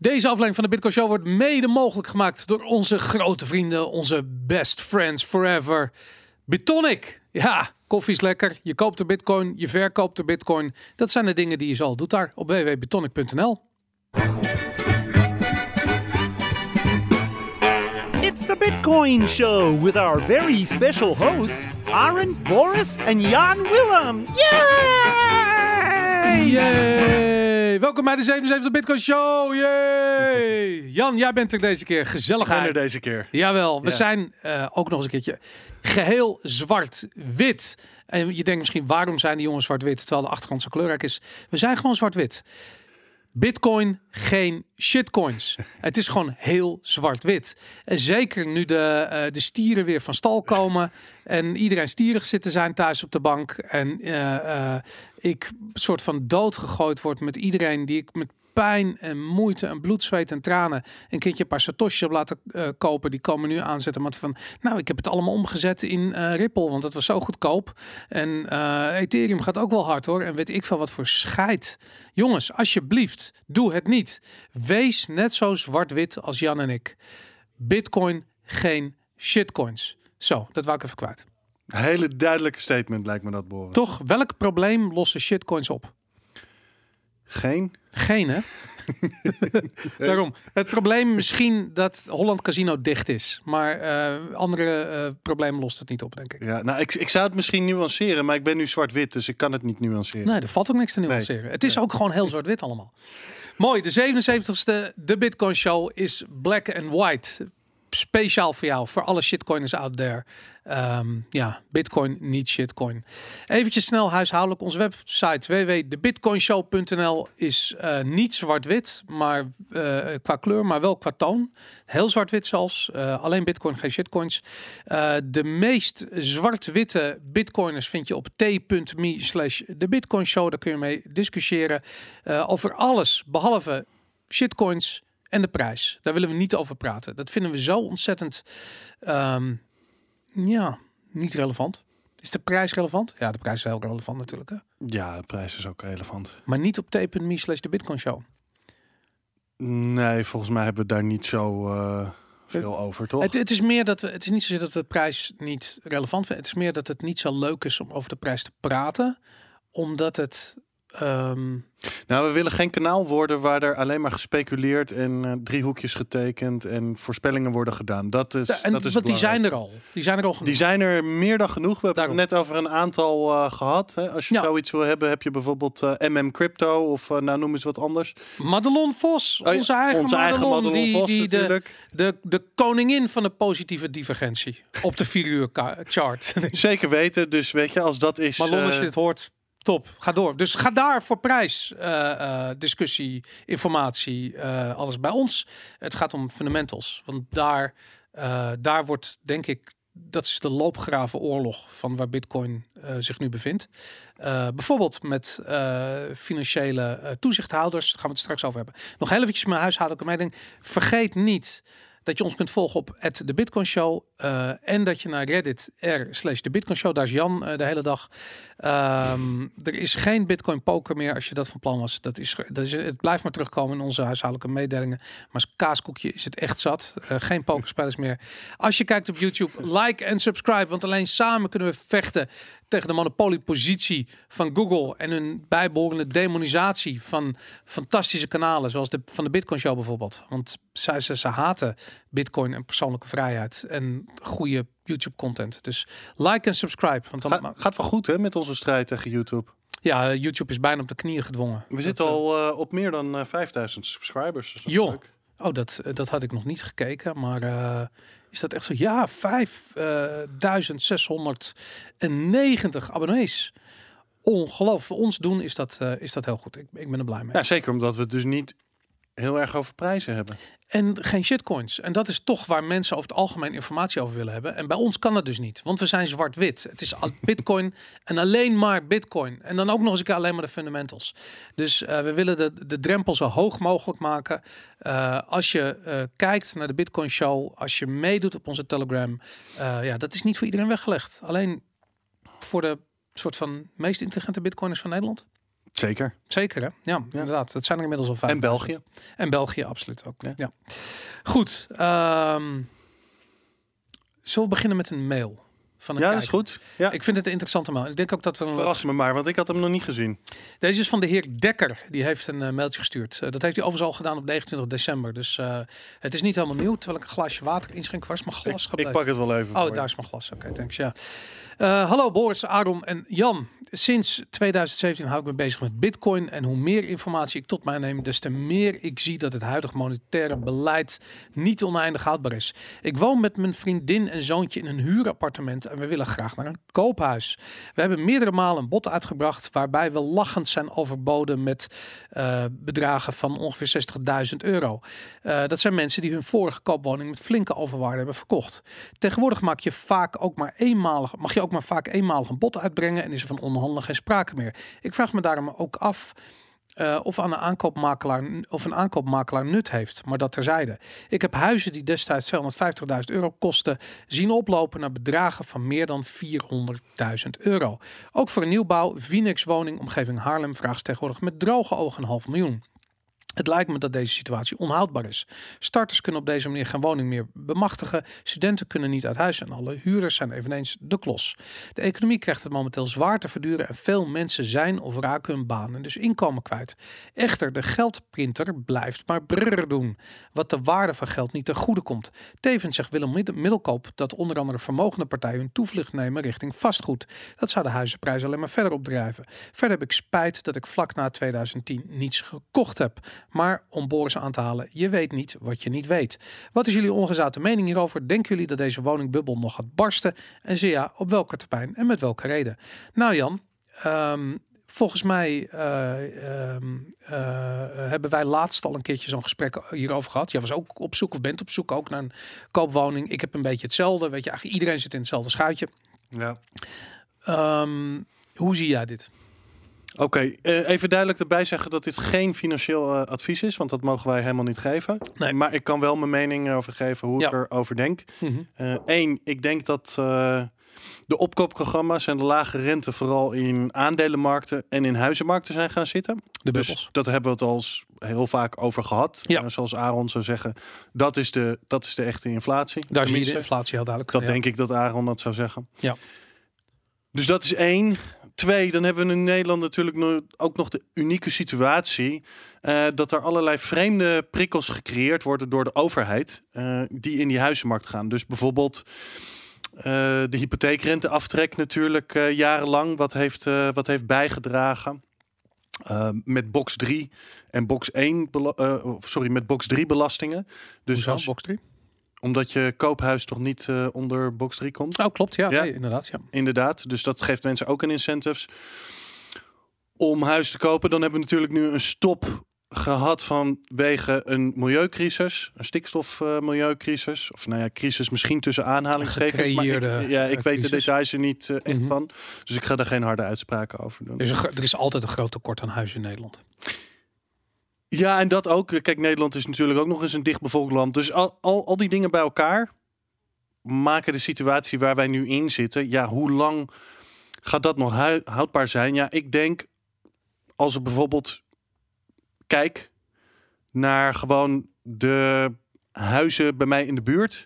Deze aflevering van de Bitcoin Show wordt mede mogelijk gemaakt door onze grote vrienden, onze best friends forever, Bitonic. Ja, koffie is lekker. Je koopt de Bitcoin, je verkoopt de Bitcoin. Dat zijn de dingen die je zo al doet daar op www.bitonic.nl. It's the Bitcoin Show with our very special hosts, Aaron, Boris and Jan Willem. Yay! Yay! Welkom bij de 77 Bitcoin Show. Yay! Jan, jij bent er deze keer. Gezelligheid. Ik ben er deze keer. Jawel, we zijn ook nog eens een keertje geheel zwart-wit. En je denkt misschien, waarom zijn die jongens zwart-wit terwijl de achtergrond zo kleurrijk is? We zijn gewoon zwart-wit. Bitcoin, geen shitcoins. Het is gewoon heel zwart-wit. En zeker nu de stieren weer van stal komen en iedereen stierig zit te zijn thuis op de bank en ik soort van doodgegooid word met iedereen die ik met pijn en moeite en bloed, zweet en tranen een keertje een paar satoshis heb laten kopen. Die komen nu aanzetten met van, nou, ik heb het allemaal omgezet in Ripple, want het was zo goedkoop. En Ethereum gaat ook wel hard hoor. En weet ik veel wat voor scheid. Jongens, alsjeblieft, doe het niet. Wees net zo zwart-wit als Jan en ik. Bitcoin, geen shitcoins. Zo, dat wou ik even kwijt. Hele duidelijke statement lijkt me dat, Boris. Toch, welk probleem lossen shitcoins op? Geen, hè? Daarom. Het probleem misschien dat Holland Casino dicht is. Maar andere problemen lost het niet op, denk ik. Ja, nou, ik zou het misschien nuanceren, maar ik ben nu zwart-wit, dus ik kan het niet nuanceren. Nee, er valt ook niks te nuanceren. Het is ook gewoon heel zwart-wit allemaal. Mooi, de 77ste, de Bitcoin Show is black and white. Speciaal voor jou, voor alle shitcoiners out there. Bitcoin, niet shitcoin. Eventjes snel huishoudelijk. Onze website www.debitcoinshow.nl is niet zwart-wit, maar qua kleur, maar wel qua toon. Heel zwart-wit zelfs. Alleen Bitcoin, geen shitcoins. De meest zwart-witte Bitcoiners vind je op t.me/thebitcoinshow. Daar kun je mee discussiëren over alles behalve shitcoins. En de prijs, daar willen we niet over praten. Dat vinden we zo ontzettend, niet relevant. Is de prijs relevant? Ja, de prijs is heel relevant natuurlijk. Hè? Ja, de prijs is ook relevant. Maar niet op t.me/thebitcoinshow. Nee, volgens mij hebben we daar niet zo veel over, toch? Het is meer dat het is niet zozeer dat we de prijs niet relevant vinden. Het is meer dat het niet zo leuk is om over de prijs te praten. Omdat het... Nou, we willen geen kanaal worden waar er alleen maar gespeculeerd en driehoekjes getekend en voorspellingen worden gedaan. Dat is die zijn er al. Die zijn er al genoeg. Die zijn er meer dan genoeg. We hebben het net over een aantal gehad. Hè. Als je zoiets wil hebben, heb je bijvoorbeeld MM Crypto of noem eens wat anders. Madelon Vos, onze eigen Madelon Vos, die de koningin van de positieve divergentie op de 4 uur chart. Zeker weten. Dus weet je, als dat is... Madelon, als je dit hoort... Top, ga door. Dus ga daar voor prijs, discussie, informatie, alles bij ons. Het gaat om fundamentals. Want daar wordt, denk ik, dat is de loopgravenoorlog van waar Bitcoin zich nu bevindt. Bijvoorbeeld met financiële toezichthouders. Daar gaan we het straks over hebben. Nog heel eventjes mijn huishoudelijke mededeling. Vergeet niet dat je ons kunt volgen op @thebitcoinshow en dat je naar Reddit r/thebitcoinshow, daar is Jan de hele dag. Er is geen Bitcoin poker meer als je dat van plan was. Het blijft maar terugkomen in onze huishoudelijke mededelingen. Maar als kaaskoekje is het echt zat. Geen pokerspelers meer. Als je kijkt op YouTube, like en subscribe, want alleen samen kunnen we vechten tegen de monopoliepositie van Google en hun bijbehorende demonisatie van fantastische kanalen, zoals van de Bitcoin Show bijvoorbeeld. Want ze haten Bitcoin en persoonlijke vrijheid en goede YouTube content. Dus like en subscribe. Want dan gaat wel goed hè met onze strijd tegen YouTube. Ja, YouTube is bijna op de knieën gedwongen. We zitten al op meer dan 5000 subscribers. Joh. Leuk. Oh, dat had ik nog niet gekeken, maar is dat echt zo? Ja, 5690 abonnees. Ongelooflijk. Voor ons doen is dat heel goed. Ik ben er blij mee. Ja, zeker omdat we het dus niet heel erg over prijzen hebben. En geen shitcoins. En dat is toch waar mensen over het algemeen informatie over willen hebben. En bij ons kan dat dus niet. Want we zijn zwart-wit. Het is Bitcoin en alleen maar Bitcoin. En dan ook nog eens een keer alleen maar de fundamentals. Dus we willen de drempel zo hoog mogelijk maken. Als je kijkt naar de Bitcoin Show. Als je meedoet op onze Telegram. Dat is niet voor iedereen weggelegd. Alleen voor de soort van meest intelligente Bitcoiners van Nederland. Zeker. Zeker, hè? Ja, inderdaad. Dat zijn er inmiddels al 5. En België. En België, absoluut ook. Ja. Ja. Goed. Zullen we beginnen met een mail? Van een Ja, kijker? dat is goed. Ja. Ik vind het een interessante mail. Ik denk ook dat we Verras me maar, want ik had hem nog niet gezien. Deze is van de heer Dekker. Die heeft een mailtje gestuurd. Dat heeft hij overigens al gedaan op 29 december. Dus het is niet helemaal nieuw. Terwijl ik een glaasje water inschenk. Waar is mijn glas Ik gebleven? pak het wel even Oh, voor daar je. is mijn glas. Oké, thanks. Ja. Hallo Boris, Aaron en Jan. Sinds 2017 hou ik me bezig met Bitcoin. En hoe meer informatie ik tot mij neem, des te meer ik zie dat het huidige monetaire beleid niet oneindig houdbaar is. Ik woon met mijn vriendin en zoontje in een huurappartement en we willen graag naar een koophuis. We hebben meerdere malen een bod uitgebracht waarbij we lachend zijn overboden met bedragen van ongeveer 60.000 euro. Dat zijn mensen die hun vorige koopwoning met flinke overwaarde hebben verkocht. Tegenwoordig mag je ook maar vaak eenmalig een bod uitbrengen en is er van onderhandelen geen sprake meer. Ik vraag me daarom ook af of een aankoopmakelaar nut heeft, maar dat terzijde. Ik heb huizen die destijds 250.000 euro kosten zien oplopen naar bedragen van meer dan 400.000 euro. Ook voor een nieuwbouw, Phoenix woning, omgeving Haarlem, vraagt ze tegenwoordig met droge ogen 500.000. Het lijkt me dat deze situatie onhoudbaar is. Starters kunnen op deze manier geen woning meer bemachtigen. Studenten kunnen niet uit huis en alle huurders zijn eveneens de klos. De economie krijgt het momenteel zwaar te verduren en veel mensen zijn of raken hun baan en dus inkomen kwijt. Echter, de geldprinter blijft maar brrr doen, wat de waarde van geld niet ten goede komt. Tevens zegt Willem Middelkoop dat onder andere vermogende partijen hun toevlucht nemen richting vastgoed. Dat zou de huizenprijzen alleen maar verder opdrijven. Verder heb ik spijt dat ik vlak na 2010 niets gekocht heb. Maar om Boris aan te halen, je weet niet wat je niet weet. Wat is jullie ongezouten mening hierover? Denken jullie dat deze woningbubbel nog gaat barsten? En zo ja, op welke termijn en met welke reden? Nou Jan, volgens mij hebben wij laatst al een keertje zo'n gesprek hierover gehad. Jij was ook op zoek of bent op zoek ook naar een koopwoning. Ik heb een beetje hetzelfde. Weet je, eigenlijk iedereen zit in hetzelfde schuitje. Ja. Hoe zie jij dit? Oké, even duidelijk erbij zeggen dat dit geen financieel advies is, want dat mogen wij helemaal niet geven. Nee. Maar ik kan wel mijn mening over geven hoe ik erover denk. Eén, ik denk dat de opkoopprogramma's en de lage rente vooral in aandelenmarkten en in huizenmarkten zijn gaan zitten. De dus bubbels. dat hebben we het al heel vaak over gehad. Ja. Zoals Aaron zou zeggen, dat is de echte inflatie. Daar zie je de Tenminste, inflatie heel duidelijk. dat denk ik dat Aaron dat zou zeggen. Ja. Dus dat is één. 2, dan hebben we in Nederland natuurlijk ook nog de unieke situatie dat er allerlei vreemde prikkels gecreëerd worden door de overheid die in die huizenmarkt gaan. Dus bijvoorbeeld de hypotheekrenteaftrek natuurlijk jarenlang, wat heeft bijgedragen. Met box 3 en box 1, met box 3 belastingen. Dus Hoezo, box 3? Omdat je koophuis toch niet onder box 3 komt. Oh, klopt. Ja, Ja. nee, inderdaad. Ja. Inderdaad, dus dat geeft mensen ook een incentives om huis te kopen. Dan hebben we natuurlijk nu een stop gehad vanwege een milieucrisis, een stikstofmilieucrisis. Of nou ja, crisis misschien tussen aanhalingstekens. Maar ik weet de details er niet echt van. Dus ik ga daar geen harde uitspraken over doen. Er is altijd een groot tekort aan huizen in Nederland. Ja, en dat ook. Kijk, Nederland is natuurlijk ook nog eens een dichtbevolkt land. Dus al die dingen bij elkaar maken de situatie waar wij nu in zitten. Ja, hoe lang gaat dat nog houdbaar zijn? Ja, ik denk als ik bijvoorbeeld kijk naar gewoon de huizen bij mij in de buurt.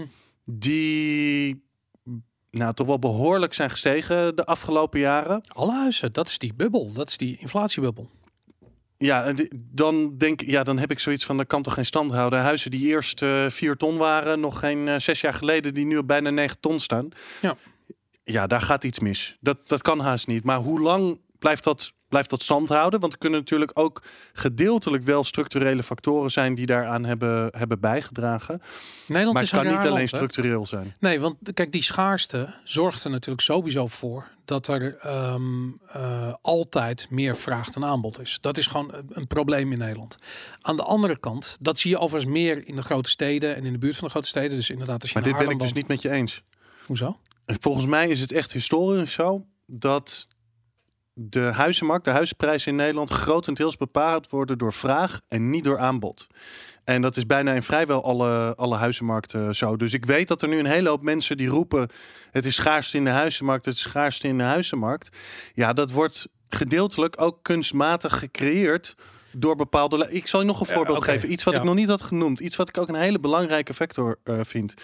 Die nou toch wel behoorlijk zijn gestegen de afgelopen jaren. Alle huizen, dat is die bubbel. Dat is die inflatiebubbel. Ja, dan heb ik zoiets van, dat kan toch geen stand houden. Huizen die eerst 4 ton waren, nog geen 6 jaar geleden, die nu op bijna 9 ton staan. Ja, daar gaat iets mis. Dat kan haast niet. Maar hoe lang blijft dat stand houden? Want er kunnen natuurlijk ook gedeeltelijk wel structurele factoren zijn die daaraan hebben bijgedragen. Nederland maar is het kan een niet raar alleen land, hè? structureel zijn. Nee, want kijk, die schaarste zorgt er natuurlijk sowieso voor dat er altijd meer vraag dan aanbod is. Dat is gewoon een probleem in Nederland. Aan de andere kant, dat zie je overigens meer in de grote steden en in de buurt van de grote steden. Dus inderdaad, als je Maar dit ben ik dus niet met je eens. Hoezo? Volgens mij is het echt historisch zo dat de huizenmarkt, de huizenprijzen in Nederland grotendeels bepaald worden door vraag en niet door aanbod. En dat is bijna in vrijwel alle huizenmarkten zo. Dus ik weet dat er nu een hele hoop mensen die roepen, het is schaarste in de huizenmarkt, het is schaarste in de huizenmarkt. Ja, dat wordt gedeeltelijk ook kunstmatig gecreëerd door bepaalde... Ik zal je nog een voorbeeld geven. Iets wat ik nog niet had genoemd. Iets wat ik ook een hele belangrijke factor vind.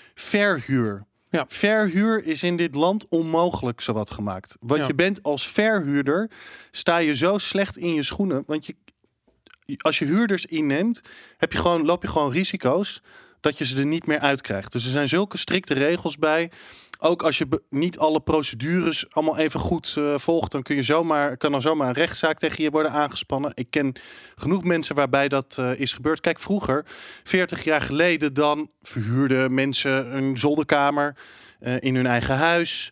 Verhuur. Ja. Verhuur is in dit land onmogelijk zowat gemaakt. Want je bent als verhuurder, sta je zo slecht in je schoenen. Want als je huurders inneemt, loop je gewoon risico's dat je ze er niet meer uitkrijgt. Dus er zijn zulke strikte regels bij. Ook als je niet alle procedures allemaal even goed volgt, dan kan er zomaar een rechtszaak tegen je worden aangespannen. Ik ken genoeg mensen waarbij dat is gebeurd. Kijk, vroeger, 40 jaar geleden, dan verhuurden mensen een zolderkamer in hun eigen huis.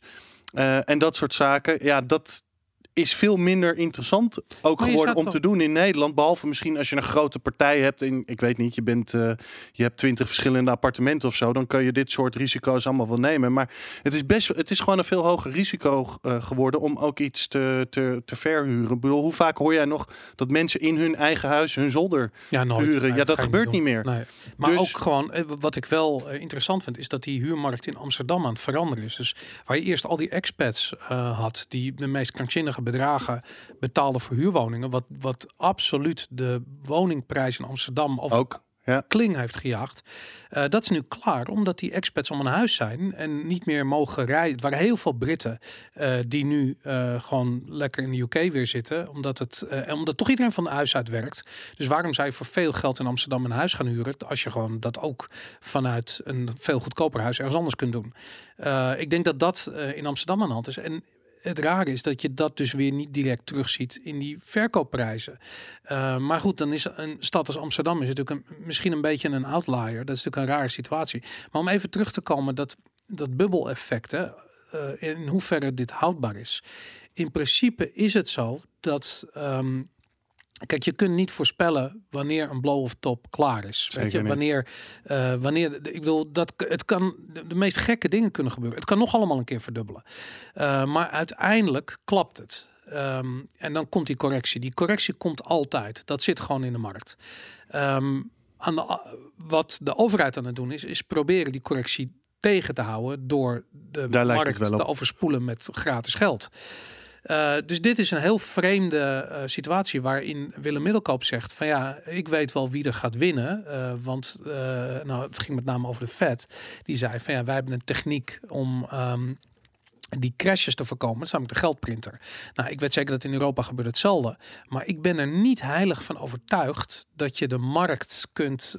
En dat soort zaken. Ja, dat is veel minder interessant ook geworden om te doen in Nederland. Behalve misschien als je een grote partij hebt. Ik weet niet, je hebt 20 verschillende appartementen of zo. Dan kan je dit soort risico's allemaal wel nemen. Maar het is gewoon een veel hoger risico geworden om ook iets te verhuren. Ik bedoel, hoe vaak hoor jij nog dat mensen in hun eigen huis hun zolder huren? Ja, dat gebeurt niet meer. Nee. Maar dus, ook gewoon, wat ik wel interessant vind, is dat die huurmarkt in Amsterdam aan het veranderen is. Dus waar je eerst al die expats had, die de meest krankzinnige bedragen betaalden voor huurwoningen, wat absoluut de woningprijs in Amsterdam ook kling heeft gejaagd. Dat is nu klaar, omdat die expats om een huis zijn en niet meer mogen rijden. Het waren heel veel Britten die nu gewoon lekker in de UK weer zitten, omdat toch iedereen van de huis uit werkt. Dus waarom zou je voor veel geld in Amsterdam een huis gaan huren, als je gewoon dat ook vanuit een veel goedkoper huis ergens anders kunt doen? Ik denk dat in Amsterdam aan de hand is. En het rare is dat je dat dus weer niet direct terugziet in die verkoopprijzen. Maar goed, dan is een stad als Amsterdam is natuurlijk misschien een beetje een outlier. Dat is natuurlijk een rare situatie. Maar om even terug te komen, dat bubbeleffect, in hoeverre dit houdbaar is. In principe is het zo dat... Kijk, je kunt niet voorspellen wanneer een blow of top klaar is. Weet je? Wanneer, ik bedoel, het kan de meest gekke dingen kunnen gebeuren. Het kan nog allemaal een keer verdubbelen. Maar uiteindelijk klapt het. En dan komt die correctie. Die correctie komt altijd. Dat zit gewoon in de markt. Wat de overheid aan het doen is proberen die correctie tegen te houden door de markt te overspoelen met gratis geld. Dus dit is een heel vreemde situatie waarin Willem Middelkoop zegt van ja, ik weet wel wie er gaat winnen. Want het ging met name over de Fed. Die zei van ja, wij hebben een techniek om die crashes te voorkomen. Dat is namelijk de geldprinter. Nou, ik weet zeker dat in Europa gebeurt hetzelfde. Maar ik ben er niet heilig van overtuigd dat je de markt kunt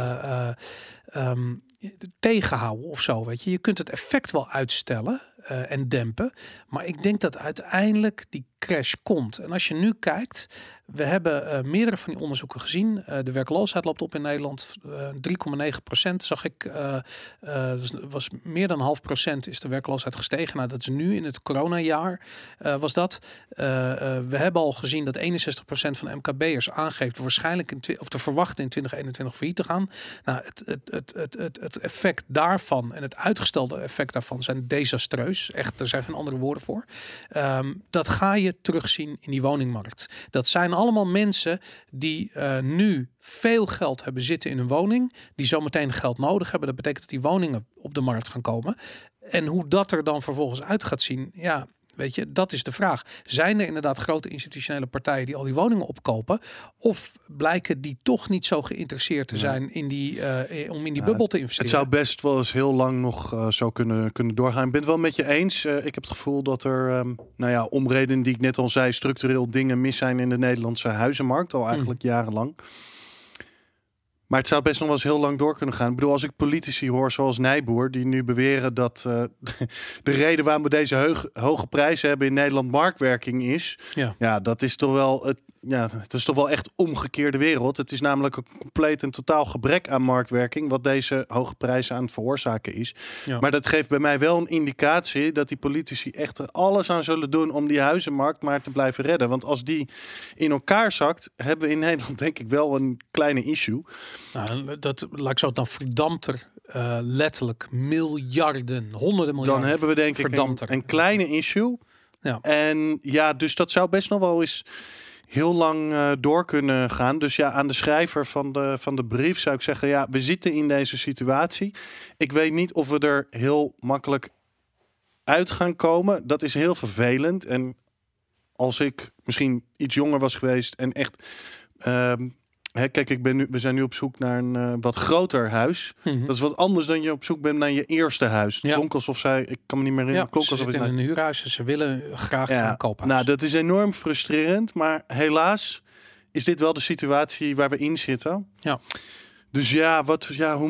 tegenhouden of zo. Weet je kunt het effect wel uitstellen en dempen. Maar ik denk dat uiteindelijk die crash komt. En als je nu kijkt, we hebben meerdere van die onderzoeken gezien. De werkloosheid loopt op in Nederland. 3,9% zag ik. Was meer dan 0,5% is de werkloosheid gestegen. Nou, dat is nu in het coronajaar was dat. We hebben al gezien dat 61% van de MKB'ers aangeeft waarschijnlijk of te verwachten in 2021 failliet te gaan. Nou, het effect daarvan en het uitgestelde effect daarvan zijn desastreus. Echt, er zijn geen andere woorden voor. Dat ga je terugzien in die woningmarkt. Dat zijn allemaal mensen die nu veel geld hebben zitten in een woning, die zometeen geld nodig hebben. Dat betekent dat die woningen op de markt gaan komen. En hoe dat er dan vervolgens uit gaat zien, ja, weet je, dat is de vraag. Zijn er inderdaad grote institutionele partijen die al die woningen opkopen? Of blijken die toch niet zo geïnteresseerd te zijn in om in die bubbel te investeren? Het zou best wel eens heel lang nog zo kunnen doorgaan. Ik ben het wel met je eens. Ik heb het gevoel dat er, om redenen die ik net al zei, structureel dingen mis zijn in de Nederlandse huizenmarkt. Al eigenlijk jarenlang. Maar het zou best nog wel eens heel lang door kunnen gaan. Ik bedoel, als ik politici hoor zoals Nijboer, die nu beweren dat de reden waarom we deze hoge prijzen hebben in Nederland marktwerking is. Ja, dat is toch wel het is toch wel echt omgekeerde wereld. Het is namelijk een compleet en totaal gebrek aan marktwerking wat deze hoge prijzen aan het veroorzaken is. Ja. Maar dat geeft bij mij wel een indicatie dat die politici echt er alles aan zullen doen om die huizenmarkt maar te blijven redden. Want als die in elkaar zakt, hebben we in Nederland denk ik wel een kleine issue. Nou, dat laat ik zo dan verdampt er letterlijk miljarden, honderden miljarden. Dan hebben we denk ik een kleine issue. Ja. En ja, dus dat zou best nog wel eens heel lang door kunnen gaan. Dus ja, aan de schrijver van de brief zou ik zeggen, ja, we zitten in deze situatie. Ik weet niet of we er heel makkelijk uit gaan komen. Dat is heel vervelend. En als ik misschien iets jonger was geweest en echt... kijk, we zijn nu op zoek naar een wat groter huis. Mhm. Dat is wat anders dan je op zoek bent naar je eerste huis. Het Ja. klonk alsof zij, ik kan me niet meer herinneren. Ja, Klonk ze alsof zitten in een huurhuis en ze willen graag een koophuis. Nou, dat is enorm frustrerend. Maar helaas is dit wel de situatie waar we in zitten. Ja. Dus ja, hoe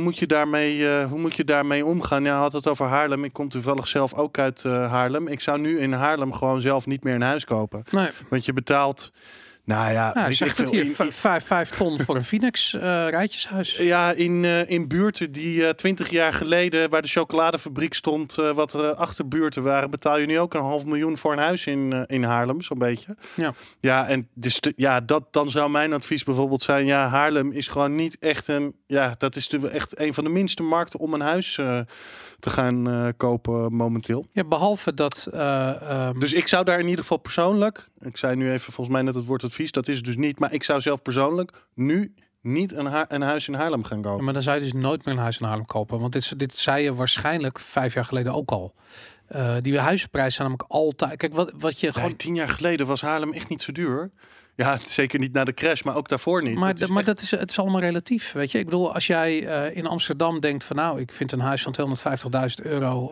moet je daarmee omgaan? Ja, had het over Haarlem. Ik kom toevallig zelf ook uit Haarlem. Ik zou nu in Haarlem gewoon zelf niet meer een huis kopen. Nee. Want je betaalt... Nou ja, Hij weet zegt ik het veel. hier, 5 ton voor een Phoenix rijtjeshuis. Ja, in buurten die 20 jaar geleden, waar de chocoladefabriek stond, wat achterbuurten waren, betaal je nu ook $500.000 voor een huis in Haarlem, zo'n beetje. Ja. Ja, en dus dan zou mijn advies bijvoorbeeld zijn, ja, Haarlem is gewoon niet echt dat is echt een van de minste markten om een huis te gaan kopen momenteel. Ja, behalve dat... Dus ik zou daar in ieder geval persoonlijk, ik zei nu even volgens mij net het woord advies, dat is het dus niet, maar ik zou zelf persoonlijk nu niet een huis in Haarlem gaan kopen. Ja, maar dan zou je dus nooit meer een huis in Haarlem kopen. Want dit zei je waarschijnlijk 5 jaar geleden ook al. Die huizenprijzen zijn namelijk altijd... Kijk, wat je gewoon... 10 jaar geleden was Haarlem echt niet zo duur. Ja, zeker niet na de crash, maar ook daarvoor niet. Het is allemaal relatief, weet je. Ik bedoel, als jij in Amsterdam denkt van nou, ik vind een huis van €250.000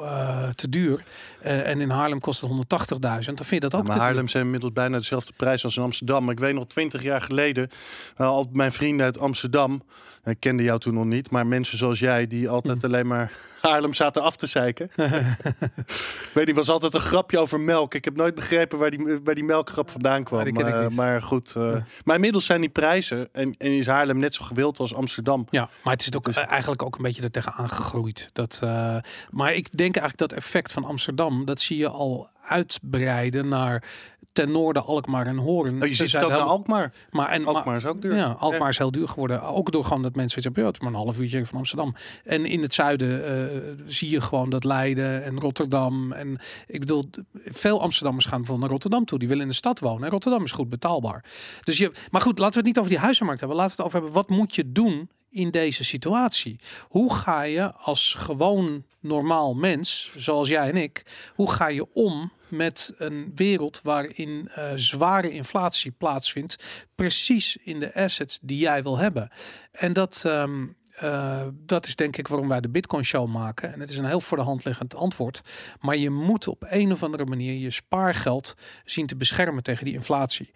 te duur. En in Haarlem kost het 180.000. Dan vind je dat ook maar te Haarlem duur. zijn inmiddels bijna dezelfde prijs als in Amsterdam. Maar ik weet nog 20 jaar geleden, al mijn vrienden uit Amsterdam, ik kende jou toen nog niet, maar mensen zoals jij die altijd alleen maar Haarlem zaten af te zeiken. Weet je, was altijd een grapje over melk. Ik heb nooit begrepen waar die melkgrap vandaan kwam. Maar goed. Maar inmiddels zijn die prijzen en is Haarlem net zo gewild als Amsterdam. Ja, maar het is ook eigenlijk ook een beetje er tegenaan gegroeid. Maar ik denk eigenlijk dat effect van Amsterdam, dat zie je al uitbreiden naar ten noorden Alkmaar en Hoorn. Je ziet het ook naar Alkmaar. Alkmaar is ook duur. Ja, Alkmaar is heel duur geworden. Ook door gewoon dat mensen zeggen, het is maar een half uurtje van Amsterdam. En in het zuiden zie je gewoon dat Leiden en Rotterdam. En ik bedoel, veel Amsterdammers gaan bijvoorbeeld naar Rotterdam toe. Die willen in de stad wonen. En Rotterdam is goed betaalbaar. Maar goed, laten we het niet over die huizenmarkt hebben. Laten we het over hebben, wat moet je doen in deze situatie? Hoe ga je als gewoon normaal mens, zoals jij en ik, hoe ga je om met een wereld waarin zware inflatie plaatsvindt, precies in de assets die jij wil hebben? En dat is denk ik waarom wij de Bitcoin Show maken. En het is een heel voor de hand liggend antwoord. Maar je moet op een of andere manier je spaargeld zien te beschermen tegen die inflatie.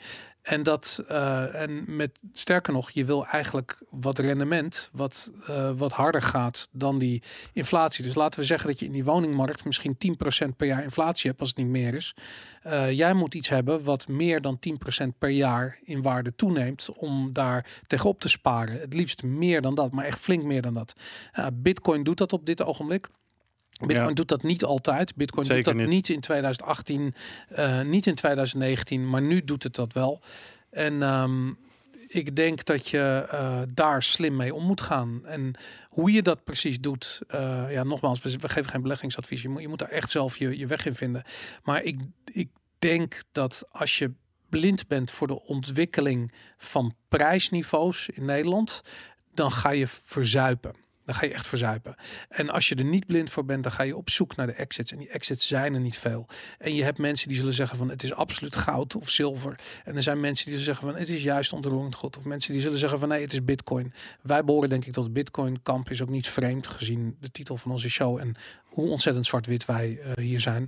En sterker nog, je wil eigenlijk wat rendement wat harder gaat dan die inflatie. Dus laten we zeggen dat je in die woningmarkt misschien 10% per jaar inflatie hebt als het niet meer is. Jij moet iets hebben wat meer dan 10% per jaar in waarde toeneemt om daar tegenop te sparen. Het liefst meer dan dat, maar echt flink meer dan dat. Bitcoin doet dat op dit ogenblik. Bitcoin doet dat niet altijd. Bitcoin Zeker doet dat niet in 2018, niet in 2019, maar nu doet het dat wel. En ik denk dat je daar slim mee om moet gaan. En hoe je dat precies doet, nogmaals, we geven geen beleggingsadvies. Je moet daar echt zelf je weg in vinden. Maar ik denk dat als je blind bent voor de ontwikkeling van prijsniveaus in Nederland, dan ga je verzuipen. Dan ga je echt verzuipen. En als je er niet blind voor bent, dan ga je op zoek naar de exits. En die exits zijn er niet veel. En je hebt mensen die zullen zeggen van het is absoluut goud of zilver. En er zijn mensen die zullen zeggen van het is juist ontroerend goed. Of mensen die zullen zeggen van nee, het is Bitcoin. Wij behoren denk ik tot het Bitcoin kamp. Is ook niet vreemd gezien de titel van onze show en hoe ontzettend zwart-wit wij hier zijn.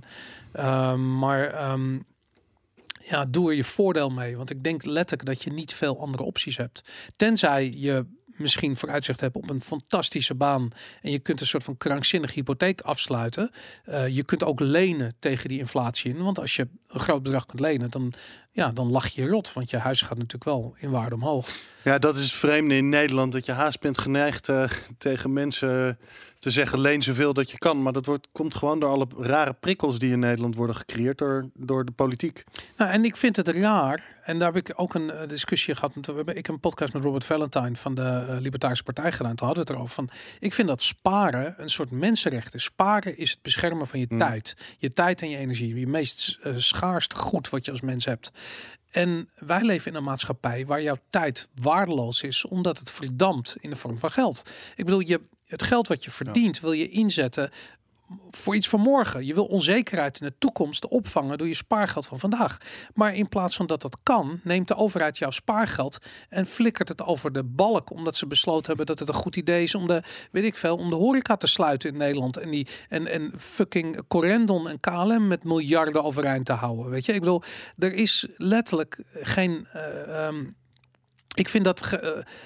Doe er je voordeel mee. Want ik denk letterlijk dat je niet veel andere opties hebt. Tenzij je misschien vooruitzicht hebt op een fantastische baan en je kunt een soort van krankzinnige hypotheek afsluiten. Je kunt ook lenen tegen die inflatie in. Want als je een groot bedrag kunt lenen, dan ja, dan lach je rot. Want je huis gaat natuurlijk wel in waarde omhoog. Ja, dat is het vreemde in Nederland. Dat je haast bent geneigd tegen mensen te zeggen leen zoveel dat je kan. Maar dat komt gewoon door alle rare prikkels die in Nederland worden gecreëerd door de politiek. Nou, en ik vind het raar. En daar heb ik ook een discussie gehad. Ik heb een podcast met Robert Valentine van de Libertarische Partij gedaan. Toen hadden we het erover van. Ik vind dat sparen een soort mensenrecht is. Sparen is het beschermen van je tijd. Je tijd en je energie. Je meest schaarste goed wat je als mens hebt. En wij leven in een maatschappij waar jouw tijd waardeloos is, omdat het verdampt in de vorm van geld. Ik bedoel, het geld wat je verdient wil je inzetten voor iets van morgen. Je wil onzekerheid in de toekomst opvangen door je spaargeld van vandaag. Maar in plaats van dat kan, neemt de overheid jouw spaargeld en flikkert het over de balk, omdat ze besloten hebben dat het een goed idee is om de horeca te sluiten in Nederland en fucking Corendon en KLM met miljarden overeind te houden. Weet je, ik bedoel, er is letterlijk geen. Ik vind dat.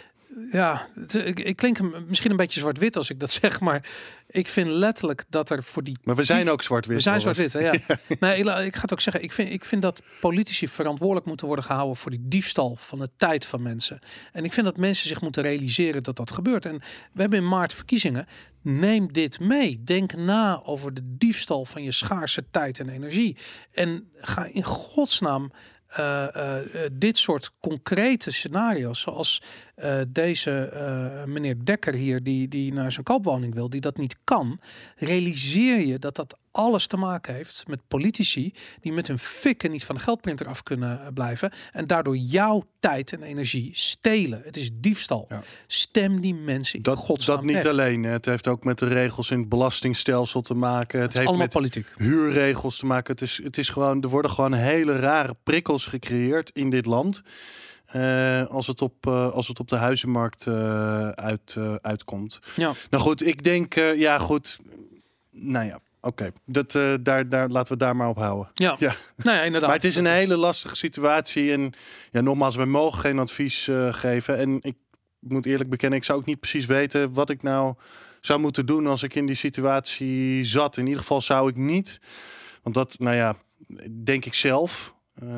Ik klink misschien een beetje zwart-wit als ik dat zeg, maar ik vind letterlijk dat er voor die... Maar we zijn ook zwart-wit. We zijn zwart-wit, ja. Nee, ik ga het ook zeggen. Ik vind dat politici verantwoordelijk moeten worden gehouden voor die diefstal van de tijd van mensen. En ik vind dat mensen zich moeten realiseren dat dat gebeurt. En we hebben in maart verkiezingen. Neem dit mee. Denk na over de diefstal van je schaarse tijd en energie. En ga in godsnaam dit soort concrete scenario's, zoals deze meneer Dekker hier, die naar zijn koopwoning wil, die dat niet kan, realiseer je dat alles te maken heeft met politici die met hun fikken niet van de geldprinter af kunnen blijven en daardoor jouw tijd en energie stelen. Het is diefstal. Ja. Stem die mensen in godsnaam dat niet weg. alleen. Het heeft ook met de regels in het belastingstelsel te maken. Het heeft allemaal met politiek. Huurregels te maken. Het is gewoon, er worden gewoon hele rare prikkels gecreëerd in dit land. Als het op de huizenmarkt uitkomt. Ja. Nou goed, ik denk, nou ja, oké. Daar laten we daar maar op houden. Ja. Nou ja, inderdaad. Maar het is een hele lastige situatie. En ja, nogmaals, we mogen geen advies geven. En ik moet eerlijk bekennen, ik zou ook niet precies weten wat ik nou zou moeten doen als ik in die situatie zat. In ieder geval zou ik niet, want dat, nou ja, denk ik zelf,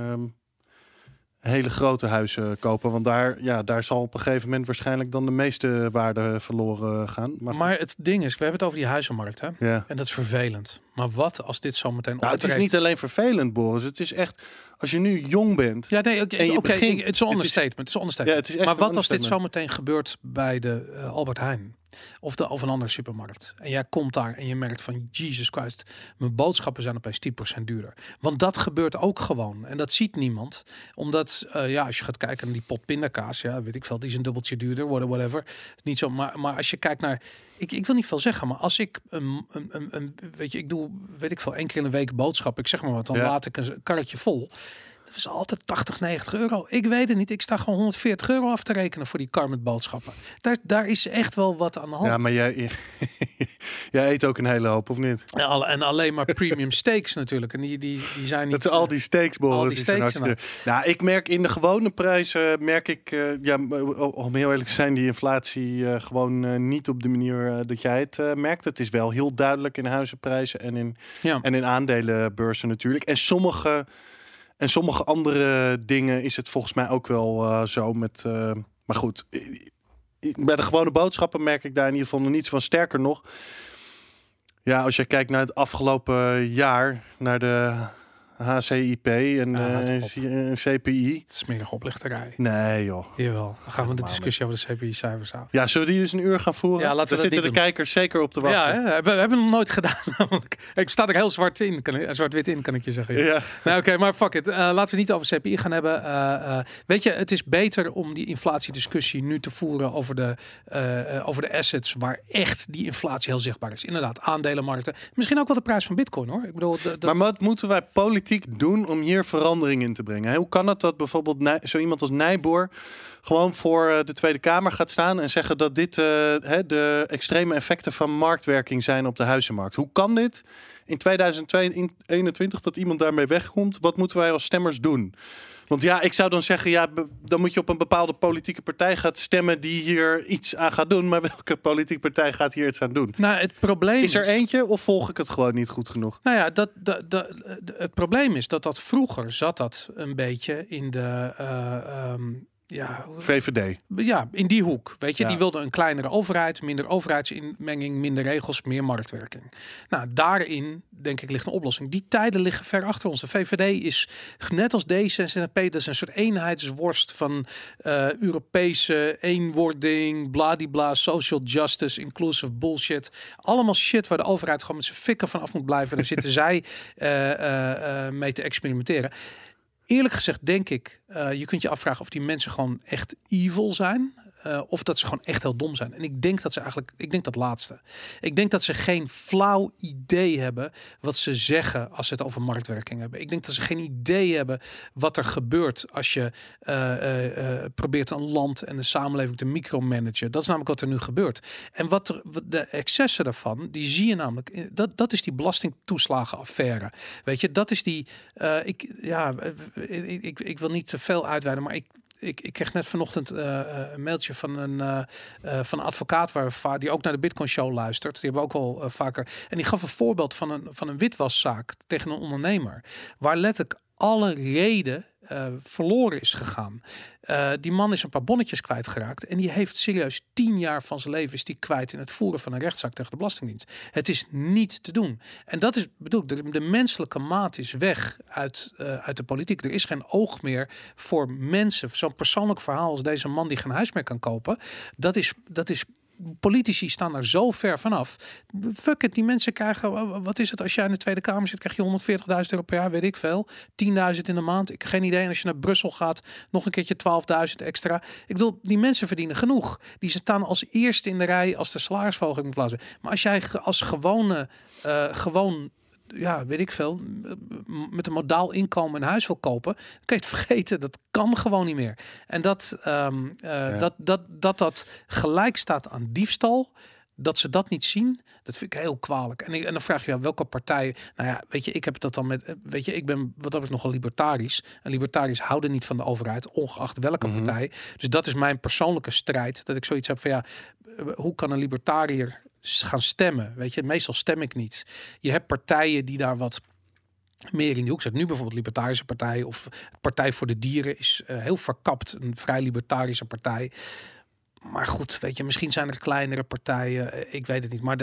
hele grote huizen kopen. Want daar zal op een gegeven moment waarschijnlijk dan de meeste waarde verloren gaan. Maar het ding is, we hebben het over die huizenmarkt, hè? Ja. En dat is vervelend. Maar wat als dit zo meteen het is niet alleen vervelend, Boris. Het is echt, als je nu jong bent. Ja, nee, oké. Het is een understatement. Ja, het is echt maar wat als dit zo meteen gebeurt bij de Albert Heijn? Of een andere supermarkt. En jij komt daar en je merkt van Jesus Christ, mijn boodschappen zijn opeens 10% duurder. Want dat gebeurt ook gewoon. En dat ziet niemand. Omdat, als je gaat kijken naar die pot pindakaas, ja, weet ik veel, die is een dubbeltje duurder, whatever. Niet zo, maar als je kijkt naar, ik wil niet veel zeggen, maar als ik ik doe, weet ik veel, 1 keer in de week boodschap, ik zeg maar wat, dan laat ik een karretje vol. Dat is altijd 80, 90 euro. Ik weet het niet. Ik sta gewoon 140 euro af te rekenen voor die kar met boodschappen. Daar is echt wel wat aan de hand. Ja, maar jij eet ook een hele hoop, of niet? Ja, en alleen maar premium steaks natuurlijk. En die zijn niet... Dat zijn al die steaks, Boris. Al die steaks. Nou, ik merk in de gewone prijzen, om heel eerlijk te zijn, die inflatie gewoon niet op de manier dat jij het merkt. Het is wel heel duidelijk in huizenprijzen en in aandelenbeurzen natuurlijk. En sommige andere dingen is het volgens mij ook wel zo met... maar goed, bij de gewone boodschappen merk ik daar in ieder geval nog niets van. Sterker nog, ja, als je kijkt naar het afgelopen jaar, naar de HCIP en CPI. Het is meer een oplichterij. Nee, joh. Jawel. Dan gaan we de discussie over de CPI-cijfers houden. Ja, zullen we die dus een uur gaan voeren? Ja, laten we Daar zitten de kijkers zeker op te wachten. Ja, we hebben het nog nooit gedaan. Ik sta er heel zwart-wit in, kan ik je zeggen. Ja. Nou, oké, maar fuck it. Laten we het niet over CPI gaan hebben. Weet je, het is beter om die inflatiediscussie nu te voeren over de assets waar echt die inflatie heel zichtbaar is. Inderdaad, aandelenmarkten. Misschien ook wel de prijs van Bitcoin, hoor. Ik bedoel, Maar wat moeten wij politiek doen om hier verandering in te brengen? Hoe kan het dat bijvoorbeeld zo iemand als Nijboer gewoon voor de Tweede Kamer gaat staan en zeggen dat dit de extreme effecten van marktwerking zijn op de huizenmarkt? Hoe kan dit in 2021 dat iemand daarmee wegkomt? Wat moeten wij als stemmers doen? Want ja, ik zou dan zeggen, dan moet je op een bepaalde politieke partij gaan stemmen die hier iets aan gaat doen. Maar welke politieke partij gaat hier iets aan doen? Nou, het probleem is er eentje of volg ik het gewoon niet goed genoeg? Nou ja, het probleem is dat vroeger zat dat een beetje in de VVD. Ja, in die hoek. Weet je, Ja. die wilde een kleinere overheid, minder overheidsinmenging, minder regels, meer marktwerking. Nou, daarin, denk ik, ligt een oplossing. Die tijden liggen ver achter ons. De VVD is net als D66, dat is een soort eenheidsworst van Europese eenwording, bladibla, social justice, inclusive bullshit. Allemaal shit waar de overheid gewoon met zijn fikken van af moet blijven. Daar zitten zij mee te experimenteren. Eerlijk gezegd denk ik, je kunt je afvragen of die mensen gewoon echt evil zijn. Of dat ze gewoon echt heel dom zijn. En ik denk dat laatste. Ik denk dat ze geen flauw idee hebben wat ze zeggen als ze het over marktwerking hebben. Ik denk dat ze geen idee hebben wat er gebeurt als je probeert een land en een samenleving te micromanagen. Dat is namelijk wat er nu gebeurt. En de excessen daarvan, die zie je namelijk. Dat is die belastingtoeslagenaffaire. Weet je, dat is die. Ik wil niet te veel uitweiden, maar ik kreeg net vanochtend een mailtje van een advocaat die ook naar de Bitcoin Show luistert. Die hebben we ook wel vaker. En die gaf een voorbeeld van een witwaszaak tegen een ondernemer. Waar letterlijk alle reden verloren is gegaan. Die man is een paar bonnetjes kwijtgeraakt. En die heeft serieus 10 jaar van zijn leven is die kwijt in het voeren van een rechtszaak tegen de Belastingdienst. Het is niet te doen. En dat is, de menselijke maat is weg uit de politiek. Er is geen oog meer voor mensen. Zo'n persoonlijk verhaal als deze man die geen huis meer kan kopen. Dat is politici staan er zo ver vanaf. Fuck it, die mensen krijgen, wat is het als jij in de Tweede Kamer zit, krijg je €140.000 per jaar, weet ik veel. 10.000 in de maand, ik heb geen idee. En als je naar Brussel gaat, nog een keertje 12.000 extra. Ik bedoel, die mensen verdienen genoeg. Die staan als eerste in de rij als de salarisverhoging moet plaatsen. Maar als jij als gewoon weet ik veel, met een modaal inkomen een huis wil kopen, dan kun je het vergeten. Dat kan gewoon niet meer. En dat gelijk staat aan diefstal, dat ze dat niet zien, dat vind ik heel kwalijk. En dan vraag je welke partij. Nou ja, weet je, ik heb dat dan met. Weet je, ik ben wat dat ik nogal libertarisch. En libertariërs houden niet van de overheid, ongeacht welke partij. Dus dat is mijn persoonlijke strijd. Dat ik zoiets heb van hoe kan een libertariër gaan stemmen? Weet je, meestal stem ik niet. Je hebt partijen die daar wat meer in die hoek zit. Nu bijvoorbeeld Libertarische Partij of Partij voor de Dieren is heel verkapt. Een vrij libertarische partij. Maar goed, weet je, misschien zijn er kleinere partijen. Ik weet het niet. Maar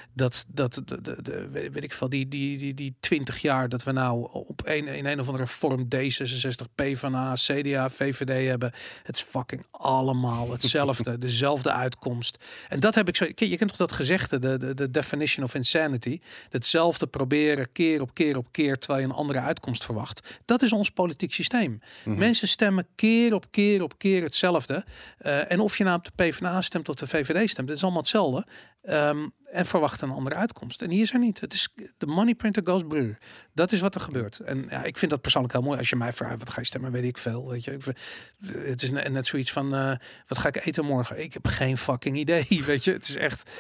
weet ik veel, die 20 jaar dat we nou in een of andere vorm D66, PvdA, CDA, VVD hebben. Het is fucking allemaal hetzelfde. Dezelfde uitkomst. En dat heb ik zo. Je kent toch dat gezegde, de definition of insanity. Hetzelfde proberen keer op keer, terwijl je een andere uitkomst verwacht. Dat is ons politiek systeem. Mensen stemmen keer op keer hetzelfde. En of je nou op de PvdA stemt of de VVD stemt, het is allemaal hetzelfde. En verwacht een andere uitkomst. En hier is er niet. Het is de money printer goes brr. Dat is wat er gebeurt. En ja, ik vind dat persoonlijk heel mooi. Als je mij vraagt, wat ga je stemmen, weet ik veel. Weet je, het is net zoiets van, wat ga ik eten morgen? Ik heb geen fucking idee. Weet je, het is echt,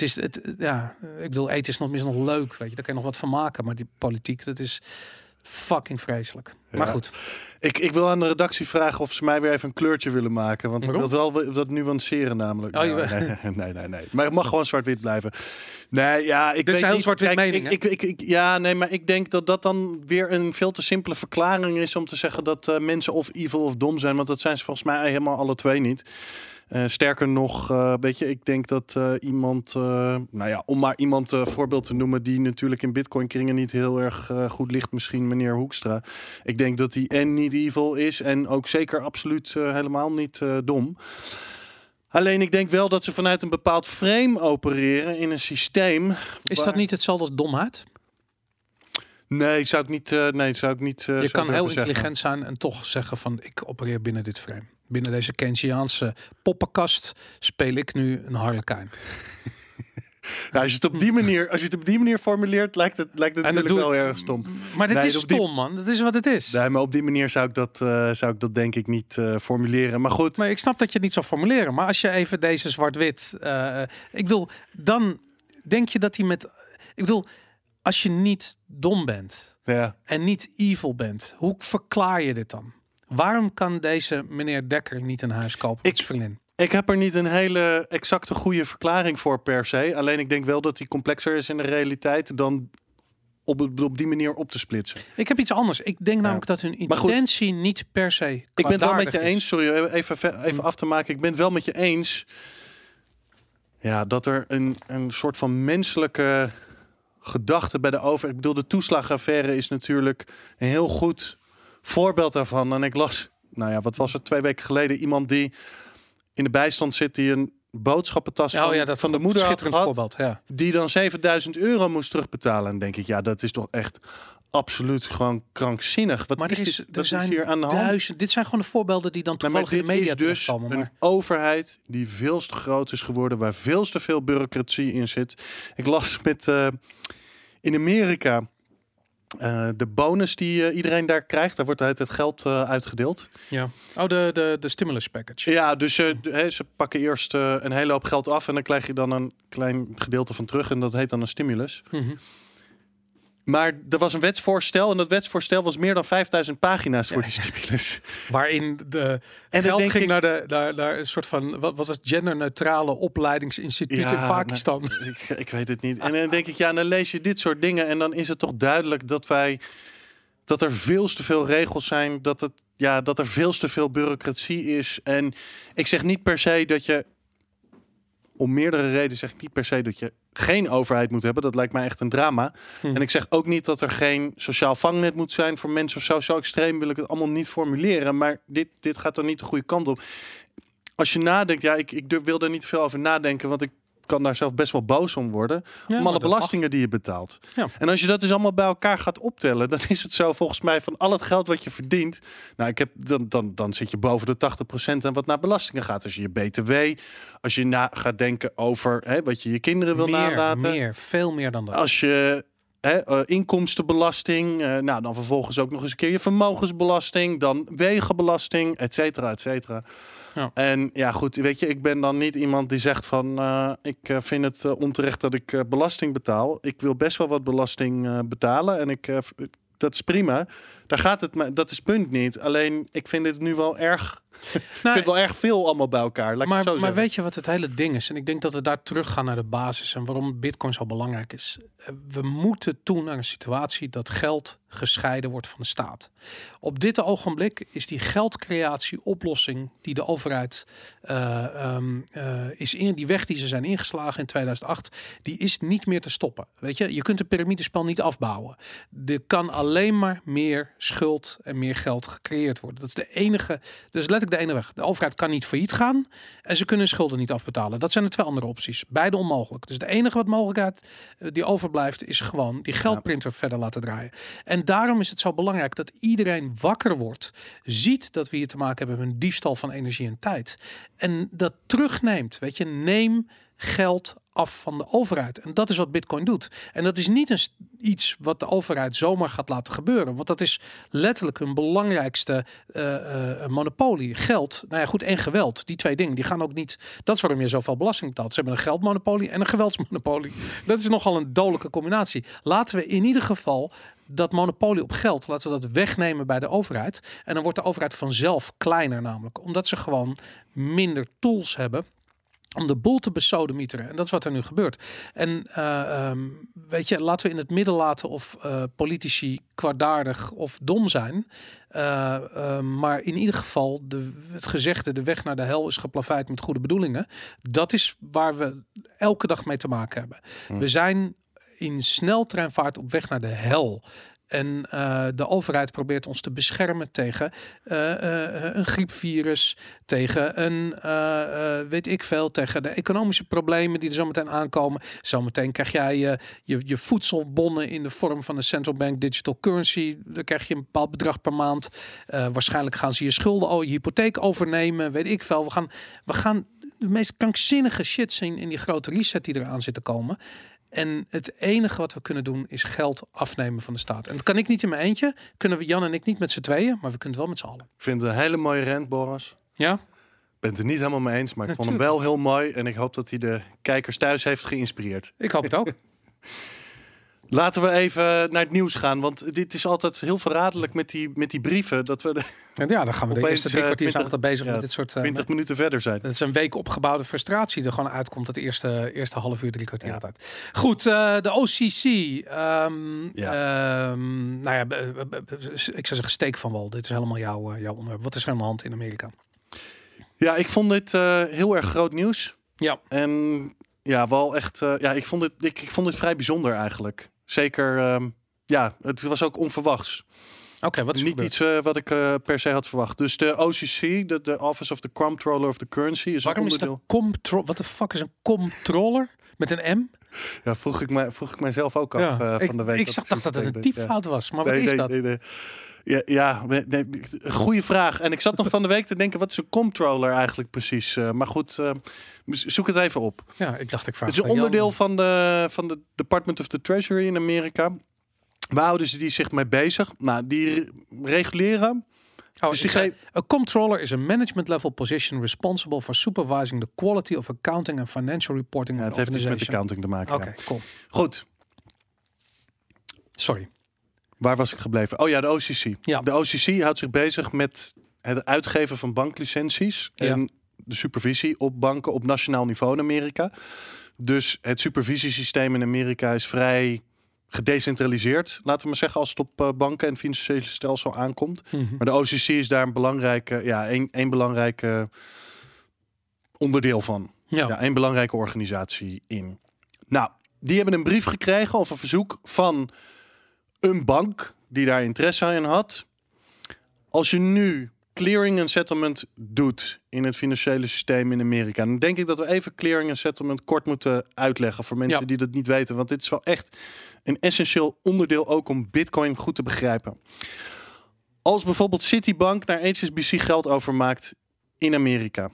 ik bedoel, eten is nog minstens nog leuk. Weet je, daar kan je nog wat van maken. Maar die politiek, dat is fucking vreselijk. Ja. Maar goed. Ik wil aan de redactie vragen of ze mij weer even een kleurtje willen maken. Want ik wil wel dat nuanceren namelijk. Nee. Maar het mag gewoon zwart-wit blijven. Nee, ja, dit is een heel zwart-wit mening. Maar ik denk dat dat dan weer een veel te simpele verklaring is om te zeggen dat mensen of evil of dom zijn. Want dat zijn ze volgens mij helemaal alle twee niet. Sterker nog, ik denk dat iemand, om maar iemand voorbeeld te noemen die natuurlijk in Bitcoin kringen niet heel erg goed ligt, misschien meneer Hoekstra. Ik denk dat hij en niet evil is en ook zeker absoluut helemaal niet dom. Alleen ik denk wel dat ze vanuit een bepaald frame opereren in een systeem. Is dat niet hetzelfde als domheid? Nee, zou ik niet. Je kan heel intelligent zijn en toch zeggen van ik opereer binnen dit frame. Binnen deze Keynesiaanse poppenkast speel ik nu een harlekijn. Nou, als je het op die manier formuleert, lijkt het natuurlijk wel erg stom. Maar dit is stom, man. Dat is wat het is. Nee, maar op die manier zou ik dat denk ik niet formuleren. Maar goed. Maar ik snap dat je het niet zou formuleren. Maar als je even deze zwart-wit... ik bedoel, dan denk je dat hij met... Ik bedoel, als je niet dom bent en niet evil bent, hoe verklaar je dit dan? Waarom kan deze meneer Dekker niet een huis kopen met zijn vriendin? Ik heb er niet een hele exacte goede verklaring voor per se. Alleen ik denk wel dat die complexer is in de realiteit dan op die manier op te splitsen. Ik heb iets anders. Ik denk namelijk dat hun intentie niet per se Ik ben het wel met je is. eens. Sorry, even af te maken. Ik ben het wel met je eens. Ja, dat er een soort van menselijke gedachte bij de overheid. Ik bedoel, de toeslagaffaire is natuurlijk een heel goed voorbeeld daarvan. En ik las, wat was het, 2 weken geleden, iemand die in de bijstand zit, die een boodschappentas van de moeder had gehad, voorbeeld, die dan €7.000 moest terugbetalen. En denk ik, dat is toch echt absoluut gewoon krankzinnig. Wat is hier aan de hand? Dit zijn gewoon de voorbeelden die dan toevallig in de media terechtkomen. Dit is dus een overheid die veel te groot is geworden, waar veel te veel bureaucratie in zit. Ik las in Amerika de bonus die iedereen daar krijgt. Daar wordt het geld uitgedeeld. Ja. Oh, de stimulus package. Ja, dus ze pakken eerst een hele hoop geld af en dan krijg je dan een klein gedeelte van terug en dat heet dan een stimulus. Mm-hmm. Maar er was een wetsvoorstel en dat wetsvoorstel was meer dan 5000 pagina's voor die stimulus. Waarin de geld ging naar een soort van, wat was het, genderneutrale opleidingsinstituut in Pakistan. Ik weet het niet. En dan denk ik, dan lees je dit soort dingen en dan is het toch duidelijk dat er veel te veel regels zijn, dat er veel te veel bureaucratie is. En ik zeg niet per se dat je, om meerdere redenen zeg ik niet per se dat je geen overheid moet hebben. Dat lijkt mij echt een drama. En ik zeg ook niet dat er geen sociaal vangnet moet zijn voor mensen of zo. Zo extreem wil ik het allemaal niet formuleren. Maar dit gaat dan niet de goede kant op. Als je nadenkt, ik wil daar niet te veel over nadenken, want ik kan daar zelf best wel boos om worden. Om alle belastingen die je betaalt. Ja. En als je dat dus allemaal bij elkaar gaat optellen, dan is het zo volgens mij van al het geld wat je verdient. Dan zit je boven de 80% aan wat naar belastingen gaat. Als je BTW, als je gaat denken over wat je je kinderen wil nalaten. Veel meer dan dat. Als je inkomstenbelasting, dan vervolgens ook nog eens een keer je vermogensbelasting, dan wegenbelasting, et cetera, et cetera. Ja. En goed, weet je, ik ben dan niet iemand die zegt van ik vind het onterecht dat ik belasting betaal. Ik wil best wel wat belasting betalen en dat is prima. Daar gaat het, dat is punt niet. Alleen, ik vind het nu wel erg. Ik vind het wel erg veel allemaal bij elkaar. Maar weet je wat het hele ding is? En ik denk dat we daar terug gaan naar de basis en waarom Bitcoin zo belangrijk is. We moeten toe naar een situatie dat geld gescheiden wordt van de staat. Op dit ogenblik is die geldcreatie-oplossing die de overheid die weg die ze zijn ingeslagen in 2008, die is niet meer te stoppen. Weet je kunt een piramidespel niet afbouwen. Er kan alleen maar meer schuld en meer geld gecreëerd worden. Dat is de enige, dus letterlijk de ene weg. De overheid kan niet failliet gaan en ze kunnen schulden niet afbetalen. Dat zijn de 2 andere opties. Beide onmogelijk. Dus de enige wat mogelijkheid die overblijft is gewoon die geldprinter verder laten draaien. En daarom is het zo belangrijk dat iedereen wakker wordt, ziet dat we hier te maken hebben met een diefstal van energie en tijd. En dat terugneemt. Weet je, neem geld af van de overheid. En dat is wat Bitcoin doet. En dat is niet iets wat de overheid zomaar gaat laten gebeuren. Want dat is letterlijk hun belangrijkste monopolie. Geld, en geweld. Die 2 dingen, die gaan ook niet. Dat is waarom je zoveel belasting betaalt. Ze hebben een geldmonopolie en een geweldsmonopolie. Dat is nogal een dodelijke combinatie. Laten we in ieder geval dat monopolie op geld, laten we dat wegnemen bij de overheid. En dan wordt de overheid vanzelf kleiner namelijk. Omdat ze gewoon minder tools hebben om de boel te besodemieteren. En dat is wat er nu gebeurt. En weet je, laten we in het midden laten of politici kwaadaardig of dom zijn. Maar in ieder geval, het gezegde, de weg naar de hel is geplaveid met goede bedoelingen. Dat is waar we elke dag mee te maken hebben. We zijn in sneltreinvaart op weg naar de hel. En de overheid probeert ons te beschermen tegen een griepvirus, tegen tegen de economische problemen die er zometeen aankomen. Zometeen krijg jij je voedselbonnen in de vorm van een central bank digital currency. Dan krijg je een bepaald bedrag per maand. Waarschijnlijk gaan ze je schulden, je hypotheek overnemen, weet ik veel. We gaan de meest krankzinnige shit zien in die grote reset die eraan zit te komen. En het enige wat we kunnen doen is geld afnemen van de staat. En dat kan ik niet in mijn eentje. Kunnen we Jan en ik niet met z'n tweeën, maar we kunnen het wel met z'n allen. Ik vind het een hele mooie rant, Boris. Ja? Ik ben het er niet helemaal mee eens, maar ik vond hem wel heel mooi. En ik hoop dat hij de kijkers thuis heeft geïnspireerd. Ik hoop het ook. Laten we even naar het nieuws gaan, want dit is altijd heel verraderlijk met die brieven. Dat we Ja, dan gaan we de opeens, eerste 3 kwartier 20 altijd bezig met dit soort... 20 minuten verder zijn. dat is een week opgebouwde frustratie er gewoon uitkomt. Het eerste half uur, 3 kwartier Ja. altijd. Goed, de OCC. Ik zou zeggen steek van wal. Dit is helemaal jouw onderwerp. Wat is er aan de hand in Amerika? Ja, ik vond dit heel erg groot nieuws. Ja. En ja, wel echt. Ik vond het vrij bijzonder eigenlijk. Zeker. Het was ook onverwachts. Oké, wat is er Niet gebeurd? iets wat ik per se had verwacht. Dus de OCC, de Office of the Comptroller of the Currency, is Waarom een is onderdeel. dat comptroller? Wat de fuck is een comptroller? Met een M? Ja, vroeg ik mijzelf ook af van de week. Ik dacht dat het een typfout was. Maar wat Nee, is nee, dat? nee. Goede vraag. En ik zat nog van de week te denken, wat is een comptroller eigenlijk precies? Maar goed, zoek het even op. Ja, ik dacht ik vraag Het is een aan Jan. onderdeel van de Department of the Treasury in Amerika. Waar houden ze die zich mee bezig? Nou, die reguleren. Oh, Dus ik die zei, a comptroller is a management level position responsible for supervising the quality of accounting and financial reporting Ja, of het the heeft iets met organization. accounting te maken. Oké, Ja. cool. Goed, Sorry. waar was ik gebleven? Oh ja, de OCC. Ja. De OCC houdt zich bezig met het uitgeven van banklicenties en de supervisie op banken op nationaal niveau in Amerika. Dus het supervisiesysteem in Amerika is vrij gedecentraliseerd, laten we maar zeggen, als het op banken en financiële stelsel aankomt. Maar de OCC is daar een belangrijke, één belangrijke onderdeel van. Ja, één belangrijke organisatie in. Nou, die hebben een brief gekregen of een verzoek van een bank die daar interesse in had. Als je nu clearing en settlement doet in het financiële systeem in Amerika, dan denk ik dat we even clearing en settlement kort moeten uitleggen voor mensen die dat niet weten. Want dit is wel echt een essentieel onderdeel ook om Bitcoin goed te begrijpen. Als bijvoorbeeld Citibank naar HSBC geld overmaakt in Amerika,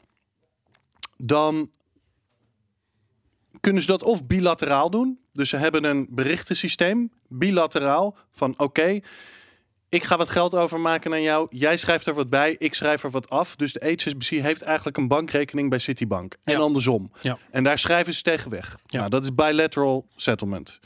dan kunnen ze dat of bilateraal doen. Dus ze hebben een berichtensysteem, bilateraal, van oké, ik ga wat geld overmaken naar jou. Jij schrijft er wat bij, ik schrijf er wat af. Dus de HSBC heeft eigenlijk een bankrekening bij Citibank. En andersom. Ja. En daar schrijven ze tegen weg. Ja. Nou, dat is bilateral settlement.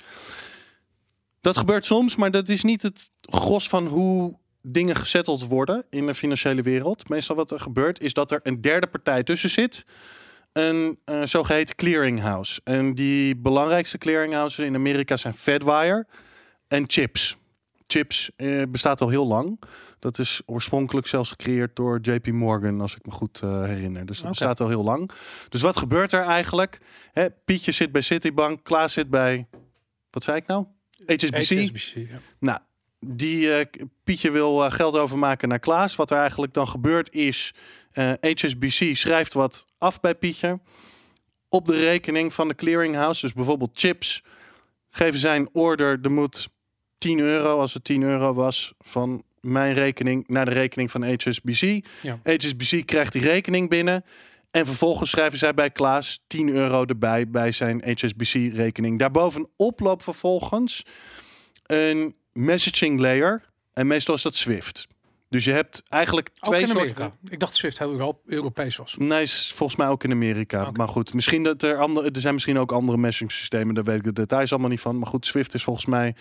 Dat gebeurt soms, maar dat is niet het gros van hoe dingen gesetteld worden in de financiële wereld. Meestal wat er gebeurt is dat er een derde partij tussen zit. Een zogeheten clearinghouse. En die belangrijkste clearinghouses in Amerika zijn Fedwire en CHIPS. CHIPS bestaat al heel lang. Dat is oorspronkelijk zelfs gecreëerd door JP Morgan, als ik me goed herinner. Dus dat bestaat al heel lang. Dus wat gebeurt er eigenlijk? Pietje zit bij Citibank, Klaas zit bij, wat zei ik nou? HSBC. Ja. Nou, Pietje wil geld overmaken naar Klaas. Wat er eigenlijk dan gebeurt is, HSBC schrijft wat af bij Pietje op de rekening van de clearinghouse. Dus bijvoorbeeld CHIPS geven zij een order, er moet €10, als het €10 was, van mijn rekening naar de rekening van HSBC. Ja. HSBC krijgt die rekening binnen. En vervolgens schrijven zij bij Klaas €10 erbij bij zijn HSBC-rekening. Daarbovenop loopt vervolgens een messaging layer. En meestal is dat Swift. Dus je hebt eigenlijk Ook twee in soorten. Amerika. Ik dacht Swift heel Europees was. Nee, is volgens mij ook in Amerika. Oké. Maar goed, misschien dat er zijn misschien ook andere messaging systemen. Daar weet ik de details allemaal niet van. Maar goed, Swift is volgens mij.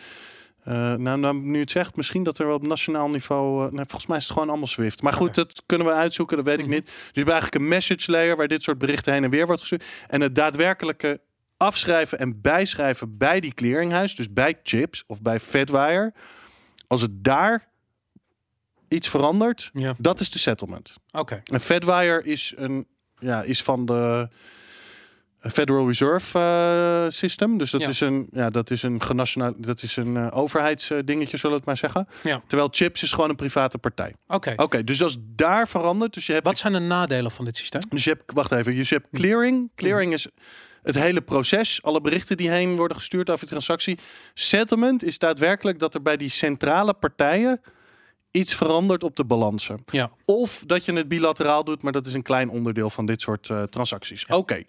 Nu het zegt, misschien dat er op nationaal niveau. Volgens mij is het gewoon allemaal Swift. Maar goed, Oké. dat kunnen we uitzoeken. Dat weet ik niet. Dus je hebt eigenlijk een message layer waar dit soort berichten heen en weer wordt gestuurd. En het daadwerkelijke afschrijven en bijschrijven bij die clearinghuis, dus bij CHIPS of bij Fedwire, als het daar iets verandert, Ja. dat is de settlement. Oké. En Fedwire is van de Federal Reserve System. Dus dat is een overheidsdingetje, zullen we het maar zeggen. Ja. Terwijl CHIPS is gewoon een private partij. Oké. Oké, dus als daar verandert, dus je hebt Wat zijn de nadelen van dit systeem? wacht even, je hebt clearing. Clearing is het hele proces, alle berichten die heen worden gestuurd over de transactie. Settlement is daadwerkelijk dat er bij die centrale partijen iets verandert op de balansen. Ja. Of dat je het bilateraal doet, maar dat is een klein onderdeel van dit soort transacties. Ja. Oké.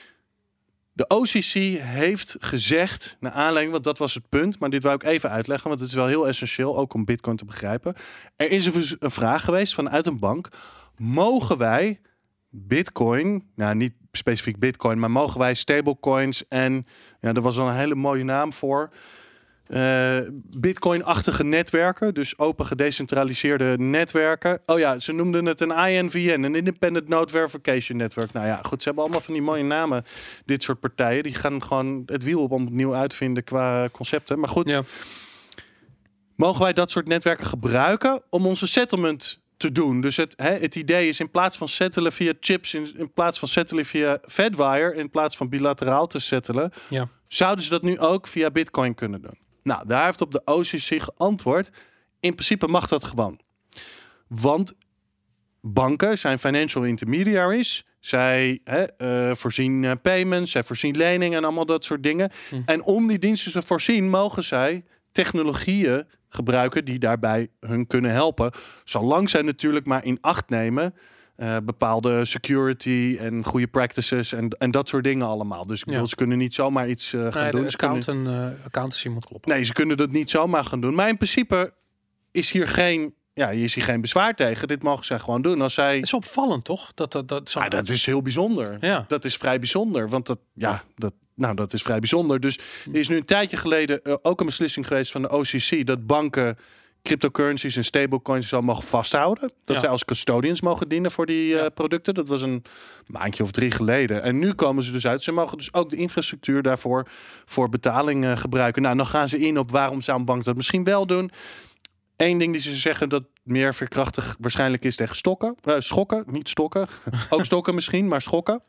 De OCC heeft gezegd, naar aanleiding, want dat was het punt, maar dit wou ik even uitleggen, want het is wel heel essentieel, ook om Bitcoin te begrijpen. Er is een vraag geweest vanuit een bank: mogen wij Bitcoin, nou niet specifiek Bitcoin, maar mogen wij stablecoins en er was al een hele mooie naam voor. Bitcoin-achtige netwerken, dus open gedecentraliseerde netwerken. Oh ja, ze noemden het een INVN, een Independent Node Verification Network. Nou ja, goed, ze hebben allemaal van die mooie namen, dit soort partijen. Die gaan gewoon het wiel opnieuw uitvinden qua concepten. Maar goed, mogen wij dat soort netwerken gebruiken om onze settlement te doen? Dus het idee is, in plaats van settelen via chips, in plaats van settelen via Fedwire, in plaats van bilateraal te settelen, zouden ze dat nu ook via Bitcoin kunnen doen? Nou, daar heeft op de OCC geantwoord, in principe mag dat gewoon. Want banken zijn financial intermediaries. Zij voorzien payments, zij voorzien leningen en allemaal dat soort dingen. En om die diensten te voorzien, mogen zij technologieën gebruiken die daarbij hun kunnen helpen. Zolang zij natuurlijk maar in acht nemen bepaalde security en goede practices en dat soort dingen allemaal. Dus ik bedoel, ze kunnen niet zomaar iets gaan doen. Accountancy moet kloppen. Nee, ze kunnen dat niet zomaar gaan doen. Maar in principe is hier geen bezwaar tegen. Dit mogen zij gewoon doen. Als zij... Het is opvallend, toch? Dat is heel bijzonder. Ja. Dat is vrij bijzonder. Want dat is vrij bijzonder. Dus er is nu een tijdje geleden ook een beslissing geweest van de OCC dat banken cryptocurrencies en stablecoins zal mogen vasthouden. Dat zij als custodians mogen dienen voor die producten. Dat was een maandje of 3 geleden. En nu komen ze dus uit. Ze mogen dus ook de infrastructuur daarvoor voor betaling gebruiken. Nou, dan gaan ze in op waarom zou een bank dat misschien wel doen. Eén ding die ze zeggen dat meer veerkrachtig waarschijnlijk is tegen schokken. Niet stokken. Ook stokken misschien, maar schokken.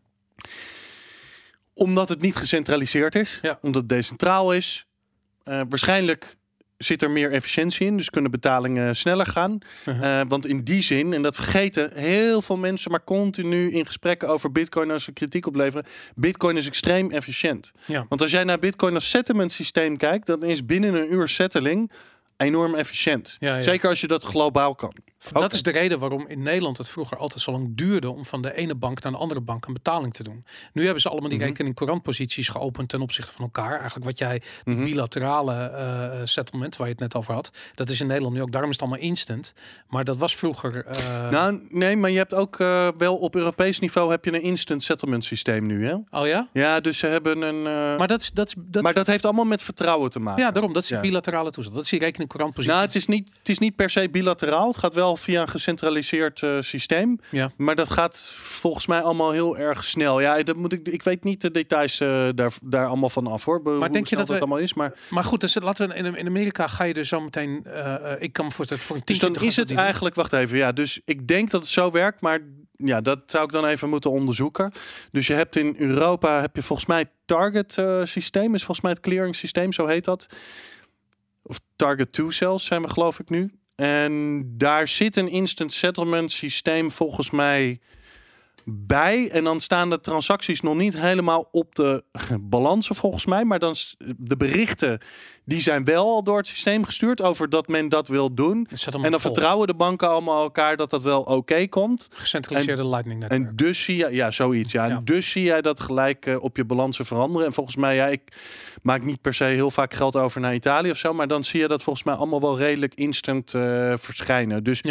Omdat het niet gecentraliseerd is. Ja. Omdat het decentraal is. Waarschijnlijk zit er meer efficiëntie in. Dus kunnen betalingen sneller gaan. Want in die zin, en dat vergeten heel veel mensen maar continu in gesprekken over Bitcoin als ze kritiek opleveren. Bitcoin is extreem efficiënt. Ja. Want als jij naar Bitcoin als settlement systeem kijkt, dan is binnen een uur settling enorm efficiënt. Ja. Zeker als je dat globaal kan. Dat is de reden waarom in Nederland het vroeger altijd zo lang duurde om van de ene bank naar de andere bank een betaling te doen. Nu hebben ze allemaal die rekening-courant-posities geopend ten opzichte van elkaar. Eigenlijk wat jij bilaterale settlement, waar je het net over had, dat is in Nederland nu ook. Daarom is het allemaal instant. Maar dat was vroeger... Nou, nee, maar je hebt ook wel op Europees niveau heb je een instant settlement systeem nu, hè? Oh ja? Ja, dus ze hebben een... Maar dat heeft allemaal met vertrouwen te maken. Ja, daarom. Dat is bilaterale toestand. Dat is die rekening-courant-positie. Nou, het is niet per se bilateraal. Het gaat wel via een gecentraliseerd systeem. Ja. Maar dat gaat volgens mij allemaal heel erg snel. Ja, ik weet niet de details daar allemaal van af, hoor. Maar denk je dat allemaal is? Maar goed, dus laten we in Amerika ga je dus zo meteen... ik kan me voorstellen voor een 10. Dus dan is het eigenlijk... Wacht even, ja. Dus ik denk dat het zo werkt, maar ja, dat zou ik dan even moeten onderzoeken. Dus je hebt in Europa volgens mij target systeem. Is volgens mij het clearing systeem, zo heet dat. Of target 2 zelfs zijn we geloof ik nu. En daar zit een instant settlement systeem volgens mij bij. En dan staan de transacties nog niet helemaal op de balansen volgens mij. Maar dan de berichten, die zijn wel al door het systeem gestuurd over dat men dat wil doen. En dan vertrouwen de banken allemaal elkaar dat dat wel oké komt. Gecentraliseerde Lightning Network. En dus zie je, zoiets. Ja. En dus zie jij dat gelijk op je balansen veranderen. En volgens mij, ik maak niet per se heel vaak geld over naar Italië of zo. Maar dan zie je dat volgens mij allemaal wel redelijk instant verschijnen. Dus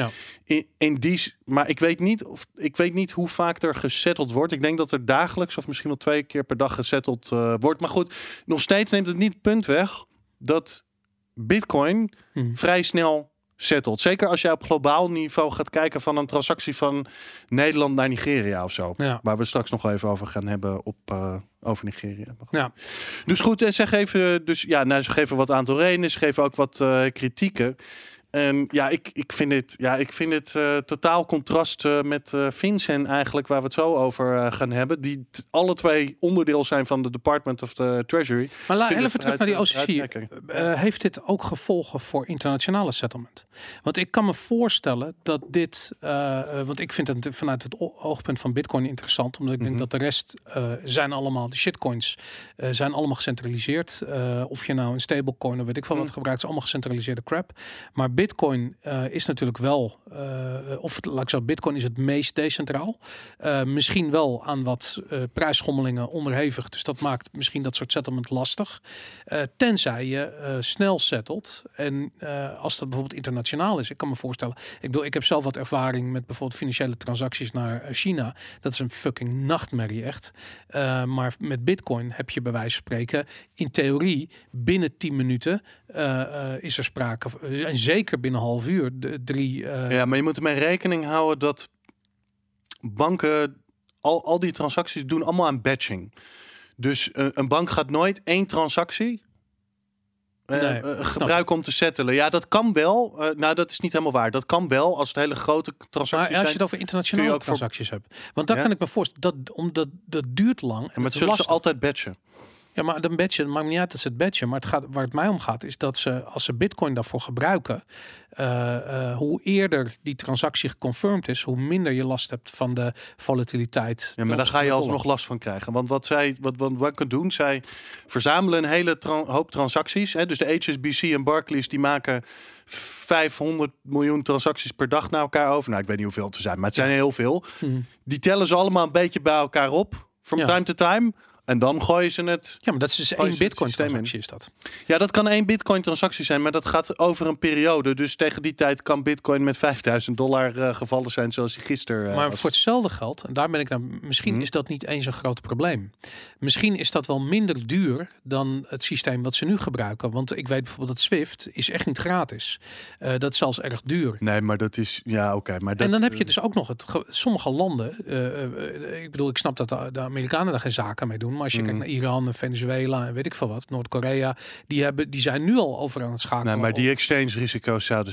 maar ik weet niet hoe vaak er gesetteld wordt. Ik denk dat er dagelijks of misschien wel 2 keer per dag gesetteld wordt. Maar goed, nog steeds neemt het niet het punt weg dat Bitcoin vrij snel settelt. Zeker als je op globaal niveau gaat kijken van een transactie van Nederland naar Nigeria of zo. Ja. Waar we straks nog even over gaan hebben over Nigeria. Ja. Dus goed, en ze geven wat aantal redenen. Ze geven ook wat kritieken. En ik vind het totaal contrast met FinCEN eigenlijk, waar we het zo over gaan hebben. Die alle twee onderdeel zijn van de Department of the Treasury. Maar even terug naar die OCC. Heeft dit ook gevolgen voor internationale settlement? Want ik kan me voorstellen dat dit... want ik vind het vanuit het oogpunt van Bitcoin interessant. Omdat ik denk dat de rest zijn allemaal... De shitcoins zijn allemaal gecentraliseerd. Of je nou een stablecoin of weet ik veel wat gebruikt. is allemaal gecentraliseerde crap. Maar Bitcoin is natuurlijk wel, Bitcoin is het meest decentraal. Misschien wel aan wat prijsschommelingen onderhevig. Dus dat maakt misschien dat soort settlement lastig. Tenzij je snel settelt. En als dat bijvoorbeeld internationaal is. Ik kan me voorstellen. Ik heb zelf wat ervaring met bijvoorbeeld financiële transacties naar China. Dat is een fucking nachtmerrie echt. Maar met Bitcoin heb je bij wijze van spreken in theorie binnen 10 minuten is er sprake. En zeker binnen een half uur. Ja, maar je moet ermee rekening houden dat banken al die transacties doen allemaal aan batching. Dus een bank gaat nooit één transactie gebruiken om te settelen. Ja, dat kan wel. Nou, dat is niet helemaal waar. Dat kan wel als het hele grote transacties maar als je het over internationale transacties hebt. Want daar kan ik me voorstellen. Dat duurt lang. En maar het zullen ze altijd batchen. Ja, maar dan batchen, het maakt niet uit dat ze het batchen. Maar waar het mij om gaat, is dat als ze Bitcoin daarvoor gebruiken, hoe eerder die transactie geconfirmed is, hoe minder je last hebt van de volatiliteit. Ja, maar daar ga je alsnog last van krijgen. Want wat banken doen, zij verzamelen een hele hoop transacties. Hè? Dus de HSBC en Barclays, die maken 500 miljoen transacties per dag naar elkaar over. Nou, ik weet niet hoeveel het er zijn, maar het zijn heel veel. Die tellen ze allemaal een beetje bij elkaar op, from time to time. En dan gooien ze het. Ja, maar dat is dus één Bitcoin-transactie, is dat? Ja, dat kan één Bitcoin-transactie zijn, maar dat gaat over een periode. Dus tegen die tijd kan Bitcoin met $5.000 gevallen zijn, zoals hij gisteren. Maar voor hetzelfde geld, en daar ben ik nou. Misschien is dat niet eens een groot probleem. Misschien is dat wel minder duur dan het systeem wat ze nu gebruiken. Want ik weet bijvoorbeeld dat Swift is echt niet gratis. Dat is zelfs erg duur. Nee, maar dat is oké. Maar en dan heb je dus ook nog sommige landen. Ik bedoel, ik snap dat de Amerikanen daar geen zaken mee doen. Maar als je kijkt naar Iran, Venezuela en weet ik veel wat, Noord-Korea, die zijn nu al over aan het schakelen. Nee, maar die exchange risico's zouden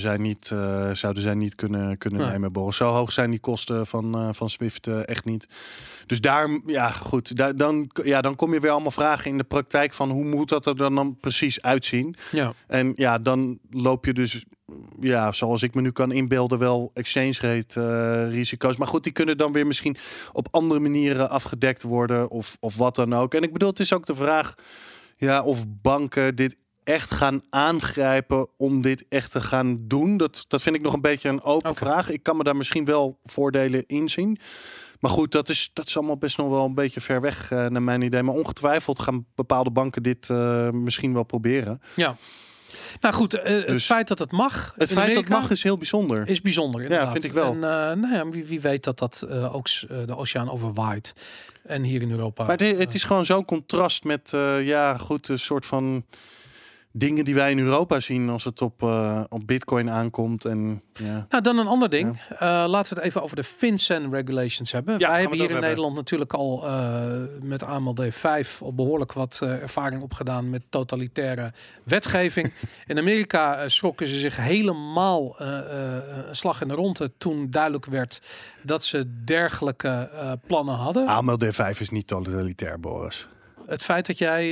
zij niet kunnen nemen, Boris. Zo hoog zijn die kosten van Swift echt niet. Dus daar, ja goed, dan kom je weer allemaal vragen in de praktijk van hoe moet dat er dan precies uitzien. Ja. En ja, dan loop je dus, ja, zoals ik me nu kan inbeelden, wel exchange rate risico's. Maar goed, die kunnen dan weer misschien op andere manieren afgedekt worden of wat dan ook. En ik bedoel, het is ook de vraag of banken dit echt gaan aangrijpen om dit echt te gaan doen. Dat vind ik nog een beetje een open vraag. Ik kan me daar misschien wel voordelen in zien. Maar goed, dat is allemaal best nog wel een beetje ver weg naar mijn idee. Maar ongetwijfeld gaan bepaalde banken dit misschien wel proberen. Ja. Nou goed, het feit dat het mag. Het feit dat het mag is heel bijzonder. Is bijzonder, inderdaad. Ja, vind ik wel. En wie weet dat ook de oceaan overwaait. En hier in Europa. Maar het is gewoon zo'n contrast met, een soort van dingen die wij in Europa zien als het op Bitcoin aankomt. En, ja. Nou, dan een ander ding. Ja. Laten we het even over de FinCEN regulations hebben. Ja, wij hebben hier in Nederland natuurlijk al met AMLD 5 al behoorlijk wat ervaring opgedaan met totalitaire wetgeving. In Amerika schrokken ze zich helemaal een slag in de ronde toen duidelijk werd dat ze dergelijke plannen hadden. AMLD 5 is niet totalitair, Boris. Het feit dat jij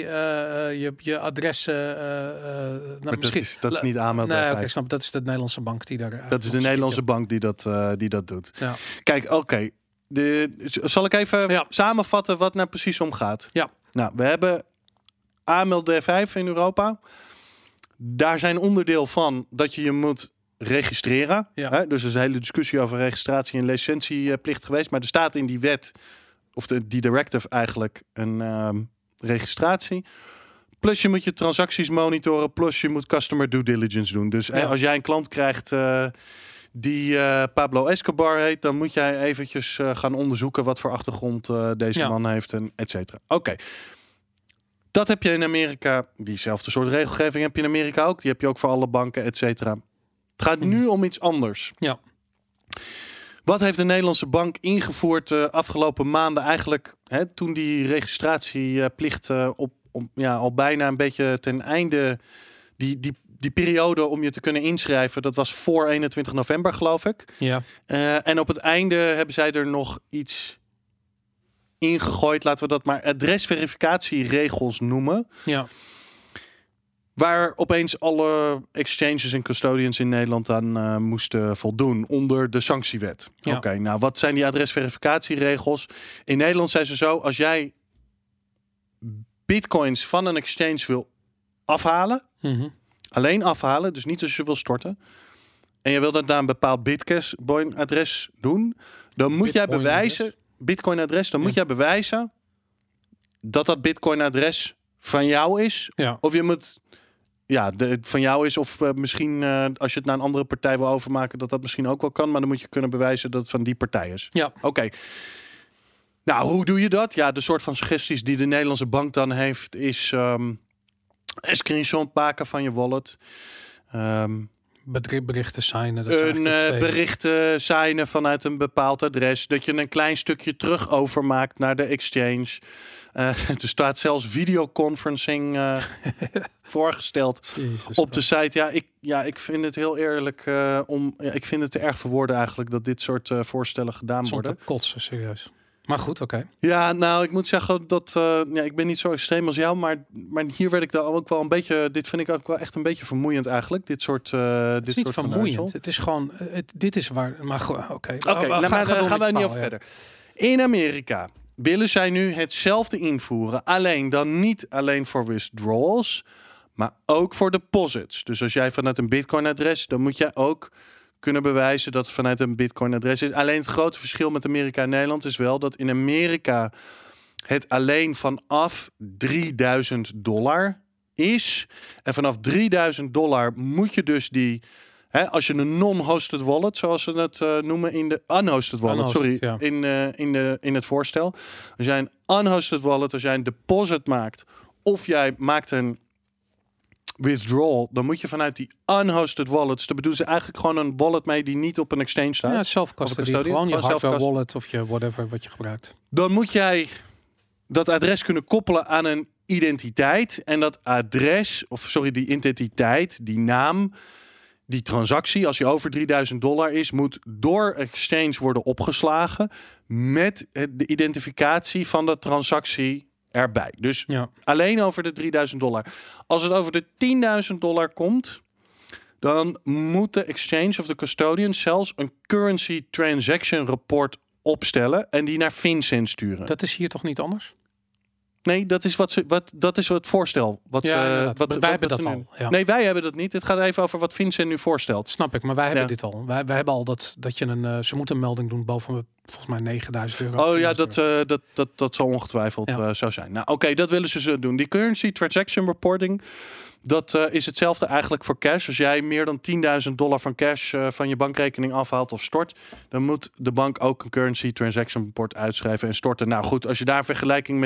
je adressen... dat is niet AMLD 5. Ik snap, dat is de Nederlandse bank die daar... Dat is de Nederlandse bank die dat doet. Ja. Kijk, zal ik even samenvatten wat nou precies omgaat? Ja. Nou, we hebben AMLD 5 in Europa. Daar zijn onderdeel van dat je moet registreren. Ja. Hè? Dus er is een hele discussie over registratie en licentieplicht geweest. Maar er staat in die wet, of die directive eigenlijk, een registratie. Plus je moet je transacties monitoren. Plus je moet customer due diligence doen. Dus als jij een klant krijgt die Pablo Escobar heet, dan moet jij eventjes gaan onderzoeken wat voor achtergrond deze man heeft en et cetera. Oké. Dat heb je in Amerika. Diezelfde soort regelgeving heb je in Amerika ook. Die heb je ook voor alle banken, et cetera. Het gaat nu om iets anders. Ja. Wat heeft de Nederlandse bank ingevoerd afgelopen maanden eigenlijk, toen die registratieplicht al bijna een beetje ten einde, die periode om je te kunnen inschrijven, dat was voor 21 november geloof ik. Ja. En op het einde hebben zij er nog iets ingegooid, laten we dat maar adresverificatieregels noemen. Ja. Waar opeens alle exchanges en custodians in Nederland aan moesten voldoen onder de sanctiewet. Ja. Oké, nou wat zijn die adresverificatieregels? In Nederland zijn ze zo, als jij bitcoins van een exchange wil afhalen, alleen afhalen, dus niet als je wil storten, en je wil dat naar een bepaald Bitcoin-adres doen, dan moet jij bewijzen, Bitcoin-adres, dan moet jij bewijzen dat Bitcoin-adres van jou is. Ja. Of je moet, van jou is, of misschien als je het naar een andere partij wil overmaken, dat misschien ook wel kan, maar dan moet je kunnen bewijzen dat het van die partij is. Ja. Oké. Nou, hoe doe je dat? Ja, de soort van suggesties die de Nederlandse bank dan heeft, is een screenshot maken van je wallet. Berichten signen. Berichten signen vanuit een bepaald adres. Dat je een klein stukje terug overmaakt naar de exchange. Er staat zelfs videoconferencing voorgesteld op de site. Ik vind het heel eerlijk ik vind het te erg voor woorden eigenlijk dat dit soort voorstellen gedaan worden. Kotsen, serieus. Maar goed, oké. Ja, nou, ik moet zeggen dat ik ben niet zo extreem als jou, maar hier werd ik daar ook wel een beetje. Dit vind ik ook wel echt een beetje vermoeiend eigenlijk. Dit soort. Het is dit niet soort vermoeiend. Het is gewoon. Dit is waar. Maar goed, oké. Daar gaan wij niet over verder. In Amerika willen zij nu hetzelfde invoeren, alleen dan niet alleen voor withdrawals, maar ook voor deposits. Dus als jij vanuit een Bitcoin-adres, dan moet jij ook kunnen bewijzen dat het vanuit een Bitcoin-adres is. Alleen het grote verschil met Amerika en Nederland is wel dat in Amerika het alleen vanaf $3.000 is. En vanaf $3.000 moet je dus die, als je een non-hosted wallet, zoals ze het noemen in de unhosted wallet, in het voorstel. Als jij een unhosted wallet, als jij een deposit maakt, of jij maakt een withdrawal, dan moet je vanuit die unhosted wallets, daar bedoelen ze eigenlijk gewoon een wallet mee die niet op een exchange staat. Ja, self-custody, gewoon je hardware wallet of je whatever wat je gebruikt. Dan moet jij dat adres kunnen koppelen aan een identiteit en dat adres, die identiteit, die naam, die transactie, als je over $3.000 is, moet door exchange worden opgeslagen met de identificatie van de transactie erbij. Dus alleen over de $3.000. Als het over de $10.000 komt, dan moet de exchange of de custodian zelfs een currency transaction report opstellen en die naar FinCEN sturen. Dat is hier toch niet anders? Nee, dat is het voorstel. Wij hebben dat al. Ja. Nee, wij hebben dat niet. Het gaat even over wat FinCEN nu voorstelt. Snap ik, maar wij hebben dit al. Wij hebben al dat je ze moeten een melding doen boven volgens mij €9.000. Oh ja, dat zal ongetwijfeld zo zijn. Nou, oké, dat willen ze doen. Die currency transaction reporting, dat is hetzelfde eigenlijk voor cash. Als jij meer dan $10.000 van cash van je bankrekening afhaalt of stort, dan moet de bank ook een currency transaction report uitschrijven en storten. Nou goed, als je daar een vergelijking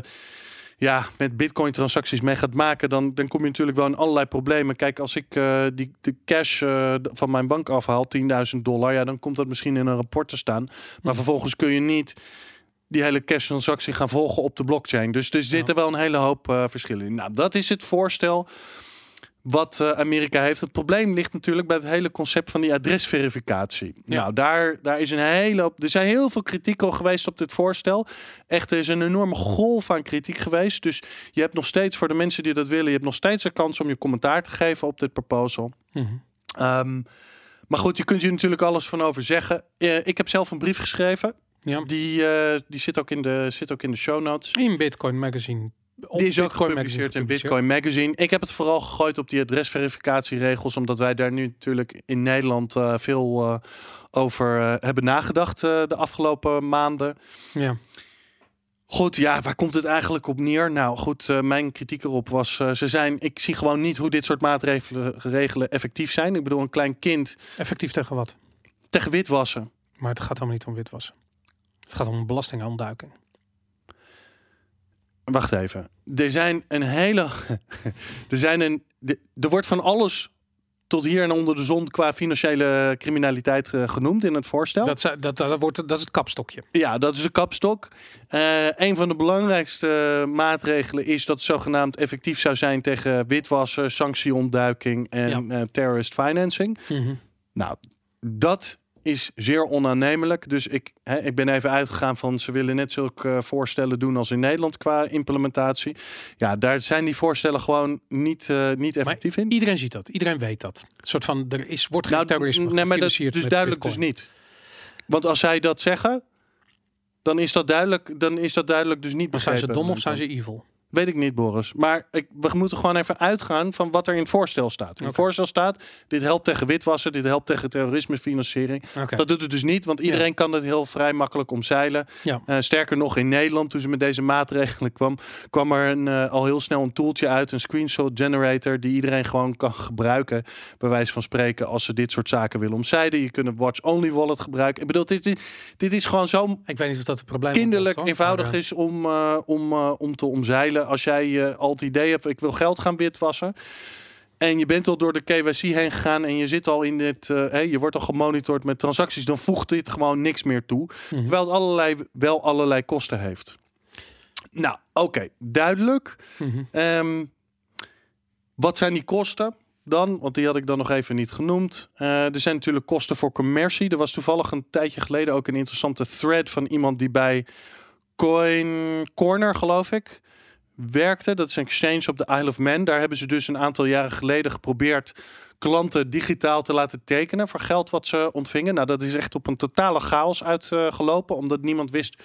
met Bitcoin transacties mee gaat maken, dan kom je natuurlijk wel in allerlei problemen. Kijk, als ik de cash van mijn bank afhaal, $10.000, dan komt dat misschien in een rapport te staan. Maar vervolgens kun je niet die hele cash transactie gaan volgen op de blockchain. Dus er zitten wel een hele hoop verschillen in. Nou, dat is het voorstel wat Amerika heeft. Het probleem ligt natuurlijk bij het hele concept van die adresverificatie. Ja. Nou, daar is een hele hoop. Er zijn heel veel kritiek al geweest op dit voorstel. Echt, er is een enorme golf aan kritiek geweest. Dus je hebt nog steeds, voor de mensen die dat willen, je hebt nog steeds de kans om je commentaar te geven op dit proposal. Maar goed, je kunt je natuurlijk alles van over zeggen. Ik heb zelf een brief geschreven. Ja. Die zit ook in de show notes. In Bitcoin Magazine. Die is ook gepubliceerd in Bitcoin Magazine. Ik heb het vooral gegooid op die adresverificatieregels, omdat wij daar nu natuurlijk in Nederland veel over hebben nagedacht de afgelopen maanden. Ja. Goed, waar komt het eigenlijk op neer? Nou goed, mijn kritiek erop was, ik zie gewoon niet hoe dit soort maatregelen effectief zijn. Ik bedoel, een klein kind. Effectief tegen wat? Tegen witwassen. Maar het gaat helemaal niet om witwassen. Het gaat om belastingontduiking. Wacht even. Er wordt van alles tot hier en onder de zon qua financiële criminaliteit genoemd in het voorstel. Dat is het kapstokje. Ja, dat is de kapstok. Een van de belangrijkste maatregelen is dat het zogenaamd effectief zou zijn tegen witwassen, sanctieontduiking en terrorist financing. Nou, dat is zeer onaannemelijk. Dus ik ben even uitgegaan van ze willen net zulke voorstellen doen als in Nederland qua implementatie. Ja, daar zijn die voorstellen gewoon niet effectief in. Iedereen ziet dat. Iedereen weet dat. Een soort van, wordt geen terrorisme gefinancierd. Dus duidelijk Bitcoin. Dus niet. Want als zij dat zeggen, dan is dat duidelijk dus niet. Maar zijn ze dom of zijn ze evil? Weet ik niet, Boris. Maar we moeten gewoon even uitgaan van wat er in het voorstel staat. In het voorstel staat, dit helpt tegen witwassen, dit helpt tegen terrorismefinanciering. Dat doet het dus niet, want iedereen kan het heel vrij makkelijk omzeilen. Ja. Sterker nog, in Nederland, toen ze met deze maatregelen kwam er al heel snel een tooltje uit, een screenshot generator, die iedereen gewoon kan gebruiken, bij wijze van spreken, als ze dit soort zaken willen omzeilen. Je kunt een watch-only wallet gebruiken. Ik bedoel, dit is gewoon zo ik weet niet of dat het probleem kinderlijk eenvoudig is om te omzeilen. Als jij al het idee hebt, ik wil geld gaan witwassen. En je bent al door de KYC heen gegaan en je zit al in dit, je wordt al gemonitord met transacties, dan voegt dit gewoon niks meer toe. Terwijl het wel allerlei kosten heeft. Nou, oké, duidelijk. Wat zijn die kosten dan? Want die had ik dan nog even niet genoemd. Er zijn natuurlijk kosten voor commercie. Er was toevallig een tijdje geleden ook een interessante thread van iemand die bij Coin Corner, geloof ik, werkte. Dat is een exchange op de Isle of Man. Daar hebben ze dus een aantal jaren geleden geprobeerd klanten digitaal te laten tekenen voor geld wat ze ontvingen. Nou, dat is echt op een totale chaos uitgelopen, omdat niemand wist.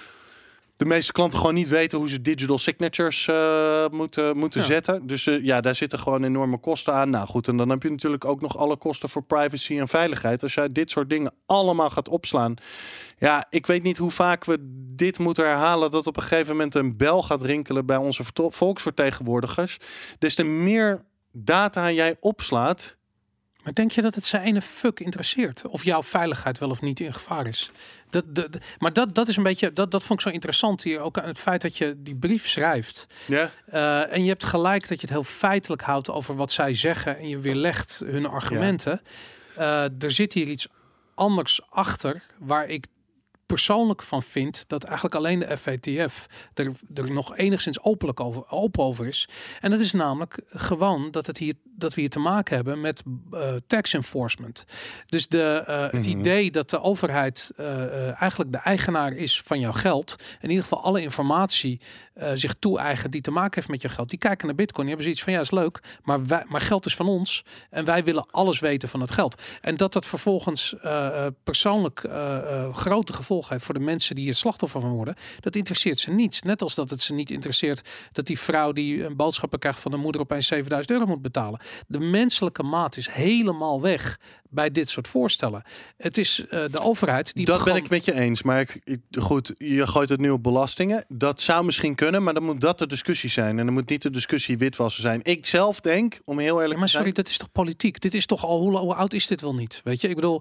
De meeste klanten gewoon niet weten hoe ze digital signatures moeten zetten. Dus daar zitten gewoon enorme kosten aan. Nou goed, en dan heb je natuurlijk ook nog alle kosten voor privacy en veiligheid. Als jij dit soort dingen allemaal gaat opslaan. Ja, ik weet niet hoe vaak we dit moeten herhalen, dat op een gegeven moment een bel gaat rinkelen bij onze volksvertegenwoordigers. Des te meer data jij opslaat. Maar denk je dat het zijn ene fuck interesseert? Of jouw veiligheid wel of niet in gevaar is? Maar dat is een beetje, dat vond ik zo interessant hier. Ook aan het feit dat je die brief schrijft. Ja. En je hebt gelijk dat je het heel feitelijk houdt over wat zij zeggen. En je weerlegt hun argumenten. Ja. Er zit hier iets anders achter waar ik persoonlijk van vind dat eigenlijk alleen de FATF er nog enigszins open over is. En dat is namelijk gewoon dat we hier te maken hebben met tax enforcement. Dus het idee dat de overheid eigenlijk de eigenaar is van jouw geld, in ieder geval alle informatie zich toe-eigent die te maken heeft met je geld. Die kijken naar Bitcoin, die hebben zoiets van, ja, is leuk, maar geld is van ons en wij willen alles weten van het geld. En dat vervolgens persoonlijk grote gevolgen heeft voor de mensen die het slachtoffer van worden, dat interesseert ze niets. Net als dat het ze niet interesseert dat die vrouw die een boodschappen krijgt van de moeder opeens €7.000 moet betalen. De menselijke maat is helemaal weg bij dit soort voorstellen. Het is de overheid die... Dat ben ik met je eens. Maar goed, je gooit het nu op belastingen. Dat zou misschien kunnen, maar dan moet dat de discussie zijn. En dan moet niet de discussie witwassen zijn. Ik zelf denk, om heel eerlijk te zijn... dat is toch politiek? Dit is toch al... Hoe oud is dit wel niet? Weet je? Ik bedoel,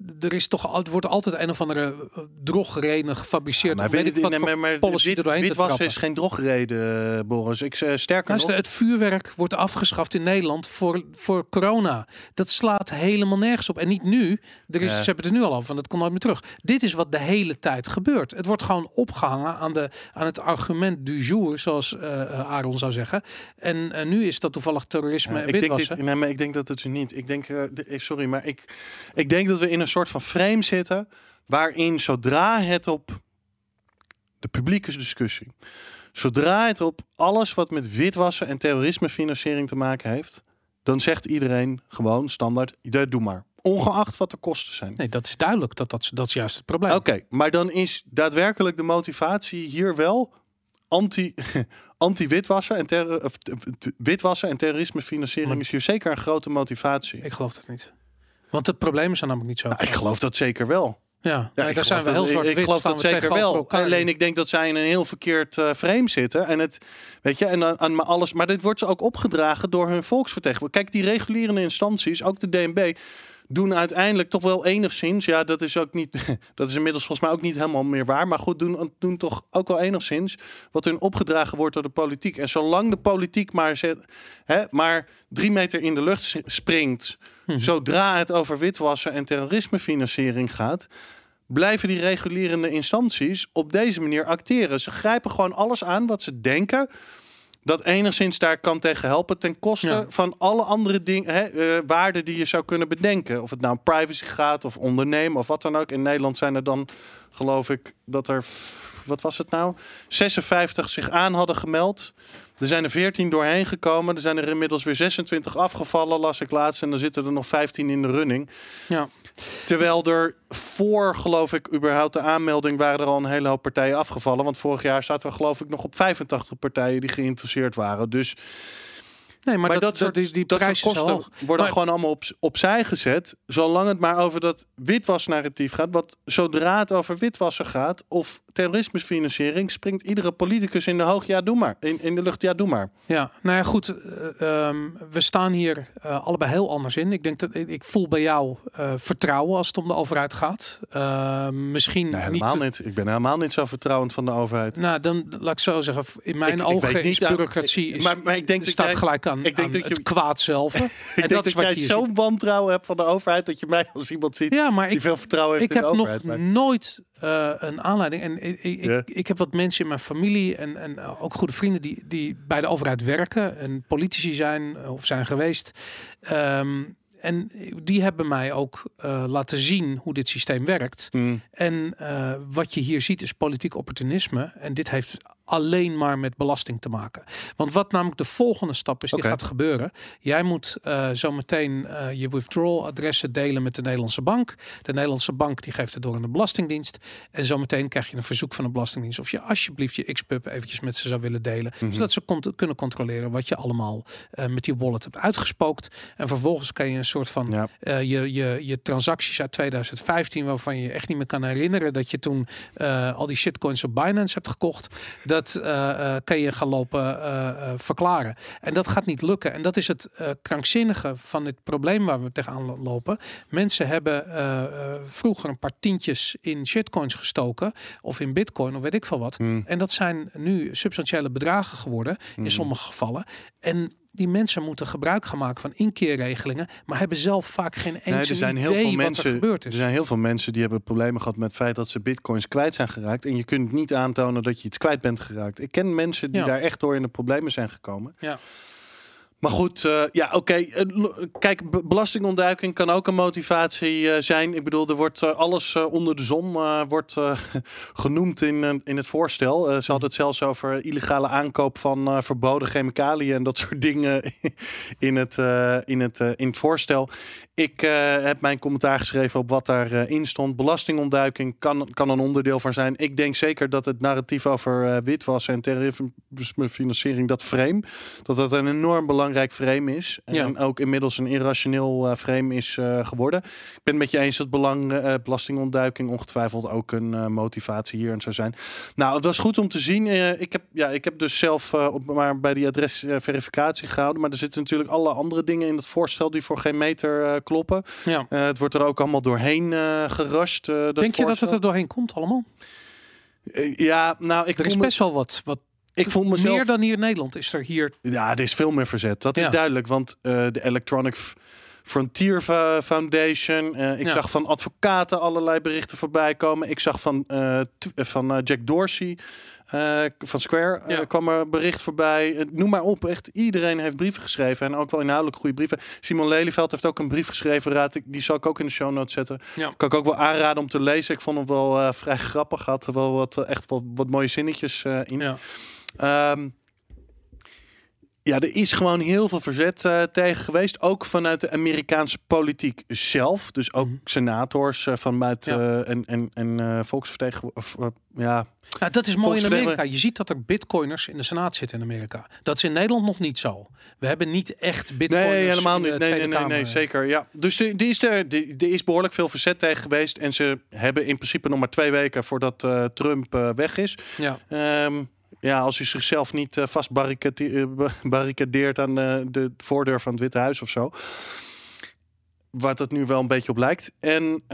er wordt altijd een of andere drogreden gefabriceerd. Maar witwassen is geen drogreden, Boris. Sterker nog... Het vuurwerk wordt afgeschaft in Nederland voor corona. Dat slaat helemaal nergens op. En niet nu. Ze hebben het er nu al over, want dat komt nooit meer terug. Dit is wat de hele tijd gebeurt. Het wordt gewoon opgehangen aan het argument du jour, zoals Aaron zou zeggen. En nu is dat toevallig terrorisme en witwassen. Maar ik denk dat het niet. Ik denk, sorry, maar ik denk dat we in een soort van frame zitten waarin zodra het op de publieke discussie, zodra het op alles wat met witwassen en terrorismefinanciering te maken heeft, dan zegt iedereen gewoon standaard, doe maar. Ongeacht wat de kosten zijn. Nee, dat is duidelijk. Dat is juist het probleem. Oké, maar dan is daadwerkelijk de motivatie hier wel anti-witwassen en terrorismefinanciering is hier zeker een grote motivatie. Ik geloof dat niet. Want het probleem is er namelijk niet zo. Nou, ik geloof dat zeker wel. Ja, daar zijn we heel zwart-wit. Ik geloof dat zeker wel. Alleen ik denk dat zij in een heel verkeerd frame zitten. En het, weet je, en aan alles. Maar dit wordt ze ook opgedragen door hun volksvertegenwoordigers. Kijk, die regulerende instanties, ook de DNB, doen uiteindelijk toch wel enigszins. Ja, dat is ook niet. Dat is inmiddels volgens mij ook niet helemaal meer waar. Maar goed, doen toch ook wel enigszins wat hun opgedragen wordt door de politiek. En zolang de politiek maar 3 meter in de lucht springt, zodra het over witwassen en terrorismefinanciering gaat, blijven die regulerende instanties op deze manier acteren. Ze grijpen gewoon alles aan wat ze denken dat enigszins daar kan tegen helpen, ten koste van alle andere dingen, waarden die je zou kunnen bedenken. Of het nou om privacy gaat of ondernemen of wat dan ook. In Nederland zijn er dan, geloof ik, dat er, wat was het nou, 56 zich aan hadden gemeld. Er zijn er 14 doorheen gekomen. Er zijn er inmiddels weer 26 afgevallen, las ik laatst. En dan zitten er nog 15 in de running. Ja. Terwijl er voor, geloof ik, überhaupt de aanmelding waren er al een hele hoop partijen afgevallen. Want vorig jaar zaten we, geloof ik, nog op 85 partijen die geïnteresseerd waren. Dus Nee, maar dat soort die dat prijs soort is kosten hoog. worden Maar- gewoon allemaal opzij gezet. Zolang het maar over dat witwasnarratief gaat. Want zodra het over witwassen gaat of terrorismefinanciering, springt iedere politicus in de hoog. Ja, doe maar. In de lucht, ja, doe maar. Ja, nou ja, goed. We staan hier allebei heel anders in. Ik denk dat ik voel bij jou vertrouwen als het om de overheid gaat. Misschien Nee, helemaal niet. Ik ben helemaal niet zo vertrouwend van de overheid. Nou, dan laat ik zo zeggen. In mijn Ik ogen weet is niet aan- bureaucratie maar ik denk dat staat jij- gelijk aan, ik denk aan dat je- het kwaad zelf. En Ik denk dat wat jij je hier zo'n wantrouwen hebt van de overheid dat je mij als iemand ziet Ja, maar die veel vertrouwen heeft ik in heb de nog overheid. Maar- nooit een aanleiding. En Ja. ik heb wat mensen in mijn familie en ook goede vrienden die bij de overheid werken en politici zijn of zijn geweest. En die hebben mij ook laten zien hoe dit systeem werkt. En wat je hier ziet is politiek opportunisme. En dit heeft alleen maar met belasting te maken. Want wat namelijk de volgende stap is die Oké. gaat gebeuren. Jij moet zo meteen je withdrawal adressen delen met de Nederlandse bank. De Nederlandse bank die geeft het door aan de Belastingdienst. En zometeen krijg je een verzoek van de Belastingdienst of je alsjeblieft je XPUB eventjes met ze zou willen delen. Zodat ze kunnen controleren wat je allemaal met die wallet hebt uitgespookt. En vervolgens kan je een soort van Ja. je transacties uit 2015 waarvan je echt niet meer kan herinneren dat je toen al die shitcoins op Binance hebt gekocht. Dat kan je gaan lopen verklaren. En dat gaat niet lukken. En dat is het krankzinnige van het probleem waar we tegenaan lopen. Mensen hebben vroeger een paar tientjes in shitcoins gestoken of in bitcoin of weet ik veel wat. En dat zijn nu substantiële bedragen geworden in sommige gevallen. En die mensen moeten gebruik gaan maken van inkeerregelingen, maar hebben zelf vaak geen eens er zijn idee heel veel wat mensen, er gebeurd is. Er zijn heel veel mensen die hebben problemen gehad met het feit dat ze bitcoins kwijt zijn geraakt. En je kunt niet aantonen dat je iets kwijt bent geraakt. Ik ken mensen die Ja. daar echt door in de problemen zijn gekomen. Ja. Maar goed, oké. Kijk, belastingontduiking kan ook een motivatie zijn. Ik bedoel, er wordt alles onder de zon wordt genoemd in het voorstel. Ze hadden het zelfs over illegale aankoop van verboden chemicaliën en dat soort dingen in het voorstel. Ik heb mijn commentaar geschreven op wat daarin stond. Belastingontduiking kan een onderdeel van zijn. Ik denk zeker dat het narratief over witwassen en terrorismefinanciering, dat een enorm belangrijk frame is. En ook inmiddels een irrationeel frame is geworden. Ik ben het met je eens dat belastingontduiking ongetwijfeld ook een motivatie hierin zou zijn. Nou, het was goed om te zien. Ik heb dus zelf maar bij die adresverificatie gehouden. Maar er zitten natuurlijk alle andere dingen in het voorstel die voor geen meter kloppen. Ja. Het wordt er ook allemaal doorheen gerusht. Denk je dat het er doorheen komt allemaal? Ja, nou, Er is best wel wat ik voel mezelf meer dan hier in Nederland is er hier. Ja, er is veel meer verzet. Dat is duidelijk, want de Electronic Frontier Foundation. Ik zag van advocaten allerlei berichten voorbij komen. Ik zag van Jack Dorsey van Square kwam er bericht voorbij. Noem maar op, echt iedereen heeft brieven geschreven en ook wel inhoudelijk goede brieven. Simon Lelyveld heeft ook een brief geschreven. Die zal ik ook in de show notes zetten. Ja. Kan ik ook wel aanraden om te lezen. Ik vond het wel vrij grappig. Had er wel wat mooie zinnetjes in. Ja. Er is gewoon heel veel verzet tegen geweest. Ook vanuit de Amerikaanse politiek zelf. Dus ook senators van buiten en volksvertegenwoordigers. Nou, dat is mooi in Amerika. Je ziet dat er bitcoiners in de Senaat zitten in Amerika. Dat is in Nederland nog niet zo. We hebben niet echt bitcoiners. Nee, helemaal niet. Nee, Zeker. Ja. Dus er is behoorlijk veel verzet tegen geweest. En ze hebben in principe nog maar 2 weken voordat Trump weg is. Ja. Als hij zichzelf niet vast barricadeert aan de voordeur van het Witte Huis of zo. Waar dat nu wel een beetje op lijkt. En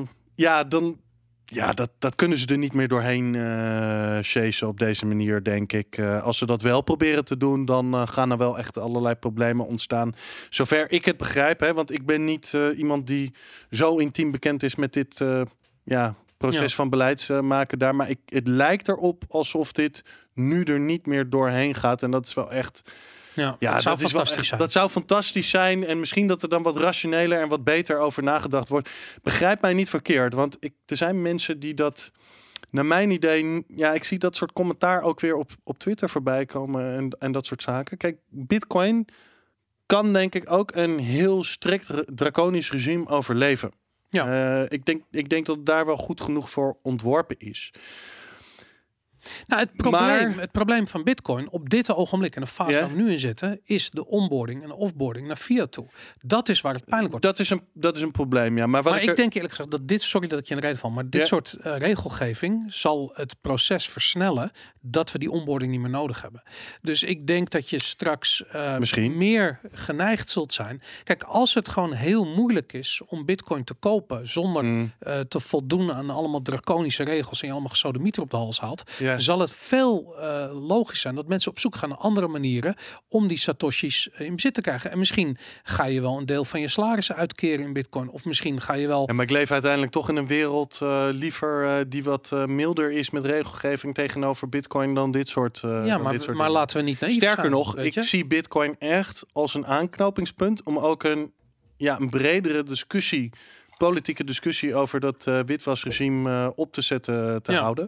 dat kunnen ze er niet meer doorheen chasen op deze manier, denk ik. Als ze dat wel proberen te doen, dan gaan er wel echt allerlei problemen ontstaan. Zover ik het begrijp, hè, want ik ben niet iemand die zo intiem bekend is met dit proces van beleidsmaken daar. Maar het lijkt erop alsof dit nu er niet meer doorheen gaat. En dat is wel echt... dat zou fantastisch zijn. Dat zou fantastisch zijn. En misschien dat er dan wat rationeler en wat beter over nagedacht wordt. Begrijp mij niet verkeerd. Want er zijn mensen die dat naar mijn idee, ik zie dat soort commentaar ook weer op Twitter voorbij komen en dat soort zaken. Kijk, Bitcoin kan denk ik ook een heel strikt draconisch regime overleven. Ja. Ik denk dat het daar wel goed genoeg voor ontworpen is. Nou, het probleem van Bitcoin op dit ogenblik en de fase waar we nu in zitten, is de onboarding en de offboarding naar fiat toe. Dat is waar het pijnlijk wordt. Dat is een probleem, ja. Maar ik denk eerlijk gezegd dat sorry dat ik je in de reden val, maar dit soort regelgeving zal het proces versnellen dat we die onboarding niet meer nodig hebben. Dus ik denk dat je straks misschien meer geneigd zult zijn. Kijk, als het gewoon heel moeilijk is om Bitcoin te kopen zonder te voldoen aan allemaal draconische regels en je allemaal gesodemieter op de hals haalt, zal het veel logisch zijn dat mensen op zoek gaan naar andere manieren om die satoshis in bezit te krijgen. En misschien ga je wel een deel van je salaris uitkeren in Bitcoin. Of misschien ga je wel... Ja, maar ik leef uiteindelijk toch in een wereld liever die wat milder is met regelgeving tegenover Bitcoin dan dit soort maar laten we niet naïef zijn. Sterker nog, ik zie Bitcoin echt als een aanknopingspunt om ook een bredere discussie, politieke discussie over dat witwasregime op te zetten te houden.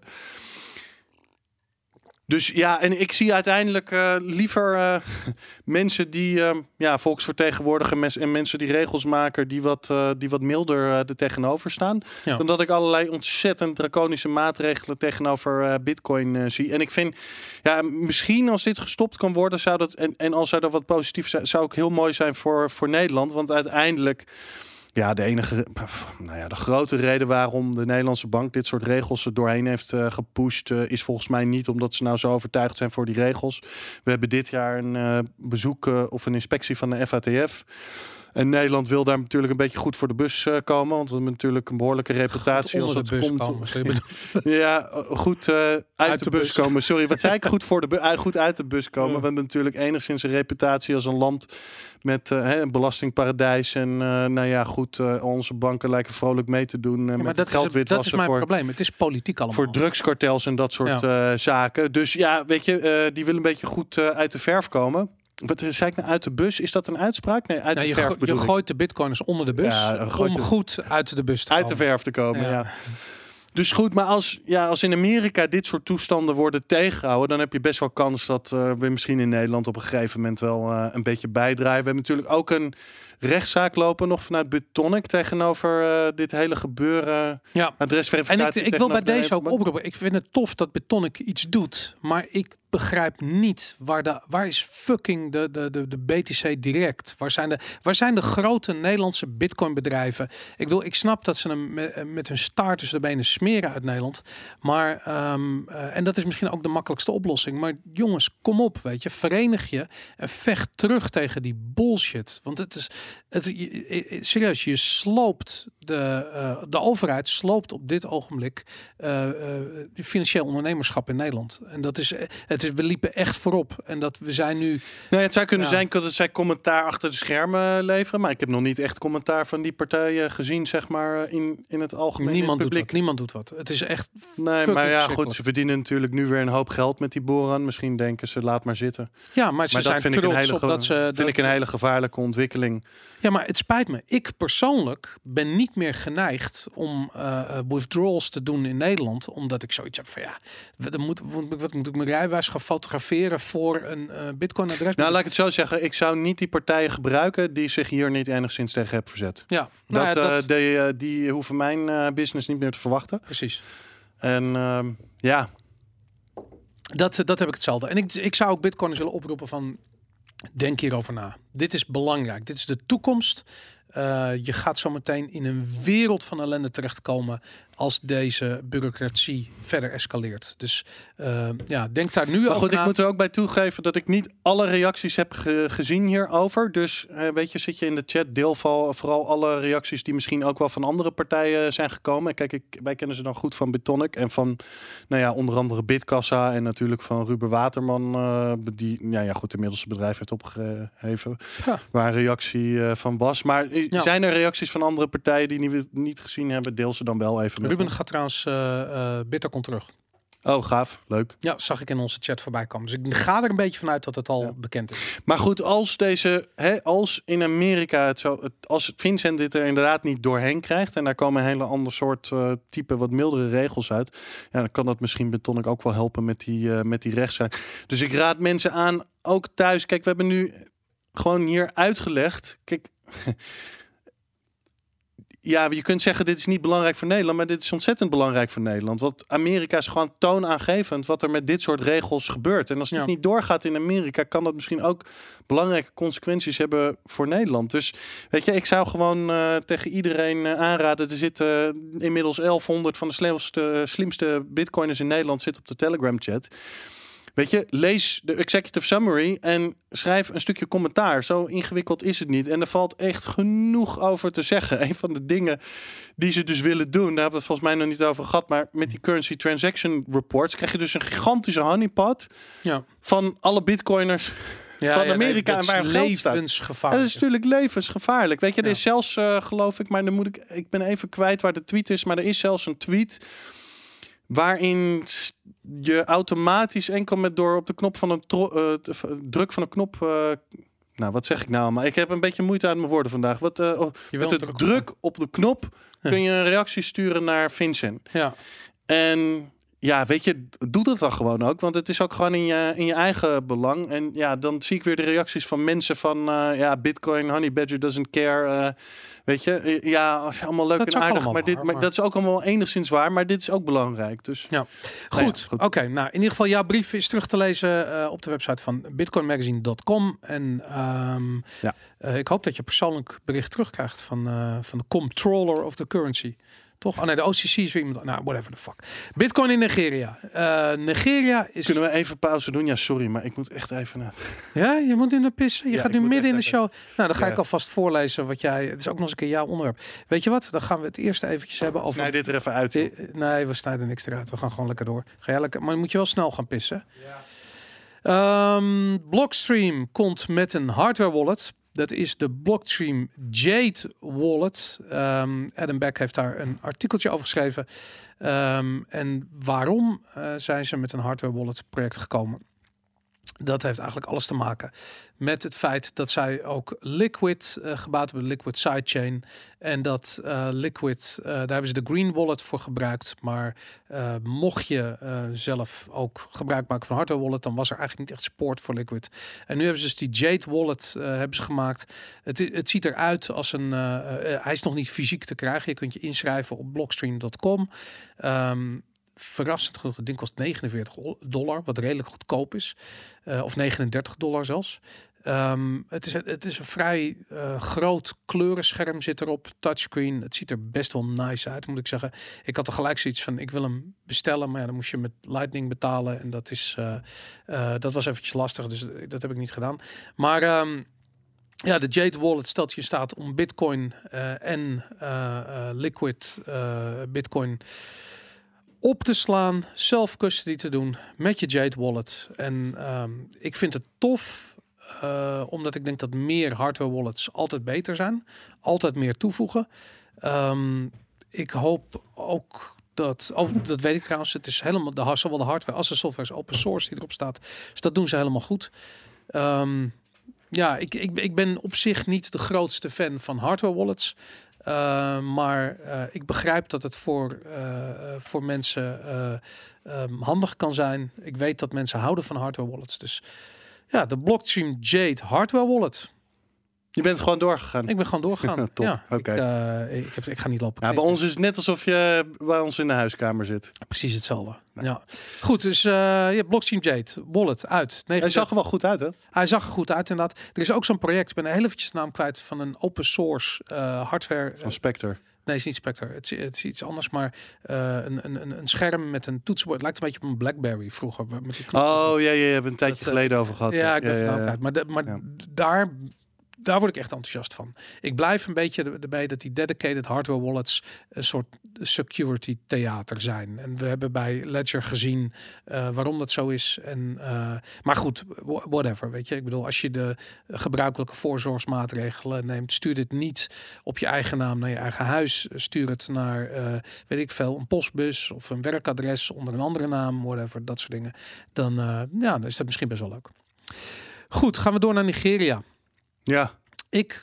Dus en ik zie uiteindelijk liever mensen die volksvertegenwoordigen en mensen die regels maken die wat milder er tegenover staan. Ja. Dan dat ik allerlei ontzettend draconische maatregelen tegenover Bitcoin zie. En ik vind, misschien als dit gestopt kan worden, zou dat, en als er wat positief zou ook heel mooi zijn voor Nederland. Want uiteindelijk... Ja, de grote reden waarom de Nederlandse bank dit soort regels er doorheen heeft gepusht, is volgens mij niet omdat ze nou zo overtuigd zijn voor die regels. We hebben dit jaar een bezoek of een inspectie van de FATF. En Nederland wil daar natuurlijk een beetje goed voor de bus komen. Want we hebben natuurlijk een behoorlijke reputatie als het komt. Goed uit de bus komen. Sorry, wat zei ik? Goed uit de bus komen. Ja. We hebben natuurlijk enigszins een reputatie als een land met een belastingparadijs. En onze banken lijken vrolijk mee te doen met het geldwitwassen. Dat is mijn probleem. Het is politiek allemaal. Voor drugskartels en dat soort zaken. Dus weet je, die willen een beetje goed uit de verf komen. Wat zei ik nou, uit de bus? Is dat een uitspraak? Nee, uit de verf bedoel je gooit de bitcoiners onder de bus om goed uit de bus te komen. Uit de verf te komen, ja. Dus goed, maar als in Amerika dit soort toestanden worden tegengehouden, dan heb je best wel kans dat we misschien in Nederland op een gegeven moment wel een beetje bijdraaien. We hebben natuurlijk ook een rechtszaak lopen nog vanuit Bitonic tegenover dit hele gebeuren. Adresverificatie. En ik wil bij deze ook oproepen. Ik vind het tof dat Bitonic iets doet, maar ik begrijp niet waar is fucking de BTC Direct? Waar zijn de grote Nederlandse Bitcoin bedrijven? Ik snap dat ze hem met hun staart tussen de benen smeren uit Nederland, maar en dat is misschien ook de makkelijkste oplossing. Maar jongens, kom op, weet je, verenig je en vecht terug tegen die bullshit. Want serieus, je sloopt de overheid sloopt op dit ogenblik financieel ondernemerschap in Nederland. En we liepen echt voorop. En dat we zijn nu... Nee, het zou kunnen zijn dat zij commentaar achter de schermen leveren. Maar ik heb nog niet echt commentaar van die partijen gezien, zeg maar, in het algemeen. Niemand doet wat. Het is echt... Nee, maar goed, ze verdienen natuurlijk nu weer een hoop geld met die boren. Misschien denken ze, laat maar zitten. Ja, maar ze zijn trots op dat ze... vind ik een hele gevaarlijke ontwikkeling. Ja, maar het spijt me. Ik persoonlijk ben niet meer geneigd om withdrawals te doen in Nederland, omdat ik zoiets heb van wat moet ik mijn rijbewijs gaan fotograferen voor een Bitcoin-adres? Nou, laat ik het zo zeggen. Ik zou niet die partijen gebruiken die zich hier niet enigszins tegen hebben verzet. Ja, die hoeven mijn business niet meer te verwachten. Precies. En dat heb ik hetzelfde. En ik zou ook Bitcoiners willen oproepen van, denk hierover na. Dit is belangrijk. Dit is de toekomst. Je gaat zo meteen in een wereld van ellende terechtkomen als deze bureaucratie verder escaleert. Dus denk daar nu over na. Ik moet er ook bij toegeven dat ik niet alle reacties heb gezien hierover. Dus weet je, zit je in de chat, deel vooral alle reacties die misschien ook wel van andere partijen zijn gekomen. Kijk, wij kennen ze dan goed van Bitonic en van, onder andere Bitkassa en natuurlijk van Ruben Waterman, die, inmiddels het bedrijf heeft opgegeven, waar een reactie van was. Maar zijn er reacties van andere partijen die we niet gezien hebben? Deel ze dan wel even met Ruben gaat trouwens Bitcoin terug. Oh, gaaf. Leuk. Ja, zag ik in onze chat voorbij komen. Dus ik ga er een beetje vanuit dat het al Ja. bekend is. Maar goed, als in Amerika als Vincent dit er inderdaad niet doorheen krijgt en daar komen een hele ander soort type wat mildere regels uit, ja, dan kan dat misschien Bitonic ook wel helpen met die rechtszaak. Dus ik raad mensen aan, ook thuis. Kijk, we hebben nu gewoon hier uitgelegd. Kijk. Ja, je kunt zeggen dit is niet belangrijk voor Nederland, maar dit is ontzettend belangrijk voor Nederland. Want Amerika is gewoon toonaangevend wat er met dit soort regels gebeurt. En als dit niet doorgaat in Amerika, kan dat misschien ook belangrijke consequenties hebben voor Nederland. Dus weet je, ik zou gewoon tegen iedereen aanraden. Er zitten inmiddels 1100 van de slimste bitcoiners in Nederland zitten op de Telegram chat. Weet je, lees de executive summary en schrijf een stukje commentaar. Zo ingewikkeld is het niet. En er valt echt genoeg over te zeggen. Een van de dingen die ze dus willen doen, daar hebben we het volgens mij nog niet over gehad, maar met die currency transaction reports krijg je dus een gigantische honeypot van alle bitcoiners van Amerika. Dat en waar is levensgevaarlijk. Dat is natuurlijk levensgevaarlijk. Weet je, er is zelfs, geloof ik, maar dan moet ik ben even kwijt waar de tweet is, maar er is zelfs een tweet waarin je automatisch enkel met door op de knop van een druk van een knop. Nou, wat zeg ik nou? Maar ik heb een beetje moeite uit mijn woorden vandaag. Met de druk op de knop kun je een reactie sturen naar Vincent. Ja. En ja, weet je, doe dat dan gewoon ook. Want het is ook gewoon in je eigen belang. En ja, dan zie ik weer de reacties van mensen van Bitcoin, Honey Badger doesn't care. Weet je, ja, is allemaal leuk en aardig. Maar dat is ook allemaal enigszins waar. Maar dit is ook belangrijk. Dus ja, goed. Oké, nou in ieder geval jouw brief is terug te lezen op de website van bitcoinmagazine.com. En ik hoop dat je persoonlijk bericht terugkrijgt van de comptroller of the currency. Toch? Oh nee, de OCC is weer iemand. Nou, whatever the fuck. Bitcoin in Nigeria. Nigeria is... Kunnen we even pauze doen? Ja, sorry, maar ik moet echt even naar... Ja, je moet in de pissen. Je gaat nu midden in de show. Nou, dan ga ik alvast voorlezen wat jij... Het is ook nog eens een keer jouw onderwerp. Weet je wat? Dan gaan we het eerst eventjes hebben over... Snij dit er even uit. Nee, we snijden niks eruit. We gaan gewoon lekker door. Ga jij lekker... Maar dan moet je wel snel gaan pissen. Ja. Blockstream komt met een hardware wallet. Dat is de Blockstream Jade Wallet. Adam Beck heeft daar een artikeltje over geschreven. En waarom zijn ze met een hardware wallet project gekomen? Dat heeft eigenlijk alles te maken met het feit dat zij ook Liquid gebouwd hebben, Liquid Sidechain. En dat Liquid, daar hebben ze de Green Wallet voor gebruikt. Maar mocht je zelf ook gebruik maken van hardware wallet, dan was er eigenlijk niet echt support voor Liquid. En nu hebben ze dus die Jade Wallet hebben ze gemaakt. Het ziet eruit als een... hij is nog niet fysiek te krijgen. Je kunt je inschrijven op blockstream.com. Verrassend genoeg, het ding kost $49, wat redelijk goedkoop is. Of $39 zelfs. Het is een vrij groot kleurenscherm zit erop, touchscreen. Het ziet er best wel nice uit, moet ik zeggen. Ik had er gelijk zoiets van, ik wil hem bestellen, maar ja, dan moest je met Lightning betalen. En dat was eventjes lastig, dus dat heb ik niet gedaan. Maar... ja, de Jade Wallet stelt je staat om Bitcoin en Liquid Bitcoin op te slaan, self-custody te doen met je Jade Wallet. En ik vind het tof, omdat ik denk dat meer hardware wallets altijd beter zijn. Altijd meer toevoegen. Ik hoop ook dat weet ik trouwens, het is helemaal, zowel de hardware als de software is open source die erop staat. Dus dat doen ze helemaal goed. Ja, ik ben op zich niet de grootste fan van hardware wallets. Maar ik begrijp dat het voor mensen handig kan zijn. Ik weet dat mensen houden van hardware wallets. Dus ja, de Blockstream Jade hardware wallet. Je bent gewoon doorgegaan. Ik ben gewoon doorgegaan. Top. Ja, Okay. Ik ga niet lopen. Ja, bij ons is het net alsof je bij ons in de huiskamer zit. Precies hetzelfde. Nee. Ja. Goed, dus je hebt Blockstream Jade wallet uit. Hij zag er wel goed uit, hè? Hij zag er goed uit, inderdaad. Er is ook zo'n project, ik ben heel eventjes de naam kwijt, van een open source hardware. Van Spectre. Nee, het is niet Spectre. Het is iets anders, maar een scherm met een toetsenbord. Het lijkt een beetje op een BlackBerry vroeger. Met die oh ja, je hebt een tijdje geleden over gehad. Ja, ik ben vanavond uit. Maar daar daar word ik echt enthousiast van. Ik blijf een beetje erbij dat die dedicated hardware wallets een soort security theater zijn. En we hebben bij Ledger gezien waarom dat zo is. En, maar goed, whatever, weet je. Ik bedoel, als je de gebruikelijke voorzorgsmaatregelen neemt, stuur dit niet op je eigen naam naar je eigen huis. Stuur het naar, weet ik veel, een postbus of een werkadres onder een andere naam, whatever, dat soort dingen. Dan is dat misschien best wel leuk. Goed, gaan we door naar Nigeria. Ja. Ik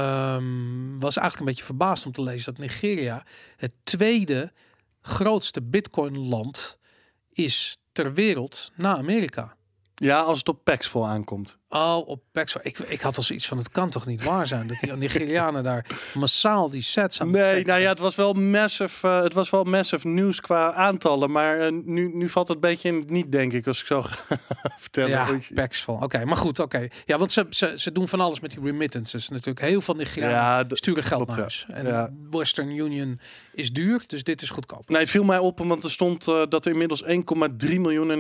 was eigenlijk een beetje verbaasd om te lezen dat Nigeria het tweede grootste Bitcoin-land is ter wereld na Amerika. Ja, als het op Paxful aankomt. Oh, op Paxful. Ik had al zoiets van, het kan toch niet waar zijn dat die Nigerianen daar massaal die sets aan het was wel massive nieuws qua aantallen, maar nu valt het een beetje in het niet, denk ik, als ik zo ga vertellen. Ja, Paxful. Oké, maar goed, oké. Ja, want ze doen van alles met die remittances. Natuurlijk heel veel Nigerianen sturen geld naar huis. En Western Union is duur, dus dit is goedkoop. Nee, het viel mij op, want er stond dat er inmiddels 1,3 miljoen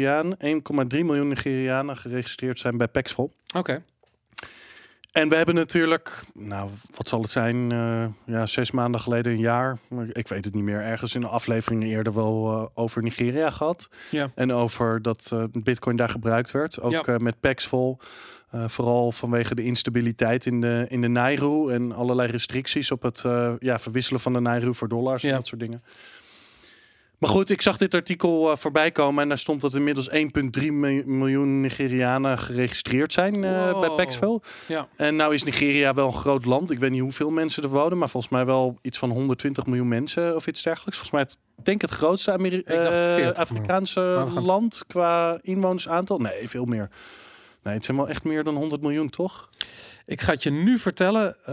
Nigerianen geregistreerd zijn bij Paxful. Oké. En we hebben natuurlijk, wat zal het zijn, 6 maanden geleden, een jaar, ik weet het niet meer, ergens in de afleveringen eerder wel over Nigeria gehad. Ja. En over dat Bitcoin daar gebruikt werd. Ook met Paxful. Vooral vanwege de instabiliteit in de Naira en allerlei restricties op het verwisselen van de Naira voor dollars en dat soort dingen. Maar goed, ik zag dit artikel voorbij komen en daar stond dat inmiddels 1,3 miljoen Nigerianen geregistreerd zijn bij Paxful. Ja. En nou is Nigeria wel een groot land. Ik weet niet hoeveel mensen er wonen, maar volgens mij wel iets van 120 miljoen mensen of iets dergelijks. Volgens mij denk het grootste Afrikaanse land qua inwonersaantal. Nee, veel meer. Nee, het zijn wel echt meer dan 100 miljoen, toch? Ik ga het je nu vertellen. 195,9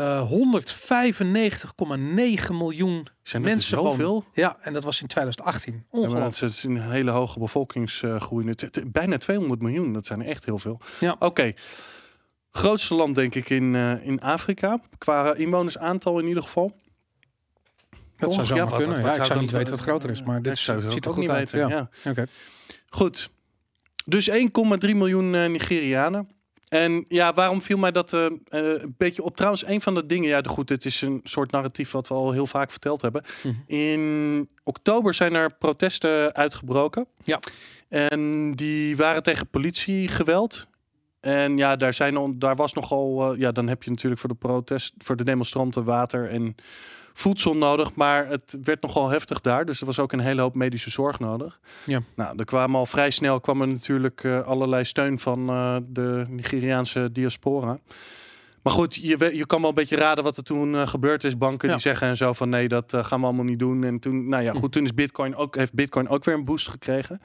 miljoen mensen wonen. Ja, en dat was in 2018. Ongelooflijk. Het is een hele hoge bevolkingsgroei. Bijna 200 miljoen, dat zijn er echt heel veel. Ja. Oké. Grootste land denk ik in Afrika. Qua inwonersaantal in ieder geval. Dat zou zo kunnen. Ik zou niet weten wat groter is, maar dit ziet er goed uit. Ja. Okay. Goed. Dus 1,3 miljoen Nigerianen. En ja, waarom viel mij dat een beetje op? Trouwens, een van de dingen, het is een soort narratief wat we al heel vaak verteld hebben. In oktober zijn er protesten uitgebroken. Ja. En die waren tegen politiegeweld. En ja, daar was nogal, dan heb je natuurlijk voor de demonstranten water en voedsel nodig, maar het werd nogal heftig daar. Dus er was ook een hele hoop medische zorg nodig. Ja. Nou, er kwam er natuurlijk allerlei steun van de Nigeriaanse diaspora. Maar goed, je kan wel een beetje raden wat er toen gebeurd is. Banken die zeggen en zo van nee, dat gaan we allemaal niet doen. En toen, toen heeft Bitcoin ook weer een boost gekregen.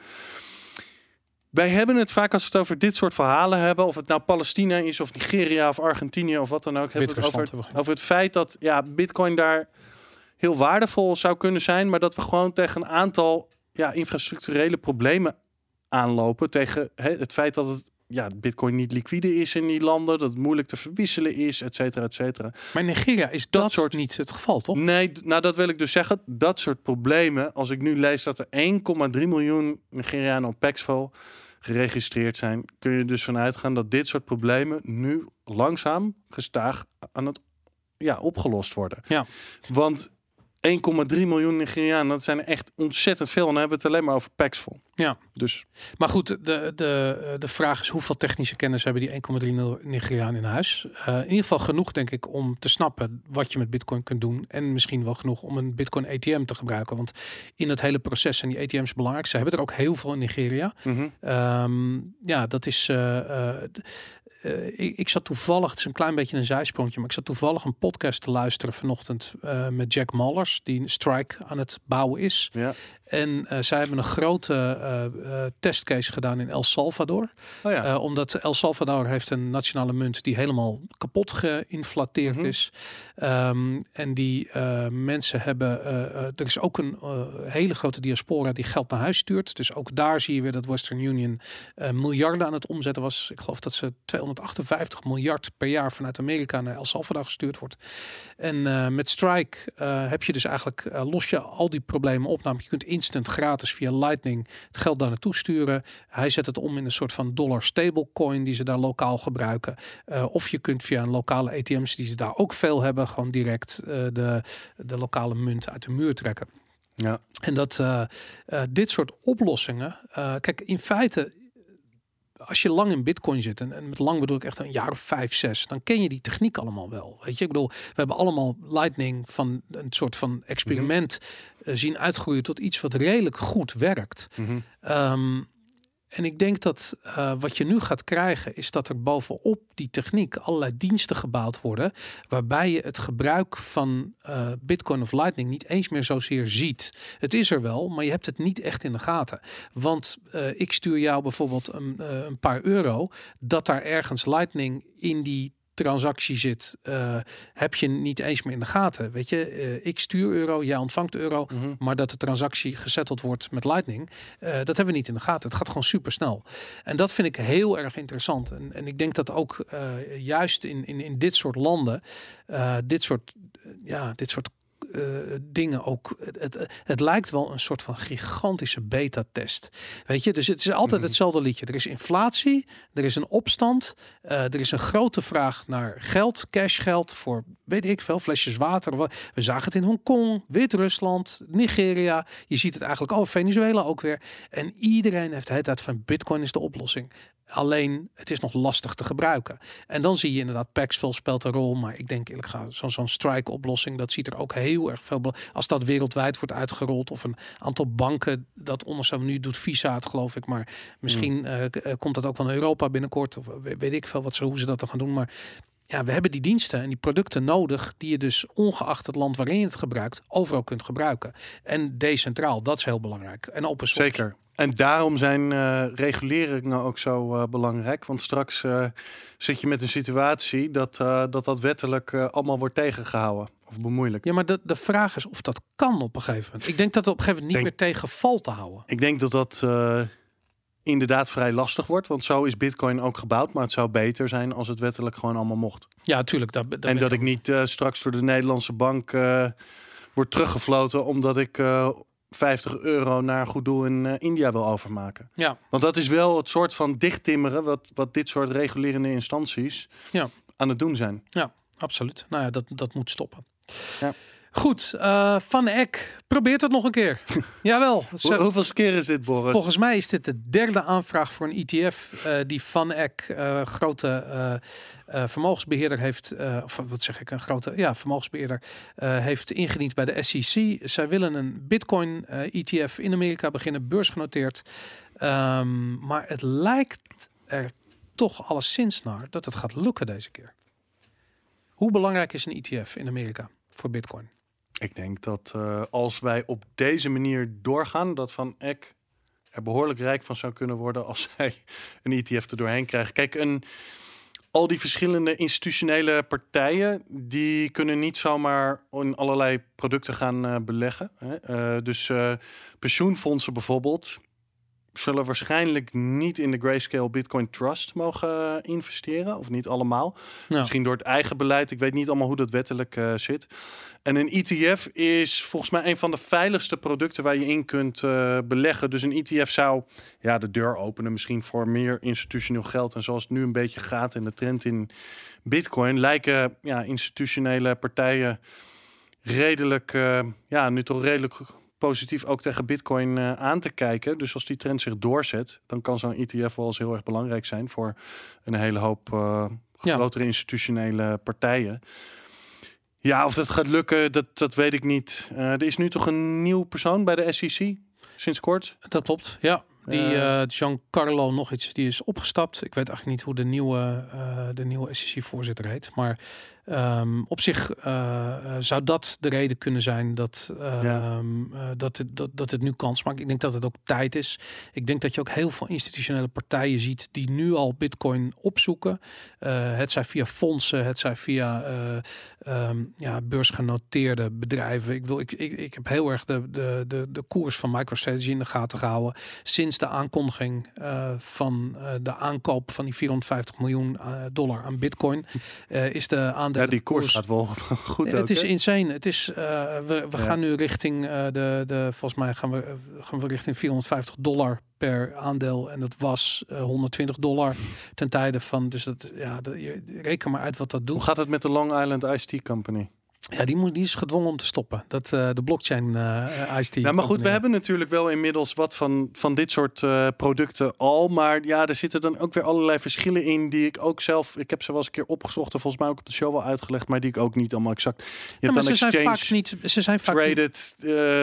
Wij hebben het vaak als we het over dit soort verhalen hebben, of het nou Palestina is of Nigeria of Argentinië of wat dan ook, hebben we het over het feit dat Bitcoin daar heel waardevol zou kunnen zijn, maar dat we gewoon tegen een aantal infrastructurele problemen aanlopen. Tegen het feit dat het Bitcoin niet liquide is in die landen, dat het moeilijk te verwisselen is, et cetera, et cetera. Maar in Nigeria is dat soort niet het geval, toch? Nee, dat wil ik dus zeggen. Dat soort problemen, als ik nu lees dat er 1,3 miljoen Nigerianen op Paxful geregistreerd zijn, kun je dus vanuit gaan dat dit soort problemen nu langzaam gestaag aan het opgelost worden. Ja. Want 1,3 miljoen Nigerianen, dat zijn er echt ontzettend veel. En dan hebben we het alleen maar over Paxful. Ja. Dus. Maar goed, de vraag is hoeveel technische kennis hebben die 1,3 Nigerianen in huis? In ieder geval genoeg, denk ik, om te snappen wat je met Bitcoin kunt doen. En misschien wel genoeg om een Bitcoin ATM te gebruiken. Want in het hele proces zijn die ATM's belangrijk. Ze hebben er ook heel veel in Nigeria. Dat is. Ik zat toevallig, het is een klein beetje een zijsprongje, maar ik zat toevallig een podcast te luisteren vanochtend met Jack Mallers, die Strike aan het bouwen is. Ja. En zij hebben een grote testcase gedaan in El Salvador. Oh ja. Omdat El Salvador heeft een nationale munt die helemaal kapot geïnflateerd is. En die mensen hebben... er is ook een hele grote diaspora die geld naar huis stuurt. Dus ook daar zie je weer dat Western Union miljarden aan het omzetten was. Ik geloof dat ze $258 miljard per jaar vanuit Amerika naar El Salvador gestuurd wordt. En met Strike heb je dus eigenlijk, los je al die problemen op. Namelijk, je kunt instant gratis via Lightning het geld daar naartoe sturen. Hij zet het om in een soort van dollar stablecoin die ze daar lokaal gebruiken. Of je kunt via een lokale ATM's die ze daar ook veel hebben, gewoon direct de lokale munt uit de muur trekken. Ja. En dat dit soort oplossingen, kijk, in feite, als je lang in Bitcoin zit, en met lang bedoel ik echt een jaar of 5, 6, dan ken je die techniek allemaal wel. Weet je, ik bedoel, we hebben allemaal Lightning van een soort van experiment zien uitgroeien tot iets wat redelijk goed werkt. En ik denk dat wat je nu gaat krijgen is dat er bovenop die techniek allerlei diensten gebouwd worden, waarbij je het gebruik van Bitcoin of Lightning niet eens meer zozeer ziet. Het is er wel, maar je hebt het niet echt in de gaten. Want ik stuur jou bijvoorbeeld een paar euro, dat daar ergens Lightning in die transactie zit, heb je niet eens meer in de gaten. Weet je, ik stuur euro, jij ontvangt euro, maar dat de transactie gesetteld wordt met Lightning, dat hebben we niet in de gaten. Het gaat gewoon super snel. En dat vind ik heel erg interessant. En ik denk dat ook juist in dit soort landen, dit soort dingen ook. Het lijkt wel een soort van gigantische beta-test. Weet je, dus het is altijd hetzelfde liedje. Er is inflatie, er is een opstand, er is een grote vraag naar geld, cashgeld voor, weet ik veel, flesjes water. We zagen het in Hongkong, Wit-Rusland, Nigeria. Je ziet het eigenlijk Venezuela ook weer. En iedereen heeft het uit van Bitcoin is de oplossing. Alleen, het is nog lastig te gebruiken. En dan zie je inderdaad, Paxful speelt een rol. Maar ik denk eerlijk gezegd, zo'n Strike-oplossing, dat ziet er ook heel erg veel. Als dat wereldwijd wordt uitgerold, of een aantal banken dat onderzoek, nu doet Visa het, geloof ik. Maar misschien komt dat ook van Europa binnenkort. Of weet ik veel hoe ze dat dan gaan doen. Maar ja, we hebben die diensten en die producten nodig die je dus ongeacht het land waarin je het gebruikt, overal kunt gebruiken. En decentraal, dat is heel belangrijk. En open source. Zeker. En daarom zijn reguleringen ook zo belangrijk. Want straks zit je met een situatie dat wettelijk allemaal wordt tegengehouden. Of bemoeilijk. Ja, maar de vraag is of dat kan op een gegeven moment. Ik denk dat het op een gegeven moment niet meer tegen valt te houden. Ik denk dat inderdaad vrij lastig wordt. Want zo is Bitcoin ook gebouwd. Maar het zou beter zijn als het wettelijk gewoon allemaal mocht. Ja, natuurlijk. En dat ik niet straks door de Nederlandse bank word teruggefloten omdat ik €50 naar een goed doel in India wil overmaken. Ja. Want dat is wel het soort van dichttimmeren wat dit soort regulerende instanties aan het doen zijn. Ja, absoluut. Nou ja, dat moet stoppen. Ja. Goed, Van Eck probeert het nog een keer. Jawel. Hoeveel keer is dit, Boris? Volgens mij is dit de derde aanvraag voor een ETF die Van Eck, grote vermogensbeheerder heeft, of wat zeg ik, een grote vermogensbeheerder heeft ingediend bij de SEC. Zij willen een Bitcoin ETF in Amerika beginnen, beursgenoteerd. Maar het lijkt er toch alleszins naar dat het gaat lukken deze keer. Hoe belangrijk is een ETF in Amerika voor Bitcoin? Ik denk dat als wij op deze manier doorgaan, dat Van Eck er behoorlijk rijk van zou kunnen worden als zij een ETF er doorheen krijgen. Kijk, al die verschillende institutionele partijen, die kunnen niet zomaar in allerlei producten gaan beleggen. Dus pensioenfondsen bijvoorbeeld zullen waarschijnlijk niet in de Grayscale Bitcoin Trust mogen investeren. Of niet allemaal. Nou. Misschien door het eigen beleid. Ik weet niet allemaal hoe dat wettelijk zit. En een ETF is volgens mij een van de veiligste producten waar je in kunt beleggen. Dus een ETF zou de deur openen misschien voor meer institutioneel geld. En zoals het nu een beetje gaat in de trend in Bitcoin, lijken institutionele partijen redelijk, nu toch redelijk positief ook tegen Bitcoin aan te kijken. Dus als die trend zich doorzet, dan kan zo'n ETF wel eens heel erg belangrijk zijn voor een hele hoop grotere institutionele partijen. Ja, of dat gaat lukken, dat weet ik niet. Er is nu toch een nieuw persoon bij de SEC sinds kort? Dat klopt, ja. Die Giancarlo nog iets, die is opgestapt. Ik weet eigenlijk niet hoe de nieuwe SEC-voorzitter heet. Maar op zich zou dat de reden kunnen zijn dat het nu kans maakt. Ik denk dat het ook tijd is. Ik denk dat je ook heel veel institutionele partijen ziet die nu al Bitcoin opzoeken. Het zij via fondsen, het zij via beursgenoteerde bedrijven. Ik heb heel erg de koers van MicroStrategy in de gaten gehouden sinds de aankondiging van de aankoop van die $450 miljoen aan Bitcoin, is de aandelen. Ja, die koers gaat wel goed. Nee, het is insane. Het is, we gaan nu richting volgens mij gaan we richting $450 per aandeel. En dat was $120 ten tijde van. Dus je reken maar uit wat dat doet. Hoe gaat het met de Long Island Iced Tea Company? Ja, die is gedwongen om te stoppen. Dat de blockchain Iced Tea. Ja, maar goed, we hebben natuurlijk wel inmiddels wat van dit soort producten al. Maar ja, er zitten dan ook weer allerlei verschillen in die ik ook zelf. Ik heb ze wel eens een keer opgezocht en volgens mij ook op de show wel uitgelegd, maar die ik ook niet allemaal exact. Je hebt dan ze zijn vaak traded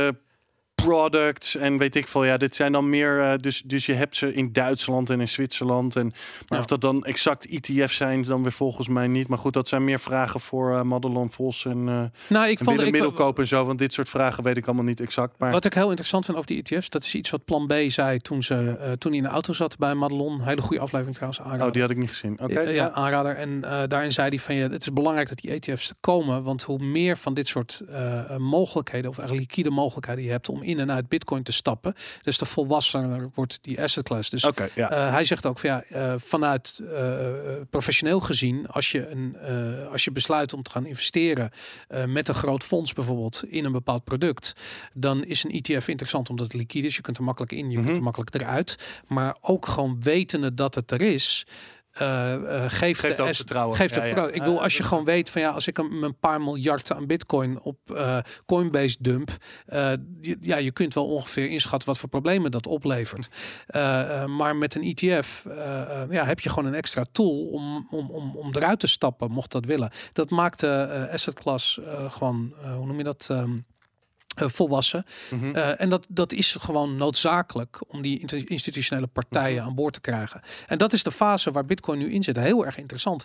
products en weet ik veel. Ja, dit zijn dan meer. Dus je hebt ze in Duitsland en in Zwitserland. Maar of dat dan exact ETF's zijn, dan weer volgens mij niet. Maar goed, dat zijn meer vragen voor Madelon Vos en Willem Middelkoop en zo. Want dit soort vragen weet ik allemaal niet exact. Maar wat ik heel interessant vind over die ETF's, dat is iets wat Plan B zei toen hij in de auto zat bij Madelon. Hele goede aflevering trouwens. Aanrader. Oh, die had ik niet gezien. Oké. Aanrader. En daarin zei hij van het is belangrijk dat die ETF's komen, want hoe meer van dit soort mogelijkheden of eigenlijk liquide mogelijkheden je hebt om in en uit Bitcoin te stappen, dus de volwassener wordt die asset class. Dus hij zegt ook van vanuit professioneel gezien, als je besluit om te gaan investeren met een groot fonds bijvoorbeeld in een bepaald product, dan is een ETF interessant omdat het liquide is. Je kunt er makkelijk in, je kunt er makkelijk eruit. Maar ook gewoon wetende dat het er is, geeft vertrouwen. Vertrouwen. Ik bedoel, als je gewoon weet van als ik een paar miljard aan Bitcoin op Coinbase dump, je kunt wel ongeveer inschatten wat voor problemen dat oplevert. Maar met een ETF heb je gewoon een extra tool om eruit te stappen, mocht dat willen. Dat maakt de asset class gewoon, hoe noem je dat? Volwassen. En dat is gewoon noodzakelijk om die institutionele partijen aan boord te krijgen. En dat is de fase waar Bitcoin nu in zit. Heel erg interessant.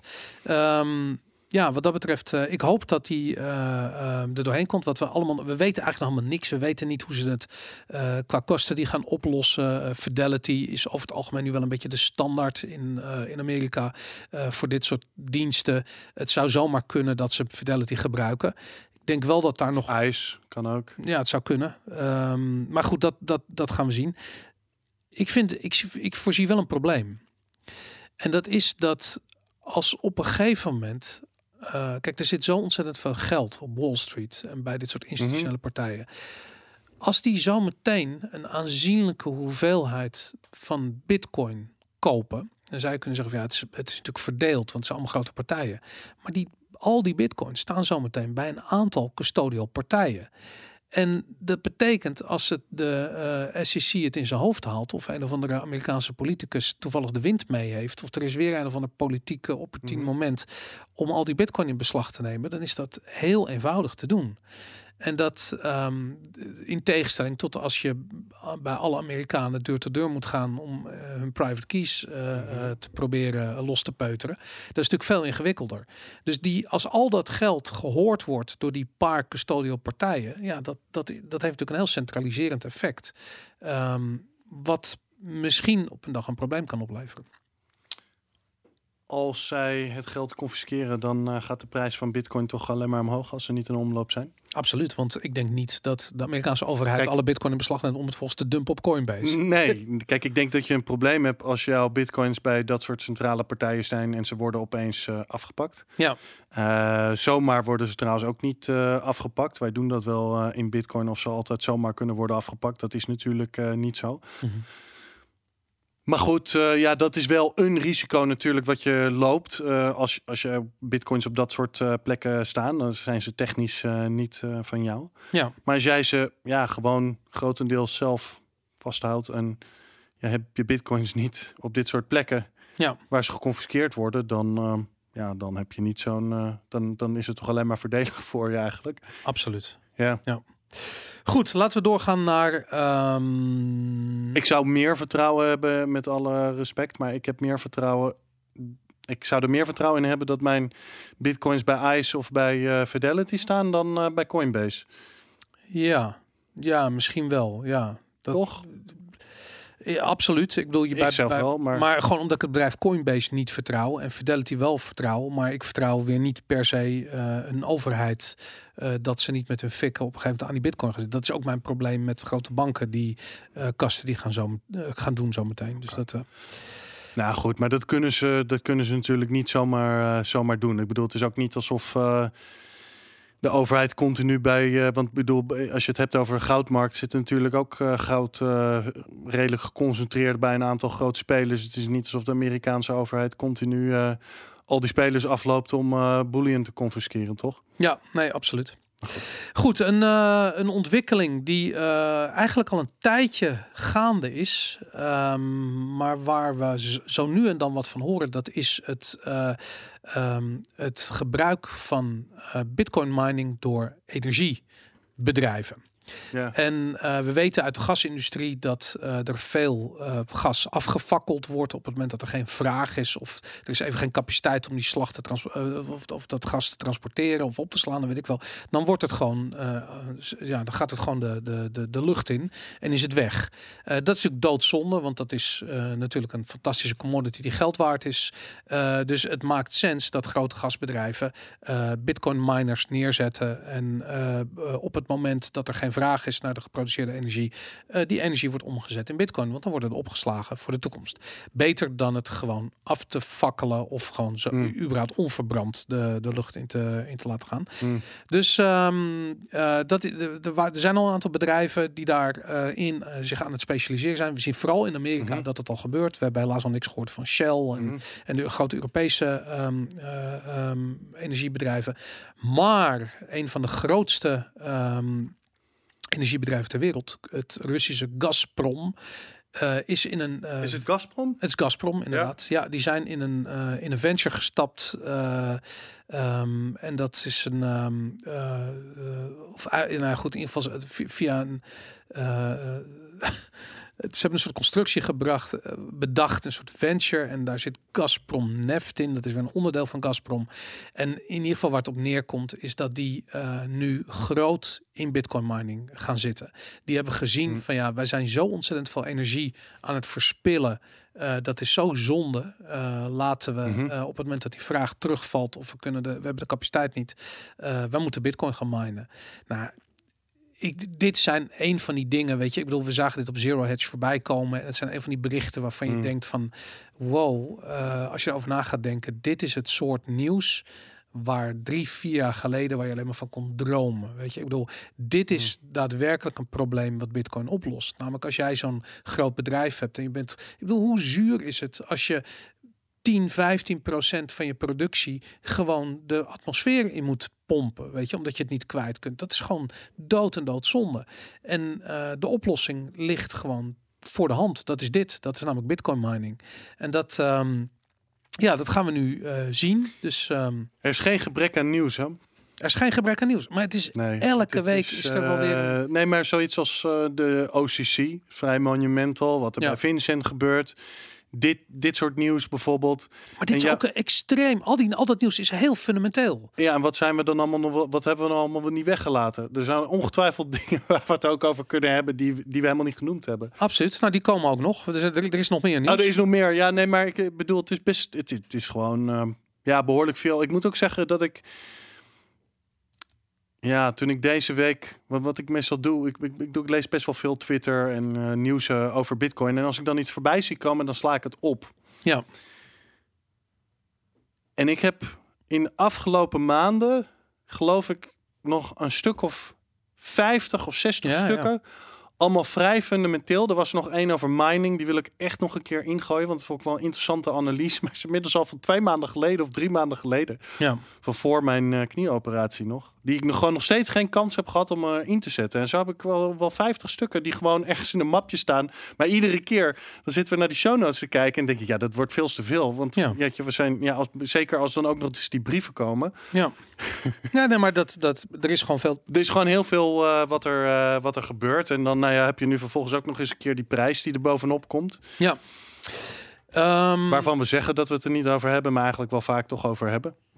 Wat dat betreft, ik hoop dat die er doorheen komt. We weten eigenlijk nog helemaal niks. We weten niet hoe ze het qua kosten die gaan oplossen. Fidelity is over het algemeen nu wel een beetje de standaard in Amerika voor dit soort diensten. Het zou zomaar kunnen dat ze Fidelity gebruiken. Ik denk wel dat daar nog ijs kan ook. Ja, het zou kunnen. Maar goed, dat gaan we zien. Ik voorzie wel een probleem. En dat is dat als op een gegeven moment, kijk, er zit zo ontzettend veel geld op Wall Street en bij dit soort institutionele partijen. Als die zo meteen een aanzienlijke hoeveelheid van Bitcoin kopen, dan zou je kunnen zeggen van het is natuurlijk verdeeld, want het zijn allemaal grote partijen. Maar al die bitcoins staan zometeen bij een aantal custodial partijen. En dat betekent als de SEC het in zijn hoofd haalt, of een of andere Amerikaanse politicus toevallig de wind mee heeft, of er is weer een of ander politieke opportun moment om al die bitcoin in beslag te nemen, dan is dat heel eenvoudig te doen. En dat in tegenstelling tot als je bij alle Amerikanen deur tot deur moet gaan om hun private keys te proberen los te peuteren. Dat is natuurlijk veel ingewikkelder. Dus als al dat geld gehoord wordt door die paar custodial partijen, dat heeft natuurlijk een heel centraliserend effect. Wat misschien op een dag een probleem kan opleveren. Als zij het geld confisceren, dan gaat de prijs van Bitcoin toch alleen maar omhoog als ze niet in omloop zijn? Absoluut, want ik denk niet dat de Amerikaanse overheid alle Bitcoin in beslag neemt om het volgens te dumpen op Coinbase. Nee, kijk, ik denk dat je een probleem hebt als jouw Bitcoins bij dat soort centrale partijen zijn en ze worden opeens afgepakt. Ja. Zomaar worden ze trouwens ook niet afgepakt. Wij doen dat wel in Bitcoin of ze altijd zomaar kunnen worden afgepakt. Dat is natuurlijk niet zo. Maar goed, dat is wel een risico natuurlijk wat je loopt. Als je bitcoins op dat soort plekken staan, dan zijn ze technisch niet van jou. Ja. Maar als jij ze gewoon grotendeels zelf vasthoudt en je hebt je bitcoins niet op dit soort plekken waar ze geconfiskeerd worden, dan heb je niet zo'n. Dan is het toch alleen maar voordelig voor je eigenlijk. Absoluut. Ja. Goed, laten we doorgaan naar. Ik zou meer vertrouwen hebben, met alle respect, maar ik heb meer vertrouwen. Ik zou er meer vertrouwen in hebben dat mijn bitcoins bij ICE of bij Fidelity staan dan bij Coinbase. Ja, misschien wel. Ja, toch? Ja, absoluut. Ik bedoel, Ik zelf wel, maar gewoon omdat ik het bedrijf Coinbase niet vertrouw en Fidelity wel vertrouw, maar ik vertrouw weer niet per se een overheid dat ze niet met hun fikken op een gegeven moment aan die bitcoin gaan zitten. Dat is ook mijn probleem met grote banken die kasten die gaan doen zo meteen. Dus dat. Nou goed, maar dat kunnen ze natuurlijk niet zomaar doen. Ik bedoel, het is ook niet alsof de overheid continu bij... want ik bedoel, als je het hebt over een goudmarkt, zit natuurlijk ook goud redelijk geconcentreerd bij een aantal grote spelers. Het is niet alsof de Amerikaanse overheid continu al die spelers afloopt om bullion te confisceren, toch? Ja, nee, absoluut. Goed, een ontwikkeling die eigenlijk al een tijdje gaande is, maar waar we zo nu en dan wat van horen, dat is het gebruik van bitcoin mining door energiebedrijven. Ja. En we weten uit de gasindustrie dat er veel gas afgefakkeld wordt op het moment dat er geen vraag is of er is even geen capaciteit om die slag te of dat gas te transporteren of op te slaan, dan weet ik wel. Dan wordt het gewoon, dan gaat het gewoon de lucht in en is het weg. Dat is natuurlijk doodzonde, want dat is natuurlijk een fantastische commodity die geld waard is. Dus het maakt sens dat grote gasbedrijven bitcoin miners neerzetten en op het moment dat er geen vraag is naar de geproduceerde energie, die energie wordt omgezet in bitcoin, want dan worden er opgeslagen voor de toekomst. Beter dan het gewoon af te fakkelen of gewoon zo überhaupt onverbrand de lucht in te laten gaan. Dus er zijn al een aantal bedrijven die daarin zich aan het specialiseren zijn. We zien vooral in Amerika dat het al gebeurt. We hebben helaas al niks gehoord van Shell en de grote Europese energiebedrijven. Maar een van de grootste energiebedrijven ter wereld, het Russische Gazprom, is in een... is het Gazprom? Het is Gazprom, inderdaad. Ja, die zijn in een venture gestapt. En dat is een... goed, in ieder geval via een... Ze hebben een soort constructie bedacht, een soort venture. En daar zit Gazprom Neft in. Dat is weer een onderdeel van Gazprom. En in ieder geval waar het op neerkomt, is dat die nu groot in bitcoin mining gaan zitten. Die hebben gezien van wij zijn zo ontzettend veel energie aan het verspillen. Dat is zo zonde. Laten we op het moment dat die vraag terugvalt of we hebben de capaciteit niet. We moeten bitcoin gaan minen. Nou, dit zijn een van die dingen, weet je. Ik bedoel, we zagen dit op Zero Hedge voorbij komen. Het zijn een van die berichten waarvan je denkt van... wow, als je erover na gaat denken... dit is het soort nieuws waar 3-4 jaar geleden... waar je alleen maar van kon dromen, weet je. Ik bedoel, dit is daadwerkelijk een probleem wat bitcoin oplost. Namelijk als jij zo'n groot bedrijf hebt en je bent... Ik bedoel, hoe zuur is het als je 10-15% van je productie gewoon de atmosfeer in moet pompen, weet je, omdat je het niet kwijt kunt. Dat is gewoon doodzonde. En de oplossing ligt gewoon voor de hand. Dat is dit. Dat is namelijk bitcoin mining. En dat gaan we nu zien. Dus er is geen gebrek aan nieuws, hè? Er is geen gebrek aan nieuws, maar het is elke week is er wel weer... Nee, maar zoiets als de OCC, vrij monumental, wat er bij Vincent gebeurt. Dit soort nieuws bijvoorbeeld. Maar dit is ook extreem. Al dat nieuws is heel fundamenteel. Ja, en wat zijn we dan allemaal nog? Wat hebben we dan allemaal niet weggelaten? Er zijn ongetwijfeld dingen waar we het ook over kunnen hebben die we helemaal niet genoemd hebben. Absoluut. Nou, die komen ook nog. Er is nog meer nieuws. Oh, er is nog meer. Ja, nee, maar ik bedoel, het is best. Het is gewoon behoorlijk veel. Ik moet ook zeggen dat ik. Ja, toen ik deze week, wat ik meestal doe, ik lees best wel veel Twitter en nieuws over Bitcoin. En als ik dan iets voorbij zie komen, dan sla ik het op. Ja. En ik heb in de afgelopen maanden, geloof ik, nog een stuk of 50 of 60 stukken. Ja. Allemaal vrij fundamenteel. Er was nog één over mining. Die wil ik echt nog een keer ingooien. Want dat vond ik wel een interessante analyse. Maar is inmiddels al van 2 maanden geleden of 3 maanden geleden. Ja. Van voor mijn knieoperatie nog. Die ik gewoon nog steeds geen kans heb gehad om in te zetten. En zo heb ik wel 50 stukken die gewoon ergens in een mapje staan. Maar iedere keer dan zitten we naar die show notes te kijken. En denk ik, dat wordt veel te veel. Want we zijn, zeker als dan ook nog eens die brieven komen. Ja, nee, maar er is gewoon veel. Er is gewoon heel veel wat er gebeurt. En dan heb je nu vervolgens ook nog eens een keer die prijs die er bovenop komt. Ja. Waarvan we zeggen dat we het er niet over hebben, maar eigenlijk wel vaak toch over hebben.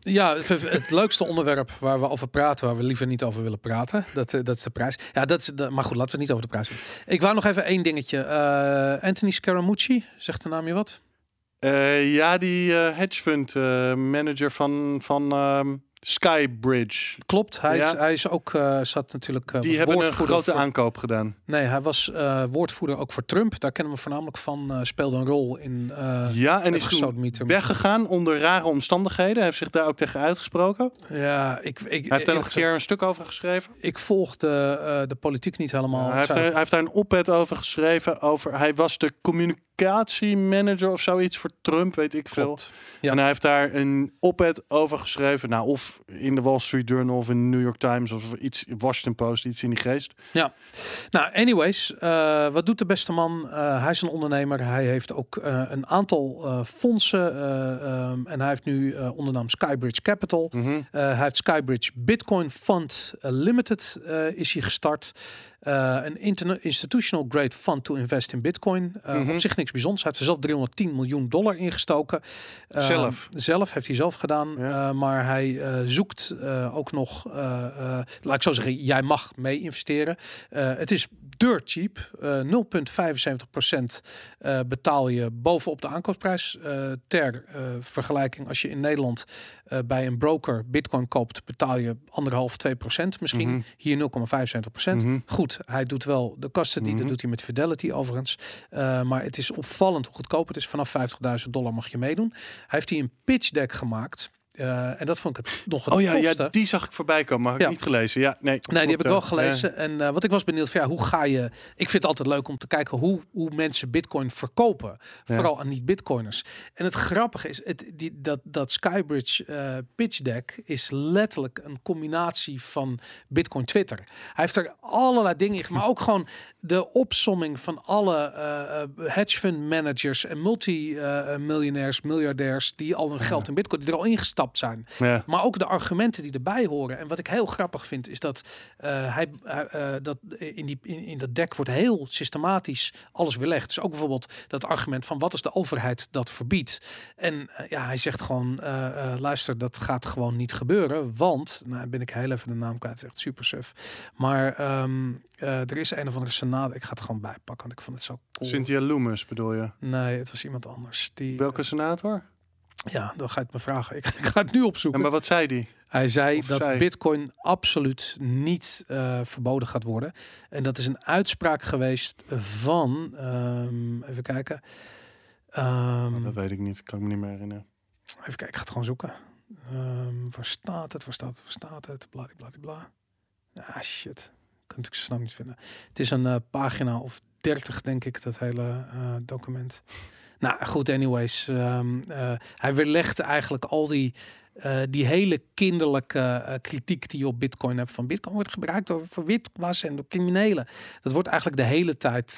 Ja, het leukste onderwerp waar we over praten, waar we liever niet over willen praten, dat is de prijs. Ja, maar goed, laten we het niet over de prijs doen. Ik wou nog even één dingetje. Anthony Scaramucci, zegt de naam je wat? Die hedge fund manager van Skybridge. Klopt, hij is ook, zat natuurlijk... die hebben een grote aankoop gedaan. Nee, hij was woordvoerder ook voor Trump. Daar kennen we voornamelijk van. Speelde een rol in en is toen weggegaan onder rare omstandigheden. Hij heeft zich daar ook tegen uitgesproken. Ja, hij heeft daar nog een keer een stuk over geschreven. Ik volg de politiek niet helemaal. Hij heeft daar een op-ed over geschreven. Hij was de communicatiemanager of zoiets voor Trump, weet ik veel. Ja. En hij heeft daar een op-ed over geschreven. Nou, of in de Wall Street Journal of in de New York Times of iets, Washington Post, iets in die geest. Ja, nou, anyways, wat doet de beste man? Hij is een ondernemer. Hij heeft ook een aantal fondsen en hij heeft nu onder naam Skybridge Capital. Hij heeft Skybridge Bitcoin Fund Limited is hij gestart. Een institutional grade fund to invest in Bitcoin. Op zich niks bijzonders. Hij heeft er zelf $310 miljoen ingestoken. Zelf heeft hij zelf gedaan. Ja. Maar hij zoekt ook nog, laat ik zo zeggen, jij mag mee investeren. Het is dirt cheap. 0,75% betaal je bovenop de aankoopprijs. Ter vergelijking, als je in Nederland bij een broker Bitcoin koopt, betaal je 1,5-2% misschien. Hier 0,75%. Goed. Hij doet wel de custody, dat doet hij met Fidelity overigens. Maar het is opvallend hoe goedkoop het is. Vanaf $50.000 mag je meedoen. Hij heeft hier een pitch deck gemaakt. En dat vond ik het nog het tofste. Ja, die zag ik voorbij komen, maar heb ik niet gelezen. Ja, nee, die heb ik wel gelezen. En wat ik was benieuwd van, hoe ga je... Ik vind het altijd leuk om te kijken hoe mensen Bitcoin verkopen. Vooral aan niet-Bitcoiners. En het grappige is, dat Skybridge pitch deck is letterlijk een combinatie van Bitcoin Twitter. Hij heeft er allerlei dingen in, maar ook gewoon de opsomming van alle hedge fund managers en multimiljonairs, miljardairs die al hun geld in Bitcoin, die er al ingestapt zijn. Ja. Maar ook de argumenten die erbij horen. En wat ik heel grappig vind, is dat dat in dat deck wordt heel systematisch alles weerlegd. Dus ook bijvoorbeeld dat argument van wat is de overheid dat verbiedt. En hij zegt gewoon, luister, dat gaat gewoon niet gebeuren. Want, nou ben ik heel even de naam kwijt, het is echt super suf. Maar er is een of andere senator, ik ga het gewoon bijpakken, want ik vond het zo cool. Cynthia Loomis bedoel je? Nee, het was iemand anders. Welke senator? Ja, dan ga je het me vragen. Ik ga het nu opzoeken. Maar wat zei die? Hij zei dat Bitcoin absoluut niet verboden gaat worden. En dat is een uitspraak geweest van... even kijken. Dat weet ik niet. Kan ik me niet meer herinneren. Even kijken, ik ga het gewoon zoeken. Waar staat het? Bladibladibla. Ah, shit. Kan natuurlijk zo snel niet vinden. Het is een pagina of 30, denk ik, dat hele document. Nou goed, anyways. Hij weerlegde eigenlijk al die hele kinderlijke kritiek die je op Bitcoin hebt. Van Bitcoin wordt gebruikt voor witwassen en door criminelen. Dat wordt eigenlijk de hele tijd...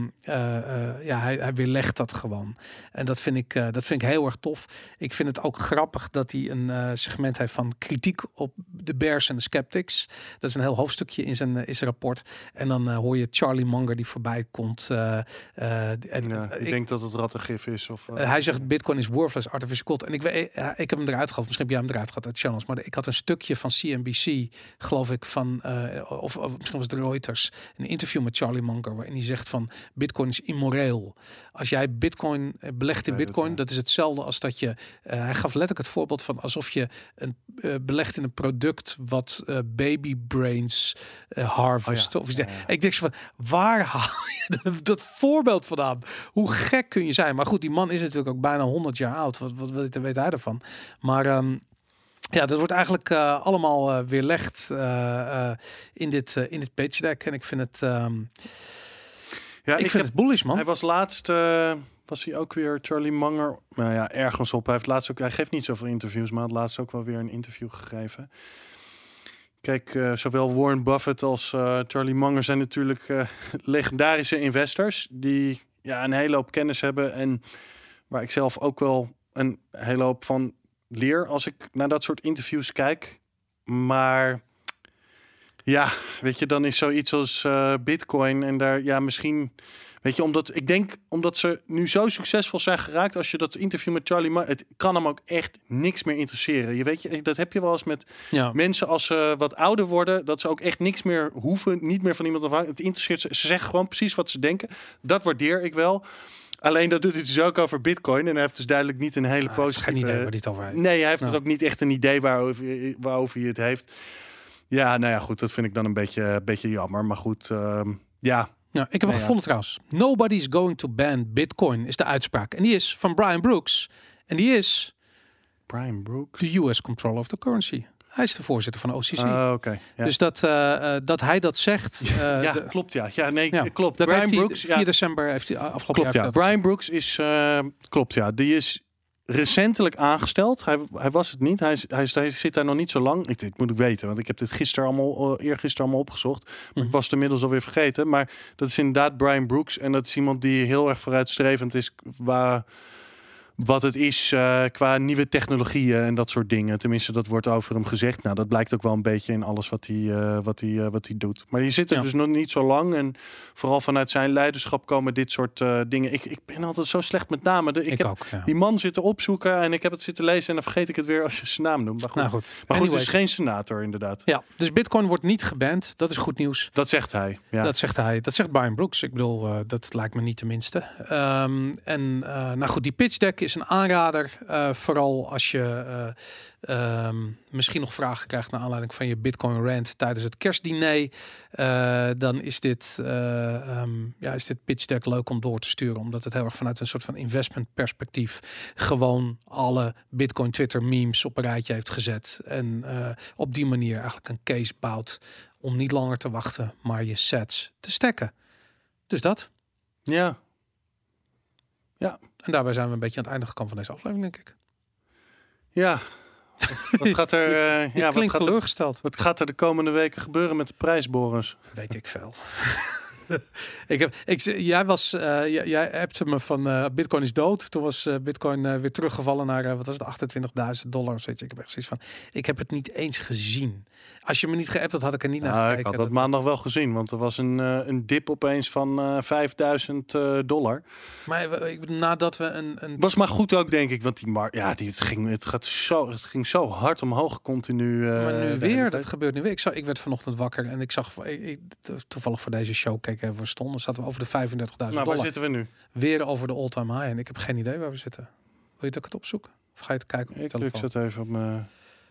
hij weerlegt dat gewoon. En dat vind ik heel erg tof. Ik vind het ook grappig dat hij een segment heeft van kritiek op de bears en de skeptics. Dat is een heel hoofdstukje in zijn rapport. En dan hoor je Charlie Munger die voorbij komt. Ik denk dat het rattengif is. Hij zegt Bitcoin is worthless artificial gold. En ik heb hem eruit gehaald. Misschien heb jij hem eruit gehad uit channels. Maar ik had een stukje van CNBC, geloof ik, van of misschien was het Reuters, een interview met Charlie Munger, waarin hij zegt van Bitcoin is immoreel. Als jij Bitcoin belegt in Bitcoin, dat is hetzelfde als dat je... hij gaf letterlijk het voorbeeld van alsof je belegt in een product wat baby brains harvest. Of ik denk zo van, waar haal je dat voorbeeld vandaan? Hoe gek kun je zijn? Maar goed, die man is natuurlijk ook bijna 100 jaar oud. Wat weet hij ervan? Maar dat wordt eigenlijk allemaal weerlegd in dit pitch deck. En ik vind het... ik vind het bullish, man. Hij was laatst... was hij ook weer Charlie Munger? Nou ja, ergens op. Hij geeft niet zoveel interviews, maar had laatst ook wel weer een interview gegeven. Kijk, zowel Warren Buffett als Charlie Munger zijn natuurlijk legendarische investors die een hele hoop kennis hebben en waar ik zelf ook wel een hele hoop van leer als ik naar dat soort interviews kijk. Maar ja, weet je, dan is zoiets als Bitcoin en daar misschien... Weet je, omdat ze nu zo succesvol zijn geraakt. Als je dat interview met Charlie Munger, het kan hem ook echt niks meer interesseren. Je weet je, dat heb je wel eens met mensen als ze wat ouder worden, dat ze ook echt niks meer hoeven, niet meer van iemand afhangen. Het interesseert ze. Ze zeggen gewoon precies wat ze denken. Dat waardeer ik wel. Alleen dat doet hij dus ook over Bitcoin. En hij heeft dus duidelijk niet een hele positieve... Geen idee waar hij het over heeft. Nee, hij heeft dus ook niet echt een idee waarover hij het heeft. Ja, nou ja, goed. Dat vind ik dan een beetje jammer. Maar goed, ja. Nou, ik heb hem gevonden trouwens. Nobody's going to ban Bitcoin is de uitspraak. En die is van Brian Brooks. En die is... Brian Brooks? De US Control of the Currency. Hij is de voorzitter van OCC. Okay, ja. Dus dat hij dat zegt... klopt, ja. Ja, nee, klopt. Dat Brian heeft Brooks... 4 december heeft hij afgelopen klopt, jaar... ja. Brian Brooks is... klopt, ja. Die is recentelijk aangesteld. Hij was het niet. Hij zit daar nog niet zo lang. Dit moet ik weten, want ik heb dit eergisteren allemaal opgezocht. Maar ik was het inmiddels alweer vergeten. Maar dat is inderdaad Brian Brooks. En dat is iemand die heel erg vooruitstrevend is... Wat het is qua nieuwe technologieën en dat soort dingen. Tenminste, dat wordt over hem gezegd. Nou, dat blijkt ook wel een beetje in alles wat hij doet. Maar die zit er dus nog niet zo lang. En vooral vanuit zijn leiderschap komen dit soort dingen. Ik ben altijd zo slecht met namen. Ik heb ook, ja. Die man zitten opzoeken en ik heb het zitten lezen. En dan vergeet ik het weer als je zijn naam noemt. Maar goed, het is geen senator inderdaad. Ja, dus Bitcoin wordt niet geband. Dat is goed nieuws. Dat zegt hij. Ja. Dat zegt hij. Dat zegt Brian Brooks. Ik bedoel, dat lijkt me niet de minste. Nou goed, die pitch deck is een aanrader. Vooral als je misschien nog vragen krijgt naar aanleiding van je Bitcoin rant tijdens het kerstdiner. Dan is dit pitch deck leuk om door te sturen. Omdat het heel erg vanuit een soort van investment perspectief gewoon alle Bitcoin Twitter memes op een rijtje heeft gezet. En op die manier eigenlijk een case bouwt om niet langer te wachten, maar je sets te stacken. Dus dat. Ja. Ja. En daarbij zijn we een beetje aan het einde gekomen van deze aflevering, denk ik. Ja. Wat gaat er... je klinkt teleurgesteld. Wat gaat er de komende weken gebeuren met de prijs, Boris? Weet ik veel. Jij appte me van Bitcoin is dood. Toen was Bitcoin weer teruggevallen naar wat was het, $28.000 of zoiets. Ik heb echt zoiets van, ik heb het niet eens gezien. Als je me niet geappt had, had ik er niet naar gekeken. Ik had dat maandag wel gezien, want er was een dip opeens van $5.000. Maar nadat we een was maar goed ook, denk ik, want die markt, het ging zo hard omhoog continu. Maar nu weer, dat gebeurt nu weer. Ik werd vanochtend wakker en ik zag toevallig voor deze show keken we stonden, zaten we over de $35.000. Nou, waar zitten we nu? Weer over de all-time high en ik heb geen idee waar we zitten. Wil je dat ik het opzoek? Of ga je het kijken op je telefoon? Ik zet even op mijn...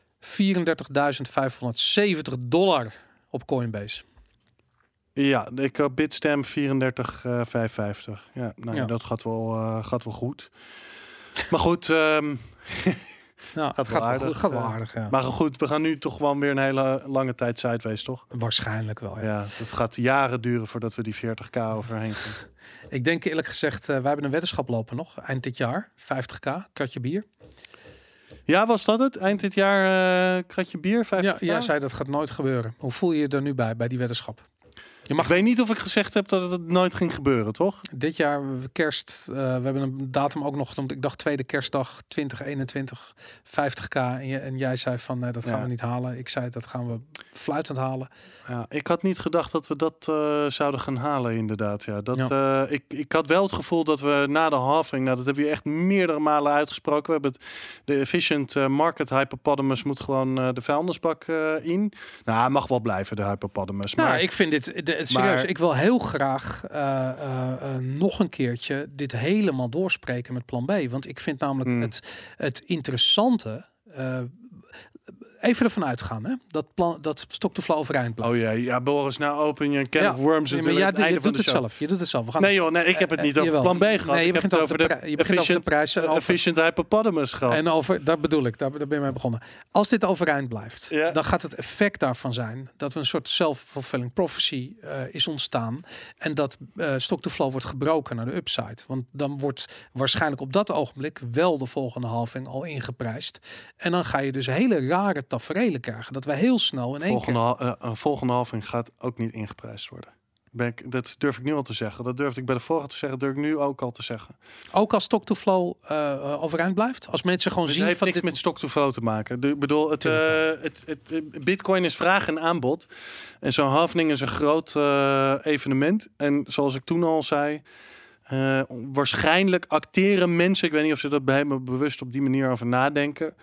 $34.570 op Coinbase. Ja, ik heb Bitstamp 34,550. Ja, dat gaat wel goed. Maar goed, gaat wel aardig. Ja. Maar goed, we gaan nu toch gewoon weer een hele lange tijd sideways, toch? Waarschijnlijk wel, ja. Het gaat jaren duren voordat we die 40k overheen gaan. Ik denk eerlijk gezegd, wij hebben een weddenschap lopen nog. Eind dit jaar, 50k, kratje bier. Ja, was dat het? Eind dit jaar kratje bier, 50k? Ja, jij zei dat gaat nooit gebeuren. Hoe voel je je er nu bij die weddenschap? Ik weet niet of ik gezegd heb dat het nooit ging gebeuren, toch? Dit jaar kerst, we hebben een datum ook nog genoemd. Ik dacht tweede kerstdag 2021, 50k. En jij zei van dat gaan we niet halen. Ik zei dat gaan we fluitend halen. Ja, ik had niet gedacht dat we dat zouden gaan halen, inderdaad. Ja, ik had wel het gevoel dat we na de halving, dat hebben we echt meerdere malen uitgesproken. We hebben de efficient market hypopotamus moet gewoon de vuilnisbak in. Nou, hij mag wel blijven, de hypopotamus. Nou, ik vind dit serieus. Ik wil heel graag nog een keertje dit helemaal doorspreken met plan B. Want ik vind namelijk het interessante... even ervan uitgaan, hè? Dat Stock to Flow overeind blijft. Oh ja, Boris, nou open je een can of worms. Ja, maar je doet het zelf. Je doet het zelf. Ik heb het niet over plan B gehad. Nee, je begint over de prijs. Efficient hypopotamus gehad. En dat bedoel ik. Daar ben je mee begonnen. Als dit overeind blijft, dan gaat het effect daarvan zijn dat we een soort self-fulfilling prophecy is ontstaan. En dat Stock to Flow wordt gebroken naar de upside. Want dan wordt waarschijnlijk op dat ogenblik wel de volgende halving al ingeprijsd. En dan ga je dus hele rare taferelen krijgen. Dat we heel snel in één keer... Volgende halving gaat ook niet ingeprijsd worden. Dat durf ik nu al te zeggen. Dat durfde ik bij de vorige te zeggen. Dat durf ik nu ook al te zeggen. Ook als stock-to-flow overeind blijft? Als mensen gewoon Het zien heeft van niks dit... met stock-to-flow te maken. Ik bedoel, Bitcoin is vraag en aanbod. En zo'n halving is een groot evenement. En zoals ik toen al zei... waarschijnlijk acteren mensen... Ik weet niet of ze dat bij me bewust op die manier over nadenken...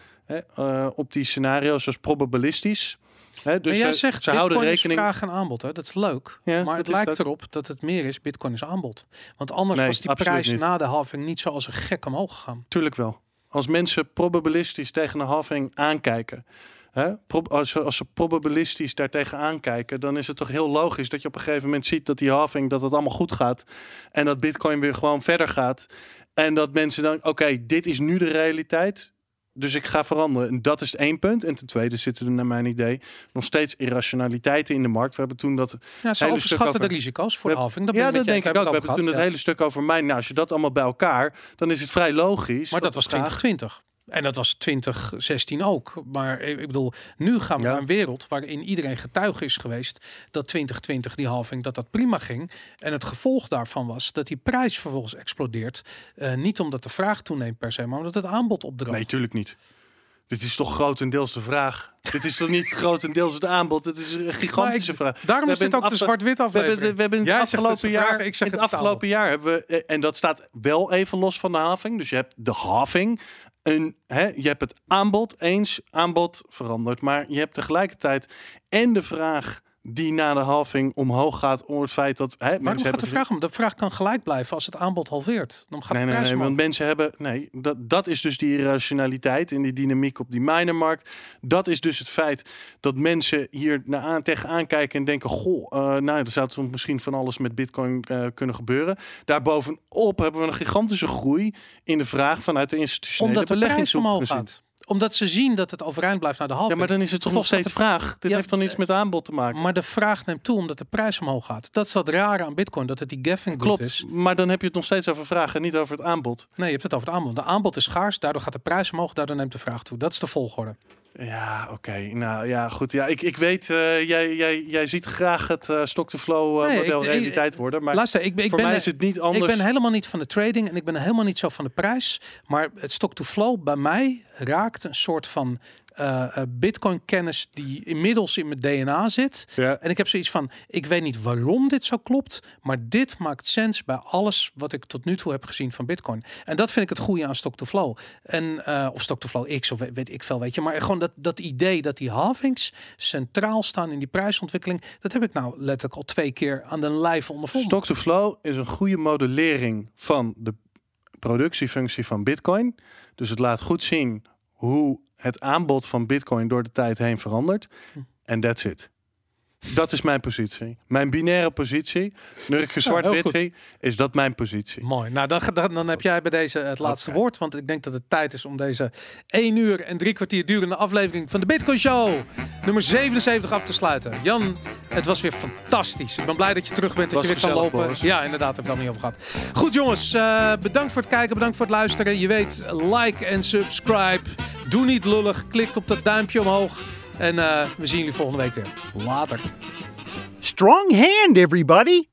op die scenario's als probabilistisch... dus maar jij zegt, ze Bitcoin houden rekening. is vraag en aanbod. Hè? Dat is leuk. Ja, maar het is lijkt leuk. erop dat het meer is Bitcoin is aanbod. Want anders Nee, was die absoluut prijs niet. na de halving niet zo als een gek omhoog gegaan. Tuurlijk wel. Als mensen probabilistisch tegen een halving aankijken... Als ze probabilistisch daartegen aankijken... dan is het toch heel logisch dat je op een gegeven moment ziet... dat die halving, dat het allemaal goed gaat... en dat Bitcoin weer gewoon verder gaat... en dat mensen dan... oké, dit is nu de realiteit... Dus ik ga veranderen. En dat is het één punt. En ten tweede zitten er naar mijn idee nog steeds irrationaliteiten in de markt. We hebben toen dat Ja, ze overschatten de risico's voor de halving. Dat denk ik ook. We hebben toen het hele stuk over mijn... Nou, als je dat allemaal bij elkaar... dan is het vrij logisch. Maar dat was 2020. En dat was 2016 ook. Maar ik bedoel, nu gaan we naar een wereld waarin iedereen getuige is geweest dat 2020 die halving, dat prima ging. En het gevolg daarvan was dat die prijs vervolgens explodeert. Niet omdat de vraag toeneemt per se, maar omdat het aanbod opdroogt. Nee, tuurlijk niet. Dit is toch grotendeels de vraag. Dit is toch niet grotendeels het aanbod. Het is een gigantische vraag. Daarom is dit ook de zwart-wit aflevering. We hebben in het afgelopen jaar hebben we, en dat staat wel even los van de halving. Dus je hebt de halving. Je hebt het aanbod verandert. Maar je hebt tegelijkertijd en de vraag die na de halving omhoog gaat om het feit dat... Waarom gaat de vraag om? De vraag kan gelijk blijven als het aanbod halveert. Dan gaat de prijs omhoog. Want mensen hebben... Nee, dat is dus die irrationaliteit en die dynamiek op die minermarkt. Dat is dus het feit dat mensen hier tegenaan kijken en denken... er zou soms misschien van alles met Bitcoin kunnen gebeuren. Daarbovenop hebben we een gigantische groei in de vraag vanuit de institutionele beleggingshoek. Omdat de prijs omhoog gaat. Omdat ze zien dat het overeind blijft naar de halving. Ja, maar dan is het toch nog steeds vraag. Dit heeft dan iets met aanbod te maken. Maar de vraag neemt toe omdat de prijs omhoog gaat. Dat is dat rare aan Bitcoin, dat het die gaffing Klopt, is. Maar dan heb je het nog steeds over vraag en niet over het aanbod. Nee, je hebt het over het aanbod. De aanbod is schaars, daardoor gaat de prijs omhoog, daardoor neemt de vraag toe. Dat is de volgorde. Ja, oké. Nou ja, goed. Ja, ik weet, jij ziet graag het stock-to-flow model realiteit worden. Maar luister, voor mij is het niet anders. Ik ben helemaal niet van de trading en ik ben helemaal niet zo van de prijs. Maar het stock-to-flow bij mij raakt een soort van Bitcoin-kennis die inmiddels in mijn DNA zit. Ja. En ik heb zoiets van, ik weet niet waarom dit zo klopt, maar dit maakt sens bij alles wat ik tot nu toe heb gezien van Bitcoin. En dat vind ik het goede aan stock-to-flow. Of stock-to-flow X of weet ik veel, weet je. Maar gewoon dat idee dat die halvings centraal staan in die prijsontwikkeling, dat heb ik nou letterlijk al 2 keer aan de lijf ondervonden. Stock-to-flow is een goede modellering van de productiefunctie van Bitcoin. Dus het laat goed zien hoe het aanbod van Bitcoin door de tijd heen verandert. En that's it. Dat is mijn positie. Mijn binaire positie, Nurk zwart-wit, is dat mijn positie. Mooi. Nou, dan heb jij bij deze het laatste woord. Want ik denk dat het tijd is om deze 1 uur en 3 kwartier durende aflevering van de Bitcoin Show nummer 77 af te sluiten. Jan, het was weer fantastisch. Ik ben blij dat je terug bent, dat je weer kan lopen. Boris. Ja, inderdaad, heb ik het al niet over gehad. Goed jongens, bedankt voor het kijken, bedankt voor het luisteren. Je weet, like en subscribe. Doe niet lullig, klik op dat duimpje omhoog. En we zien jullie volgende week weer. Later. Strong hand, everybody!